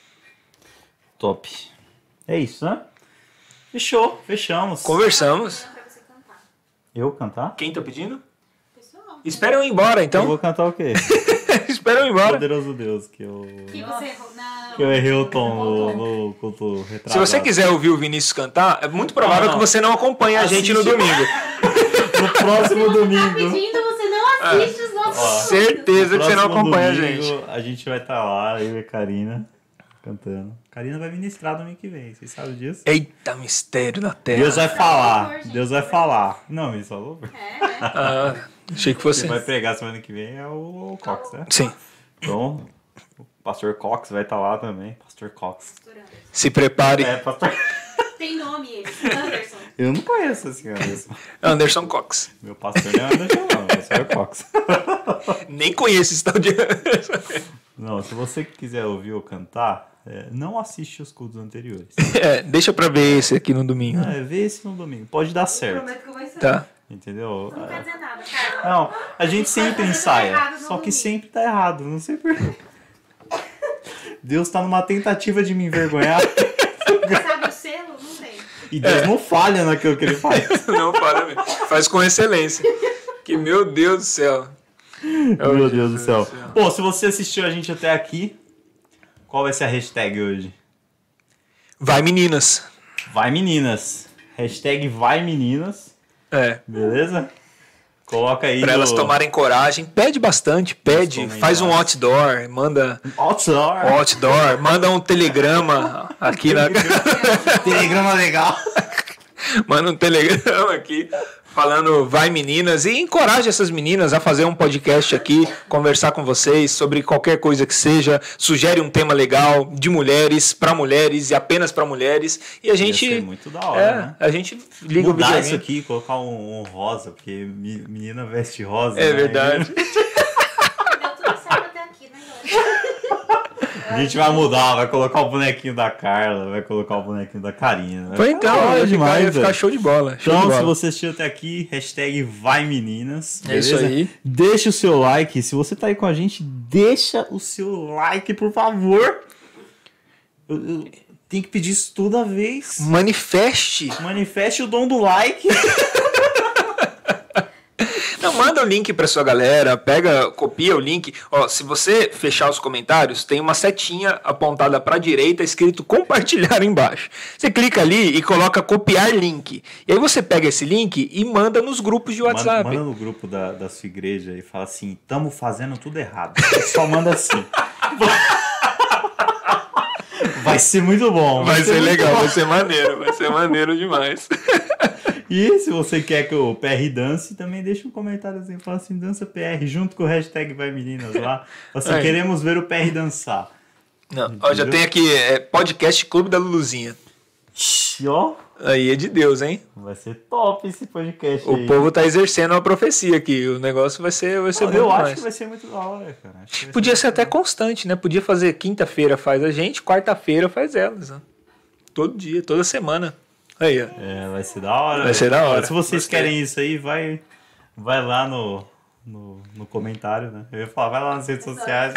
Top. É isso, né? Fechou. Fechamos. Conversamos. Pra você cantar. Eu cantar? Quem tá pedindo? Pessoal. Espera eu ir embora, Eu então. vou cantar o quê? Espera eu ir embora. Poderoso Deus, que eu Que você errou. Não. que eu errei o tom no culto retrasado. Se você quiser ouvir o Vinícius cantar, é muito provável Não. que você não acompanhe a gente no Assiste. domingo. No próximo Tá domingo. pedindo, você não assiste os nossos Ó, Certeza que você não Próximo acompanha a domingo, gente. A gente vai estar lá, eu e a Karina, cantando. Karina vai ministrar domingo que vem, vocês sabem disso? Eita, mistério da terra. Deus vai Só falar. louvor, gente. Deus vai falar. Não, isso é louvor. Ah, achei que Quem fosse. vai pregar semana que vem é o Cox, né? Sim. Então, o pastor Cox vai estar lá também. Pastor Cox. Se prepare. É, pastor. Tem nome ele, Anderson. Eu não conheço esse Anderson. Anderson Cox. Meu pastor não é Anderson, não. Eu sou o Cox. Nem conheço esse tal de Anderson. Não, se você quiser ouvir ou cantar, não assiste os cultos anteriores. Deixa pra ver esse aqui no domingo. Vê esse no domingo. Pode dar Eu certo. prometo que eu vou ensinar. Tá. Entendeu? Não quer dizer nada, cara. Não, a gente sempre ensaia. errado no Só que domingo. sempre tá errado. Não sei porquê. Deus tá numa tentativa de me envergonhar. Sabe o selo? Não tem. E Deus não falha naquilo que ele faz. Não, para mesmo. Faz com excelência. Que meu Deus do céu. Meu Deus do céu. Pô, se você assistiu a gente até aqui, qual vai ser a hashtag hoje? Vai, meninas. Vai meninas. Hashtag vai meninas. Beleza? Coloca aí. Pra elas tomarem coragem. Pede bastante, pede. comentários. Faz um outdoor, manda Outdoor. manda um telegrama aqui na. Telegrama legal. Manda um telegrama aqui falando vai meninas e encoraje essas meninas a fazer um podcast aqui, conversar com vocês sobre qualquer coisa que seja, sugere um tema legal de mulheres para mulheres e apenas para mulheres e a gente Ia ser muito da hora, né? a gente liga o Mudar videogame. isso aqui, colocar um rosa, porque menina veste rosa. É né? verdade. Deu tudo certo até aqui, né, galera? A gente vai mudar, vai colocar o bonequinho da Carla, vai colocar o bonequinho da Karina. Foi então, ia ia ficar show de bola. Show de Então, bola. se você assistiu até aqui, hashtag vai meninas. É isso aí. Deixa o seu like. Se você tá aí com a gente, deixa o seu like, por favor. Eu tenho que pedir isso toda vez. Manifeste. Manifeste o dom do like. Não, manda o link pra sua galera, copia o link. Ó, se você fechar os comentários, tem uma setinha apontada pra direita, escrito compartilhar embaixo. Você clica ali e coloca copiar link. E aí você pega esse link e manda nos grupos de WhatsApp. Manda no grupo da sua igreja e fala assim, tamo fazendo tudo errado. Só manda assim. Vai ser muito bom. Vai ser muito legal, bom. vai ser maneiro demais. E se você quer que o PR dance, também deixa um comentáriozinho. Fala assim, dança PR, junto com o hashtag vai meninas lá. Assim, É. queremos ver o PR dançar. Não, ó, já tem aqui, podcast Clube da Luluzinha. Ixi, ó. Aí é de Deus, hein? Vai ser top esse podcast O aí. povo tá exercendo uma profecia aqui. O negócio vai ser bom Eu demais. acho que vai ser muito da hora, cara. Acho que vai Podia ser muito até da hora. constante, né? Podia fazer quinta-feira faz a gente, quarta-feira faz elas. Né? Todo dia, toda semana. Aí, ó. Vai ser da hora. Vai ser da hora. Se vocês Gostei. querem isso aí, vai lá no comentário, né? Eu ia falar, vai lá nas redes sociais.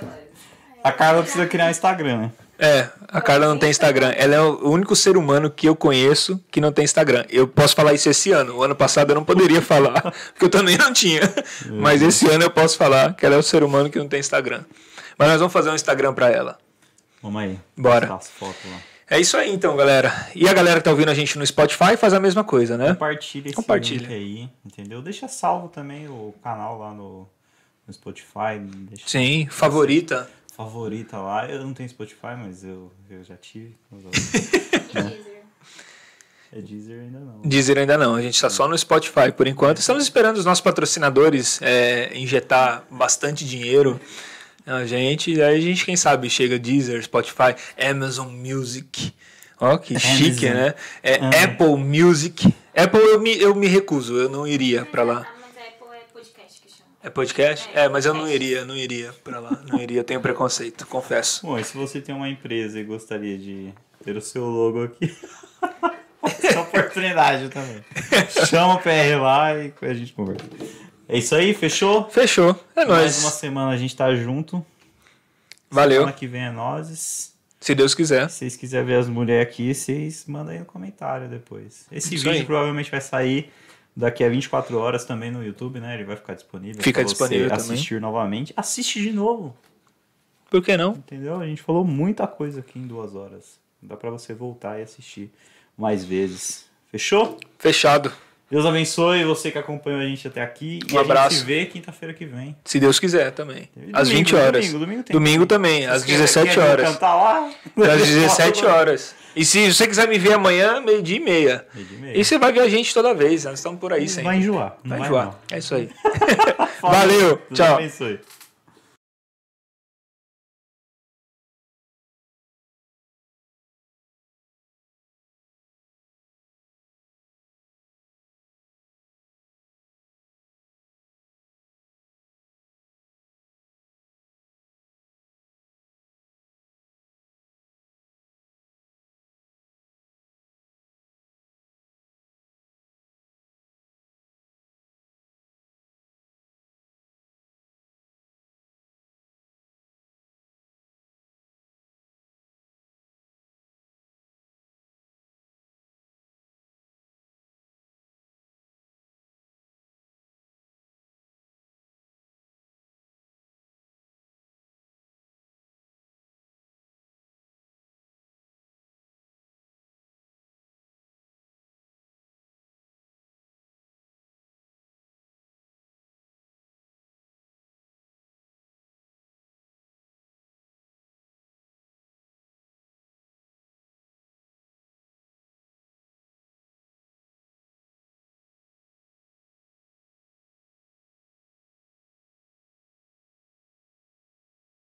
A Carla precisa criar um Instagram, né? A Carla não tem Instagram. Ela é o único ser humano que eu conheço que não tem Instagram. Eu posso falar isso esse ano. O ano passado eu não poderia falar, porque eu também não tinha. Mas esse ano eu posso falar que ela é o ser humano que não tem Instagram. Mas nós vamos fazer um Instagram pra ela. Vamos aí. Bora. Postar as fotos lá. É isso aí então, galera. E a galera que tá ouvindo a gente no Spotify faz a mesma coisa, né? Compartilha esse link aí, entendeu? Deixa salvo também o canal lá no Spotify. Deixa Sim, favorita. favorita lá. Eu não tenho Spotify, mas eu já tive. Deezer. É Deezer ainda não. Deezer ainda não, a gente está só no Spotify por enquanto. Estamos esperando os nossos patrocinadores injetar bastante dinheiro na gente. E aí a gente, quem sabe, chega Deezer, Spotify, Amazon Music. Ó, que chique, né? Apple Music. Apple eu me recuso, eu não iria para lá. Mas a Apple é podcast que chama. É podcast? Mas eu não iria para lá. Não iria, eu tenho preconceito, confesso. Bom, e se você tem uma empresa e gostaria de ter o seu logo aqui, essa oportunidade também. Chama o PR lá e a gente conversa. É isso aí, fechou? Fechou, é Mais uma nóis. semana a gente tá junto. Valeu, Semana que vem é nós. se Deus quiser. Se vocês quiserem ver as mulheres aqui, vocês mandam aí no comentário depois. Esse Isso vídeo aí. provavelmente vai sair daqui a 24 horas também no YouTube, né? Ele vai ficar disponível. Fica pra você disponível também. assistir novamente. Assiste de novo, Por que não? entendeu? A gente falou muita coisa aqui em 2 horas. Dá pra você voltar e assistir mais vezes. Fechou? Fechado. Deus abençoe você que acompanhou a gente até aqui. E Um a abraço. gente se vê quinta-feira que vem. Se Deus quiser também. E Às domingo, 20 horas. Domingo tem. Domingo também, às Vocês 17 querem horas. cantar lá? Às 17 horas. E se você quiser me ver amanhã, 12:30. 12:30. E você vai ver a gente toda vez. Nós estamos por aí Não sempre. vai enjoar. Não Vai vai enjoar. não. É isso aí. Valeu. Deus Tchau. abençoe.